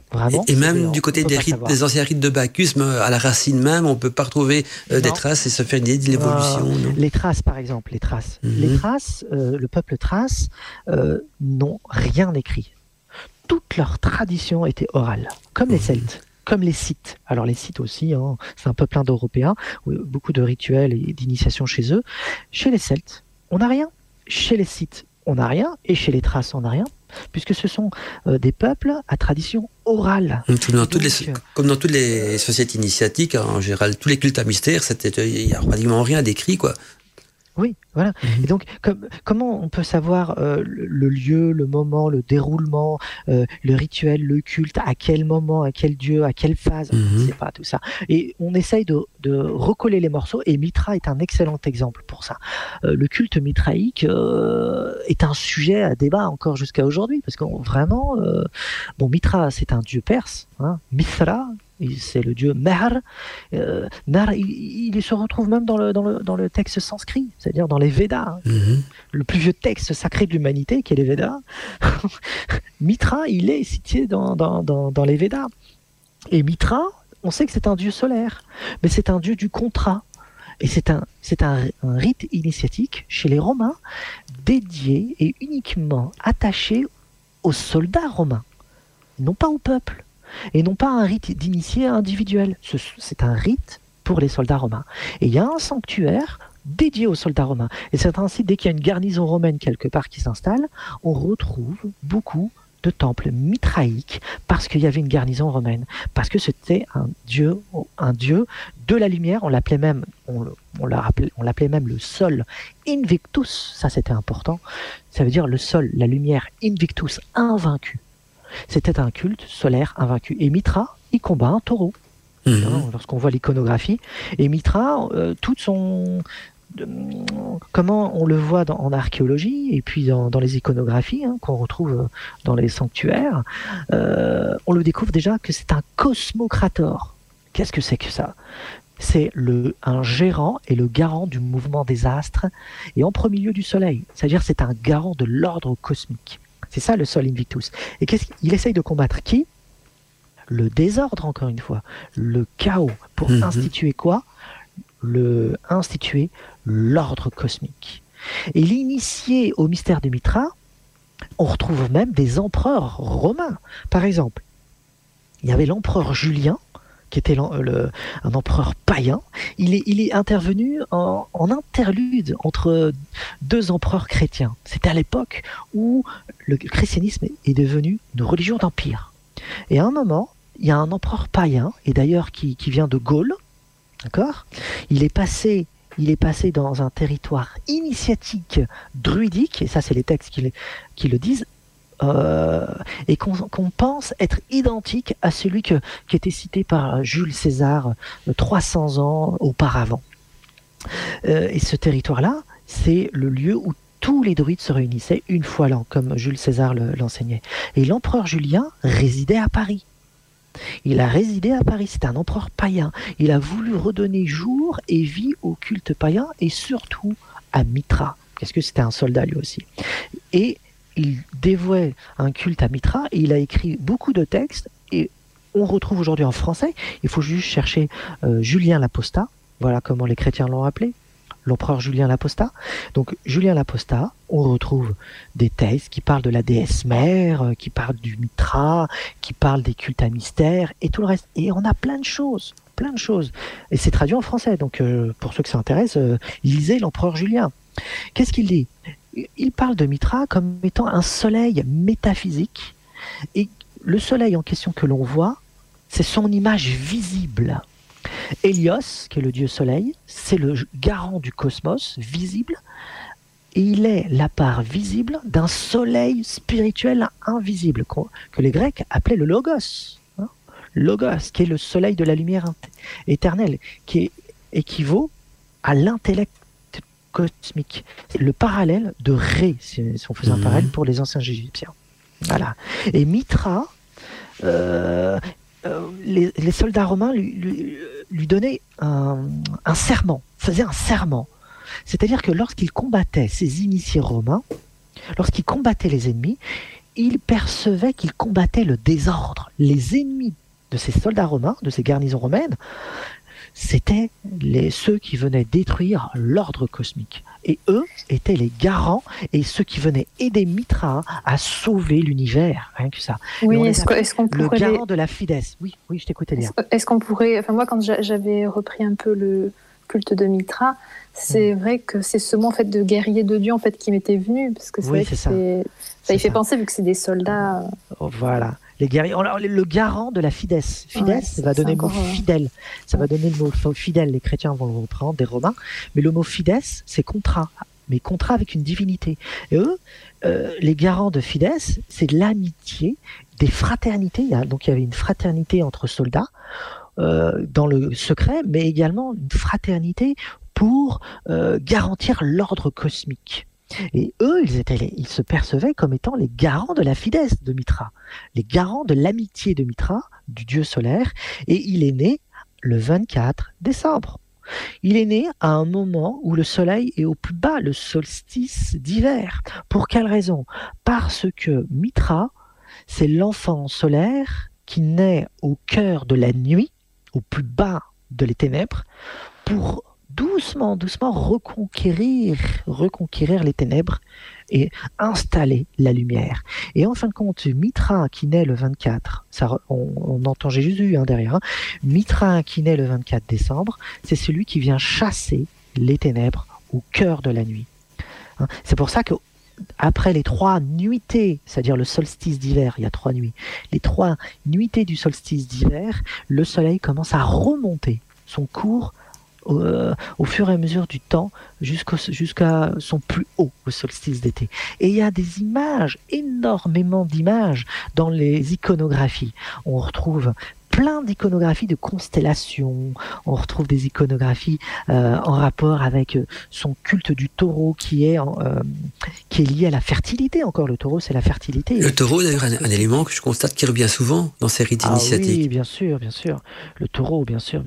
Vraiment. Et même du côté des anciens rites de Bacchus, à la racine même, on ne peut pas retrouver des traces et se faire une idée de l'évolution. Les Thraces, par exemple, les Thraces. Les Thraces, le peuple Thrace, n'ont rien écrit. Toute leur tradition était orale, comme les Celtes. Comme les Scythes. Alors les Scythes aussi, c'est un peuple indo-européen, beaucoup de rituels et d'initiation chez eux. Chez les Celtes, on n'a rien. Chez les Scythes, on n'a rien. Et chez les Thraces, on n'a rien. Puisque ce sont des peuples à tradition orale. Comme dans toutes les sociétés initiatiques, en général, tous les cultes à mystère, il n'y a pratiquement rien d'écrit, quoi. Oui, voilà. Et donc, comment on peut savoir le lieu, le moment, le déroulement, le rituel, le culte, à quel moment, à quel dieu, à quelle phase, on ne sait pas tout ça. Et on essaye de recoller les morceaux, et Mitra est un excellent exemple pour ça. Le culte mitraïque est un sujet à débat encore jusqu'à aujourd'hui, parce que vraiment, Mitra, c'est un dieu perse, Mithra, c'est le dieu Mehr. Mehr, il se retrouve même dans le texte sanskrit, c'est-à-dire dans les Védas, le plus vieux texte sacré de l'humanité, qui est les Védas. Mitra, il est cité dans les Védas. Et Mitra, on sait que c'est un dieu solaire, mais c'est un dieu du contrat. Et c'est un rite initiatique chez les Romains, dédié et uniquement attaché aux soldats romains, non pas au peuple. Et non pas un rite d'initié individuel. C'est un rite pour les soldats romains. Et il y a un sanctuaire dédié aux soldats romains. Et c'est ainsi, dès qu'il y a une garnison romaine quelque part qui s'installe, on retrouve beaucoup de temples mitraïques parce qu'il y avait une garnison romaine. Parce que c'était un dieu de la lumière. On l'appelait même, on l'appelait même le sol invictus. Ça, c'était important. Ça veut dire le sol, la lumière, invictus, invaincu. C'était un culte solaire invaincu. Et Mitra, il combat un taureau. Lorsqu'on voit l'iconographie. Et Mitra, comment on le voit en archéologie et puis dans les iconographies qu'on retrouve dans les sanctuaires, on le découvre déjà que c'est un cosmocrator. Qu'est-ce que c'est que ça ? C'est un gérant et le garant du mouvement des astres et en premier lieu du soleil. C'est-à-dire c'est un garant de l'ordre cosmique. C'est ça le sol invictus. Et il essaye de combattre qui ? Le désordre, encore une fois. Le chaos. Pour instituer quoi ? Instituer l'ordre cosmique. Et l'initié au mystère de Mitra, on retrouve même des empereurs romains. Par exemple, il y avait l'empereur Julien, qui était un empereur païen. Il est intervenu en interlude entre deux empereurs chrétiens. C'était à l'époque où le christianisme est devenu une religion d'empire. Et à un moment, il y a un empereur païen, et d'ailleurs qui vient de Gaule, d'accord ? Il est passé dans un territoire initiatique druidique, et ça c'est les textes qui le disent, et qu'on pense être identique à celui qui était cité par Jules César 300 ans auparavant. Et ce territoire-là, c'est le lieu où tous les druides se réunissaient une fois l'an, comme Jules César l'enseignait. Et l'empereur Julien résidait à Paris. Il a résidé à Paris, c'est un empereur païen. Il a voulu redonner jour et vie au culte païen et surtout à Mitra, parce que c'était un soldat lui aussi. Et il dévouait un culte à Mitra et il a écrit beaucoup de textes et on retrouve aujourd'hui en français, il faut juste chercher Julien l'Apostat, voilà comment les chrétiens l'ont appelé, l'empereur Julien l'Apostat. Donc Julien l'Apostat, on retrouve des textes qui parlent de la déesse mère, qui parlent du Mitra, qui parlent des cultes à mystère et tout le reste. Et on a plein de choses. Et c'est traduit en français, donc pour ceux que ça intéresse, lisez l'empereur Julien. Qu'est-ce qu'il dit ? Il parle de Mitra comme étant un soleil métaphysique, et le soleil en question que l'on voit, c'est son image visible. Hélios, qui est le dieu soleil, c'est le garant du cosmos visible, et il est la part visible d'un soleil spirituel invisible, que les Grecs appelaient le Logos. Logos, qui est le soleil de la lumière éternelle, qui équivaut à l'intellect cosmique. C'est le parallèle de Ré, si on faisait un parallèle pour les anciens Égyptiens. Voilà. Et Mitra, les soldats romains lui donnaient un serment, faisaient un serment. C'est-à-dire que lorsqu'ils combattaient ces initiés romains, lorsqu'ils combattaient les ennemis, il percevait qu'il combattait le désordre. Les ennemis de ces soldats romains, de ces garnisons romaines, c'était ceux qui venaient détruire l'ordre cosmique. Et eux étaient les garants et ceux qui venaient aider Mithra à sauver l'univers, rien que ça. Oui, est-ce qu'on pourrait... Le garant de la Fides. Oui, je t'écoutais dire. Est-ce qu'on pourrait... Enfin, moi, quand j'avais repris un peu le culte de Mithra, c'est vrai que c'est ce mot en fait, de guerrier de Dieu en fait, qui m'était venu, parce que c'est vrai que ça y fait penser, vu que c'est des soldats... Voilà. Les guerriers, le garant de la Fides. Fides, ça va donner le mot fidèle. Ça va donner le mot fidèle. Les chrétiens vont le reprendre, des Romains. Mais le mot Fides, c'est contrat. Mais contrat avec une divinité. Et eux, les garants de Fides, c'est de l'amitié, des fraternités. Donc il y avait une fraternité entre soldats dans le secret, mais également une fraternité pour garantir l'ordre cosmique. Et eux, ils se percevaient comme étant les garants de la Fides de Mithra, les garants de l'amitié de Mithra, du dieu solaire, et il est né le 24 décembre. Il est né à un moment où le soleil est au plus bas, le solstice d'hiver. Pour quelle raison ? Parce que Mithra, c'est l'enfant solaire qui naît au cœur de la nuit, au plus bas de les ténèbres, pour doucement reconquérir les ténèbres et installer la lumière. Et en fin de compte, Mithra qui naît le 24, on entend Jésus derrière, Mithra qui naît le 24 décembre, c'est celui qui vient chasser les ténèbres au cœur de la nuit. C'est pour ça que après les 3 nuitées, c'est-à-dire le solstice d'hiver, il y a 3 nuits, les 3 nuitées du solstice d'hiver, le soleil commence à remonter son cours au fur et à mesure du temps jusqu'à son plus haut, au solstice d'été. Et il y a des images, énormément d'images dans les iconographies. On retrouve plein d'iconographies de constellations, on retrouve des iconographies en rapport avec son culte du taureau qui est lié à la fertilité. Encore, le taureau, c'est la fertilité. Le taureau, d'ailleurs, un élément que je constate qui revient souvent dans ces rites initiatiques. Oui, bien sûr. Le taureau, bien sûr.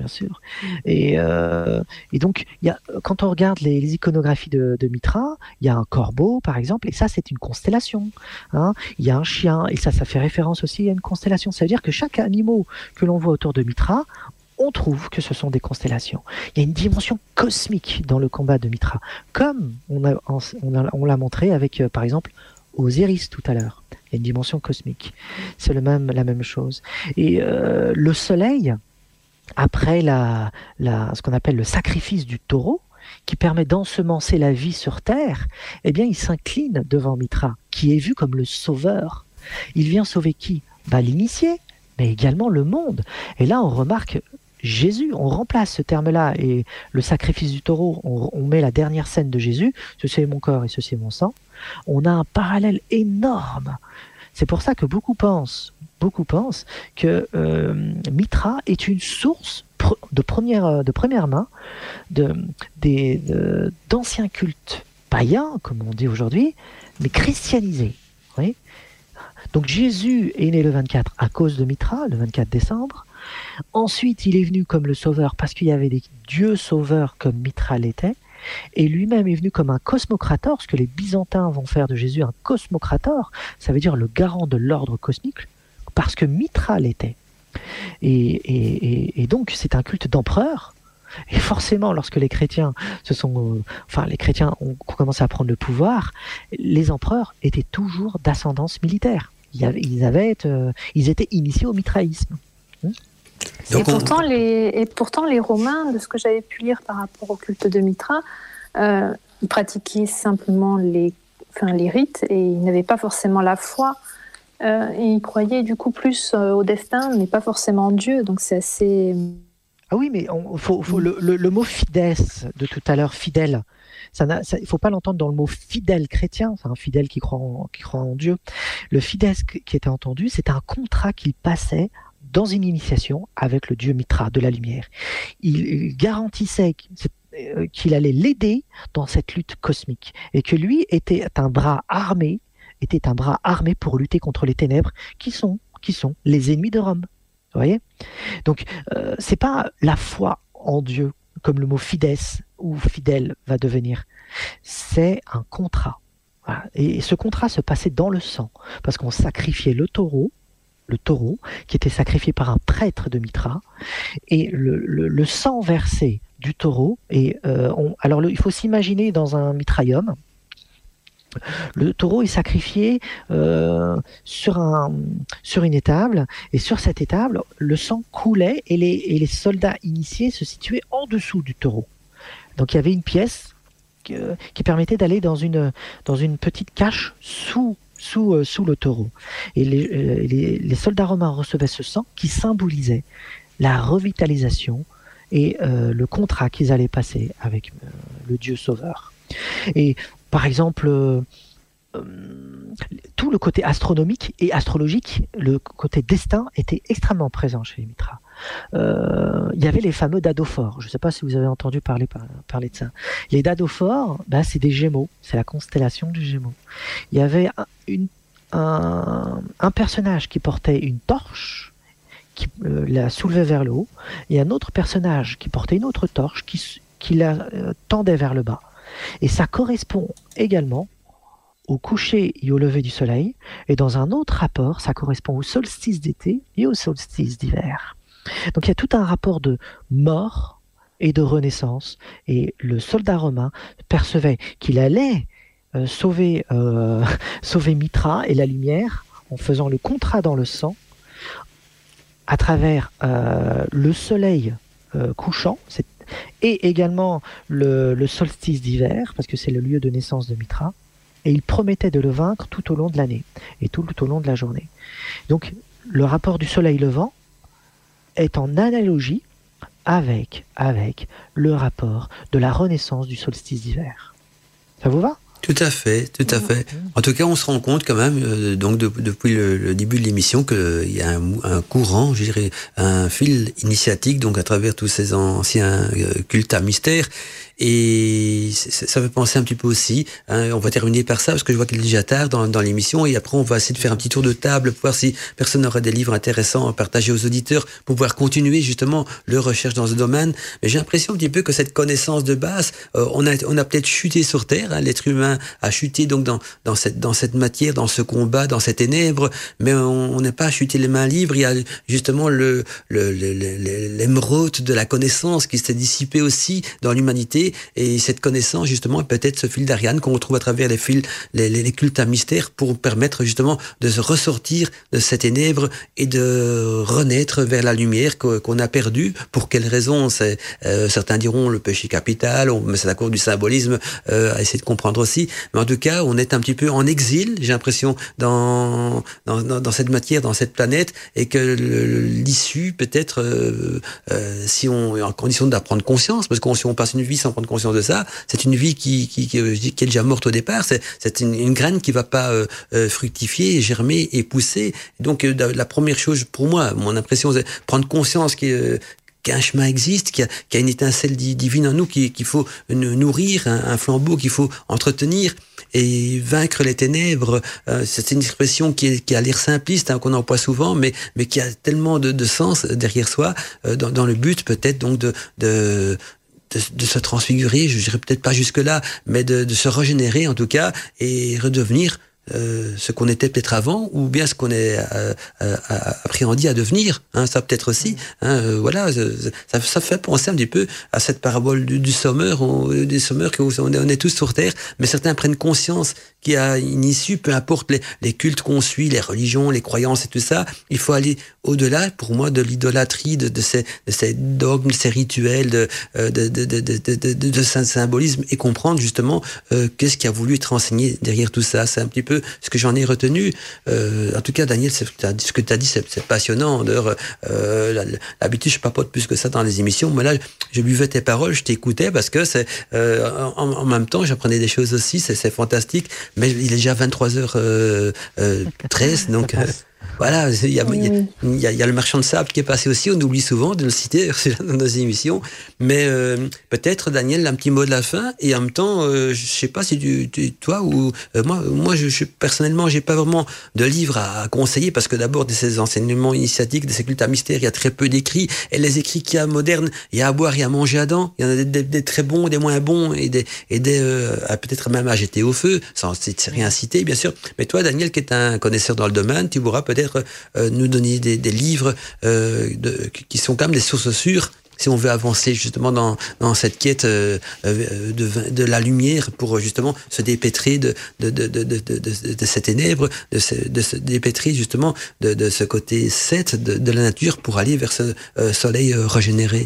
Et donc, quand on regarde les iconographies de Mithra, il y a un corbeau, par exemple, et ça, c'est une constellation. Il y a un chien, et ça fait référence aussi à une constellation. Ça veut dire que chaque animal que l'on voit autour de Mithra, on trouve que ce sont des constellations. Il y a une dimension cosmique dans le combat de Mithra, comme on l'a montré avec, par exemple, Osiris tout à l'heure. Il y a une dimension cosmique. C'est la même chose. Et le soleil, après ce qu'on appelle le sacrifice du taureau, qui permet d'ensemencer la vie sur Terre, eh bien, il s'incline devant Mithra, qui est vu comme le sauveur. Il vient sauver qui ? L'initié, mais également le monde. Et là, on remarque Jésus, on remplace ce terme-là et le sacrifice du taureau, on met la dernière scène de Jésus, ceci est mon corps et ceci est mon sang. On a un parallèle énorme. C'est pour ça que beaucoup pensent que Mithra est une source de première main d'anciens cultes païens, comme on dit aujourd'hui, mais christianisés. Oui. Donc Jésus est né le 24 à cause de Mithra, le 24 décembre. Ensuite, il est venu comme le sauveur parce qu'il y avait des dieux sauveurs comme Mithra l'était. Et lui-même est venu comme un cosmocrator, ce que les Byzantins vont faire de Jésus un cosmocrator, ça veut dire le garant de l'ordre cosmique, parce que Mithra l'était. Et donc c'est un culte d'empereur. Et forcément, lorsque les chrétiens ont commencé à prendre le pouvoir, les empereurs étaient toujours d'ascendance militaire. Ils étaient initiés au mitraïsme. Et pourtant, les Romains, de ce que j'avais pu lire par rapport au culte de Mithra, ils pratiquaient simplement les rites et ils n'avaient pas forcément la foi. Et ils croyaient du coup plus au destin, mais pas forcément en Dieu. Donc c'est assez... Ah oui, mais le mot fides de tout à l'heure, fidèle, il ne faut pas l'entendre dans le mot fidèle chrétien, c'est un fidèle qui croit en Dieu. Le fides qui était entendu, c'est un contrat qu'il passait dans une initiation avec le dieu Mithra de la lumière. Il garantissait qu'il allait l'aider dans cette lutte cosmique et que lui était un bras armé pour lutter contre les ténèbres qui sont les ennemis de Rome. Vous voyez ? Donc, c'est pas la foi en Dieu, comme le mot fides ou fidèle va devenir. C'est un contrat. Voilà. Et ce contrat se passait dans le sang, parce qu'on sacrifiait le taureau, qui était sacrifié par un prêtre de Mitra, et le sang versé du taureau, et alors il faut s'imaginer dans un mitraillum, le taureau est sacrifié sur une étable, et sur cette étable, le sang coulait, et les soldats initiés se situaient en dessous du taureau. Donc il y avait une pièce qui permettait d'aller dans une petite cache sous le taureau. Et les soldats romains recevaient ce sang qui symbolisait la revitalisation et le contrat qu'ils allaient passer avec le Dieu sauveur. Et par exemple, tout le côté astronomique et astrologique, le côté destin était extrêmement présent chez les Mitra. Il y avait les fameux dadophores. Je ne sais pas si vous avez entendu parler de ça. Les dadophores, c'est des Gémeaux, c'est la constellation du Gémeaux. Il y avait un personnage qui portait une torche, qui la soulevait vers le haut, et un autre personnage qui portait une autre torche, qui la tendait vers le bas. Et ça correspond également au coucher et au lever du soleil, et dans un autre rapport, ça correspond au solstice d'été et au solstice d'hiver. Donc il y a tout un rapport de mort et de renaissance, et le soldat romain percevait qu'il allait sauver Mitra et la lumière en faisant le contrat dans le sang à travers le soleil couchant, et également le solstice d'hiver, parce que c'est le lieu de naissance de Mitra, et il promettait de le vaincre tout au long de l'année et tout au long de la journée. Donc le rapport du soleil levant est en analogie avec le rapport de la renaissance du solstice d'hiver. Ça vous va ? Tout à fait, tout à fait. En tout cas, on se rend compte quand même, donc depuis le début de l'émission, qu'il y a un courant, je dirais, un fil initiatique, donc à travers tous ces anciens cultes à mystère. Et ça fait penser un petit peu aussi, on va terminer par ça, parce que je vois qu'il est déjà tard dans l'émission, et après on va essayer de faire un petit tour de table, pour voir si personne n'aurait des livres intéressants à partager aux auditeurs, pour pouvoir continuer justement leur recherche dans ce domaine. Mais j'ai l'impression un petit peu que cette connaissance de base, on a peut-être chuté sur Terre, l'être humain a chuté donc dans cette matière, dans ce combat, dans ces ténèbres, mais on n'est pas chuté les mains libres. Il y a justement l'émeraude de la connaissance qui s'est dissipée aussi dans l'humanité. Et cette connaissance, justement, peut-être ce fil d'Ariane qu'on retrouve à travers les cultes à mystère, pour permettre justement de se ressortir de ces ténèbres et de renaître vers la lumière qu'on a perdue. Pour quelles raisons? Certains diront le péché capital, mais c'est à cause du symbolisme, à essayer de comprendre aussi. Mais en tout cas, on est un petit peu en exil, j'ai l'impression, dans cette matière, dans cette planète, et que l'issue, peut-être, si on est en condition d'apprendre conscience, parce que si on passe une vie sans prendre conscience de ça, c'est une vie qui est déjà morte au départ. C'est une graine qui va pas fructifier, germer et pousser. Donc la première chose pour moi, mon impression, c'est prendre conscience qu'un chemin existe, qu'il y a une étincelle divine en nous qu'il faut nourrir, un flambeau qu'il faut entretenir et vaincre les ténèbres. C'est une expression qui a l'air simpliste, qu'on emploie souvent, mais qui a tellement de sens derrière soi, dans le but peut-être donc de se transfigurer, je dirais peut-être pas jusque-là, mais de se régénérer en tout cas, et redevenir ce qu'on était peut-être avant, ou bien ce qu'on est appréhendé à devenir, ça peut-être aussi, voilà, ça fait penser un petit peu à cette parabole du sommeur, des sommeurs, on est tous sur terre, mais certains prennent conscience qu'il y a une issue, peu importe les cultes qu'on suit, les religions, les croyances et tout ça, il faut aller au-delà, pour moi, de l'idolâtrie, de ces dogmes, ces rituels, de ce symbolisme, et comprendre justement qu'est-ce qui a voulu être enseigné derrière tout ça. C'est un petit peu ce que j'en ai retenu. En tout cas, Daniel, ce que tu as dit, c'est passionnant. D'ailleurs, l'habitude, je papote plus que ça dans les émissions, mais là, je buvais tes paroles, je t'écoutais, parce que c'est en même temps, j'apprenais des choses aussi, c'est fantastique. Mais il est déjà 23h13, donc Voilà, il y a le marchand de sable qui est passé aussi, on oublie souvent de le citer dans nos émissions, mais peut-être, Daniel, un petit mot de la fin, et en même temps, je sais pas si toi ou moi je personnellement, j'ai pas vraiment de livre à conseiller, parce que d'abord, de ces enseignements initiatiques, de ces cultes à mystère, il y a très peu d'écrits, et les écrits qu'il y a modernes, il y a à boire, il y a à manger à dents, il y en a des très bons, des moins bons, et des peut-être même à jeter au feu, sans rien citer, bien sûr. Mais toi, Daniel, qui est un connaisseur dans le domaine, tu pourras peut-être nous donner des livres qui sont quand même des sources sûres, si on veut avancer justement dans cette quête de la lumière, pour justement se dépêtrer de ces ténèbres, de se dépêtrer justement de ce côté 7 de la nature, pour aller vers ce soleil régénéré.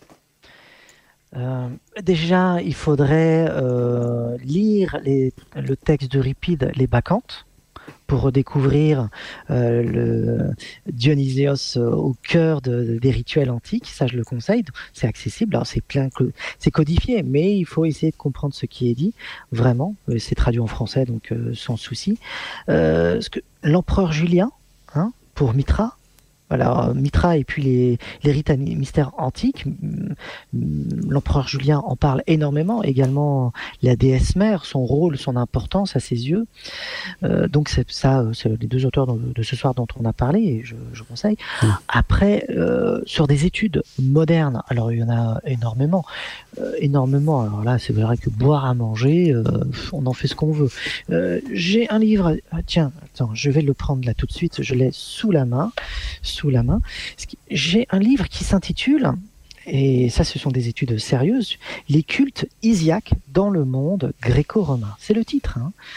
Déjà, il faudrait lire le texte d'Euripide, les Bacchantes, pour redécouvrir le Dionysios au cœur des rituels antiques. Ça, je le conseille. C'est accessible. Alors, c'est codifié, mais il faut essayer de comprendre ce qui est dit. Vraiment, c'est traduit en français, donc sans souci. L'empereur Julien, pour Mitra. Alors, Mitra et puis les rites mystères antiques, l'empereur Julien en parle énormément, également la déesse mère, son rôle, son importance à ses yeux. Donc c'est les deux auteurs de ce soir dont on a parlé, et je conseille. Après, sur des études modernes, alors il y en a énormément. Alors là, c'est vrai que boire à manger, on en fait ce qu'on veut. J'ai un livre, attends, je vais le prendre là tout de suite, je l'ai sous la main. J'ai un livre qui s'intitule, et ça ce sont des études sérieuses, Les cultes isiaques dans le monde gréco-romain. C'est le titre.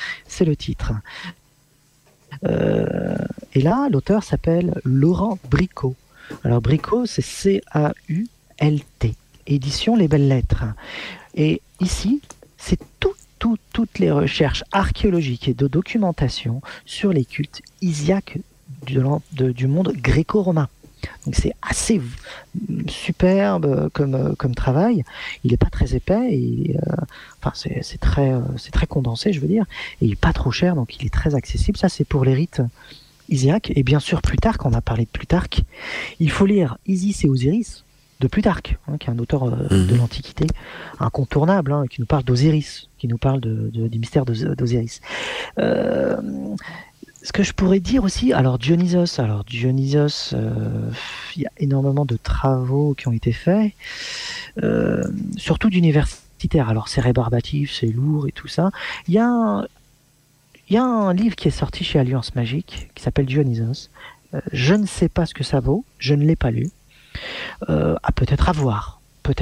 Et là, l'auteur s'appelle Laurent Bricot. Alors Bricot, c'est C-A-U-L-T, édition Les Belles Lettres. Et ici, c'est toutes les recherches archéologiques et de documentation sur les cultes isiaques du monde gréco-romain. Donc c'est assez superbe comme travail. Il n'est pas très épais, et c'est très condensé, je veux dire, et il n'est pas trop cher, donc il est très accessible. Ça, c'est pour les rites isiaques. Et bien sûr, Plutarque, on a parlé de Plutarque. Il faut lire Isis et Osiris de Plutarque, qui est un auteur de l'Antiquité incontournable, qui nous parle d'Osiris, qui nous parle du mystère d'Osiris. Ce que je pourrais dire aussi, alors Dionysos, il y a énormément de travaux qui ont été faits, surtout d'universitaires. Alors c'est rébarbatif, c'est lourd et tout ça. Il y a un livre qui est sorti chez Alliance Magique qui s'appelle Dionysos. Je ne sais pas ce que ça vaut, je ne l'ai pas lu. Peut-être à voir.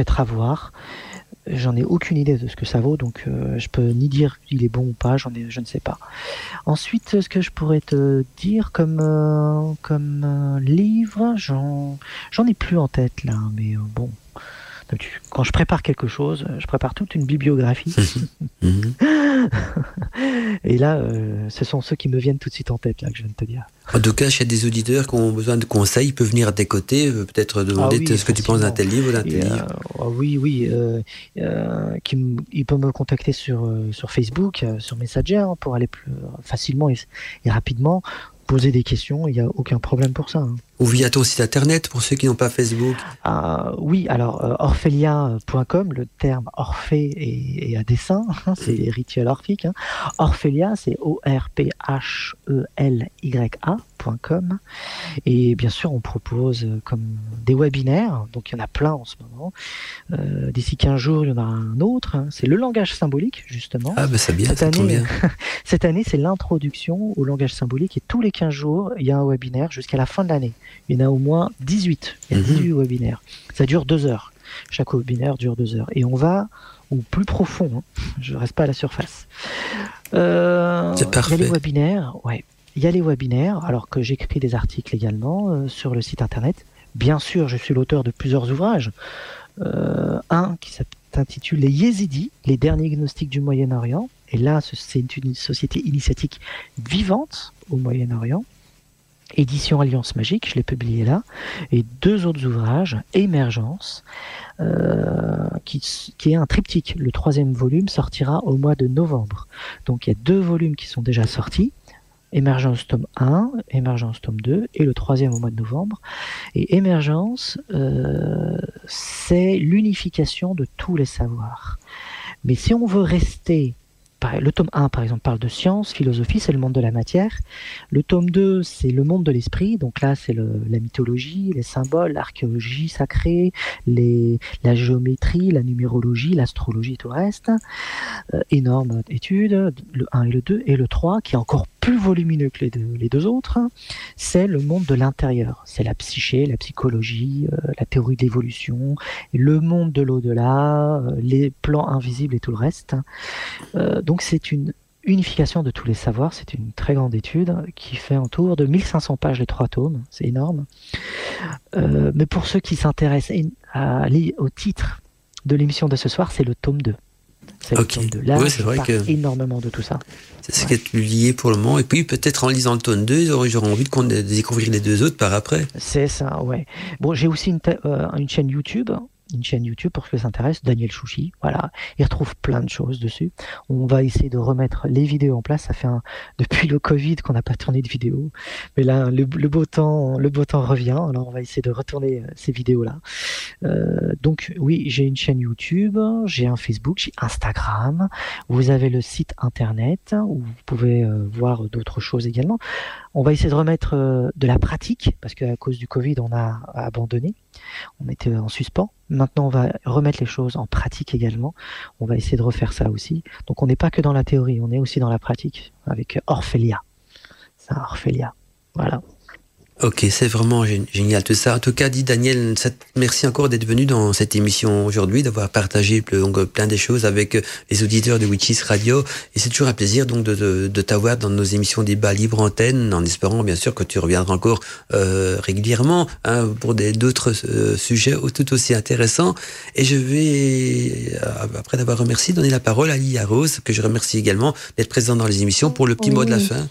J'en ai aucune idée de ce que ça vaut, donc je peux ni dire qu'il est bon ou pas, je ne sais pas. Ensuite, ce que je pourrais te dire comme livre, j'en ai plus en tête là, mais bon. Quand je prépare quelque chose, je prépare toute une bibliographie. Et là, ce sont ceux qui me viennent tout de suite en tête, là, que je viens de te dire. En tout cas, s'il y a des auditeurs qui ont besoin de conseils, ils peuvent venir à tes côtés, peut-être demander ce que tu penses d'un tel livre ou d'un tel livre. Ils peuvent me contacter sur Facebook, sur Messenger, pour aller plus facilement et rapidement poser des questions. Il n'y a aucun problème pour ça. Ou via ton site internet, pour ceux qui n'ont pas Facebook. Oui, alors orphelia.com, le terme Orphée est à dessein, c'est les rituels orphiques. Orphelia, c'est ORPHELYA.com. Et bien sûr, on propose comme des webinaires, donc il y en a plein en ce moment. D'ici 15 jours, il y en a un autre, c'est le langage symbolique, justement. Ah, ben c'est bien, ça tombe bien. Cette année, c'est l'introduction au langage symbolique, et tous les 15 jours, il y a un webinaire jusqu'à la fin de l'année. Il y en a au moins 18. Il y a 18 webinaires. Ça dure 2 heures. Chaque webinaire dure 2 heures. Et on va au plus profond. Je ne reste pas à la surface. C'est parfait. Il y a les webinaires. Ouais. Il y a les webinaires, alors que j'écris des articles également sur le site internet. Bien sûr, je suis l'auteur de plusieurs ouvrages. Un qui s'intitule Les Yézidis, les derniers gnostiques du Moyen-Orient. Et là, c'est une société initiatique vivante au Moyen-Orient. Édition Alliance Magique, je l'ai publié là, et 2 autres ouvrages, Émergence, qui est un triptyque. Le 3e volume sortira au mois de novembre. Donc il y a 2 volumes qui sont déjà sortis, Émergence tome 1, Émergence tome 2 et le 3e au mois de novembre. Et Émergence, c'est l'unification de tous les savoirs. Mais si on veut rester... Le tome 1, par exemple, parle de science, philosophie, c'est le monde de la matière. Le tome 2, c'est le monde de l'esprit. Donc là, c'est la mythologie, les symboles, l'archéologie sacrée, la géométrie, la numérologie, l'astrologie et tout le reste. Énorme étude, le 1 et le 2. Et le 3, qui est encore plus volumineux que les deux autres, c'est le monde de l'intérieur. C'est la psyché, la psychologie, la théorie de l'évolution, le monde de l'au-delà, les plans invisibles et tout le reste. Donc c'est une unification de tous les savoirs, c'est une très grande étude qui fait un tour de 1500 pages les 3 tomes, c'est énorme. Mais pour ceux qui s'intéressent au titre de l'émission de ce soir, c'est le tome 2. C'est le tome 2. Là, c'est vrai que énormément de tout ça. C'est ce qui est publié pour le moment. Et puis peut-être en lisant le tome 2, j'aurais envie de découvrir les 2 autres par après. C'est ça, ouais. Bon, j'ai aussi une chaîne YouTube. Pour ceux qui s'intéressent, Daniel Chouchi, voilà, il retrouve plein de choses dessus. On va essayer de remettre les vidéos en place. Ça fait depuis le Covid qu'on n'a pas tourné de vidéos, mais là le beau temps revient. Alors on va essayer de retourner ces vidéos-là. Donc oui, j'ai une chaîne YouTube, j'ai un Facebook, j'ai Instagram. Vous avez le site internet où vous pouvez voir d'autres choses également. On va essayer de remettre de la pratique parce qu'à cause du Covid, on a abandonné. On était en suspens. Maintenant, on va remettre les choses en pratique également. On va essayer de refaire ça aussi. Donc, on n'est pas que dans la théorie, on est aussi dans la pratique avec Orphelia. C'est un Orphelia. Voilà. Ok, c'est vraiment génial tout ça. En tout cas, dit Daniel, merci encore d'être venu dans cette émission aujourd'hui, d'avoir partagé plein des choses avec les auditeurs de Witches Radio. Et c'est toujours un plaisir donc de t'avoir dans nos émissions débat libre antenne, en espérant bien sûr que tu reviendras encore régulièrement pour d'autres sujets tout aussi intéressants. Et je vais, après d'avoir remercié, donner la parole à Lilia Rose, que je remercie également d'être présente dans les émissions pour le petit mot de la fin.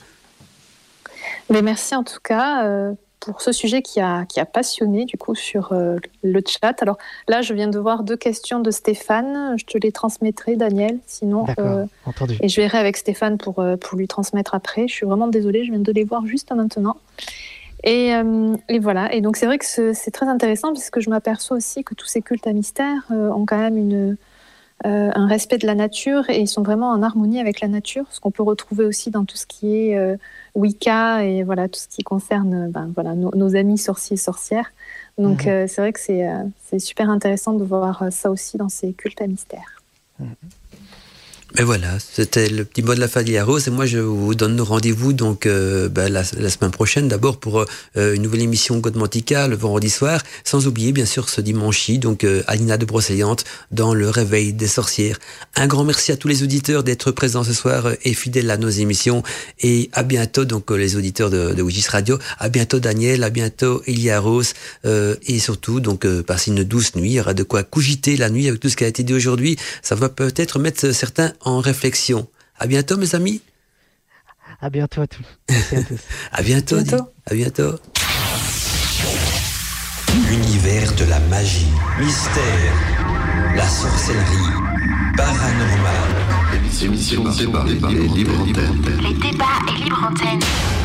Mais merci en tout cas pour ce sujet qui a passionné du coup sur le chat. Alors là, je viens de voir 2 questions de Stéphane. Je te les transmettrai, Daniel. Sinon, entendu. Et je verrai avec Stéphane pour lui transmettre après. Je suis vraiment désolée, je viens de les voir juste maintenant. Et voilà. Et donc c'est vrai que c'est très intéressant puisque je m'aperçois aussi que tous ces cultes à mystère ont quand même un respect de la nature et ils sont vraiment en harmonie avec la nature, ce qu'on peut retrouver aussi dans tout ce qui est Wicca et voilà, tout ce qui concerne nos amis sorciers et sorcières. Donc c'est vrai que c'est super intéressant de voir ça aussi dans ces cultes à mystère. Mais voilà, c'était le petit mot de la fin d'Lilia Rose et moi je vous donne rendez-vous donc la semaine prochaine d'abord pour une nouvelle émission Godmantica le vendredi soir, sans oublier bien sûr ce dimanche donc Alina de Brocéliande dans le réveil des sorcières. Un grand merci à tous les auditeurs d'être présents ce soir et fidèles à nos émissions et à bientôt donc les auditeurs de Witches Radio, à bientôt Daniel, à bientôt Lilia Rose et surtout donc passez une douce nuit, il y aura de quoi cogiter la nuit avec tout ce qui a été dit aujourd'hui, ça va peut-être mettre certains en réflexion. À bientôt, mes amis. À bientôt à tous. Merci à tous. À bientôt. À bientôt. L'univers de la magie, mystère, la sorcellerie, paranormal. Émission débat et libre antenne. Les débats et libre antenne.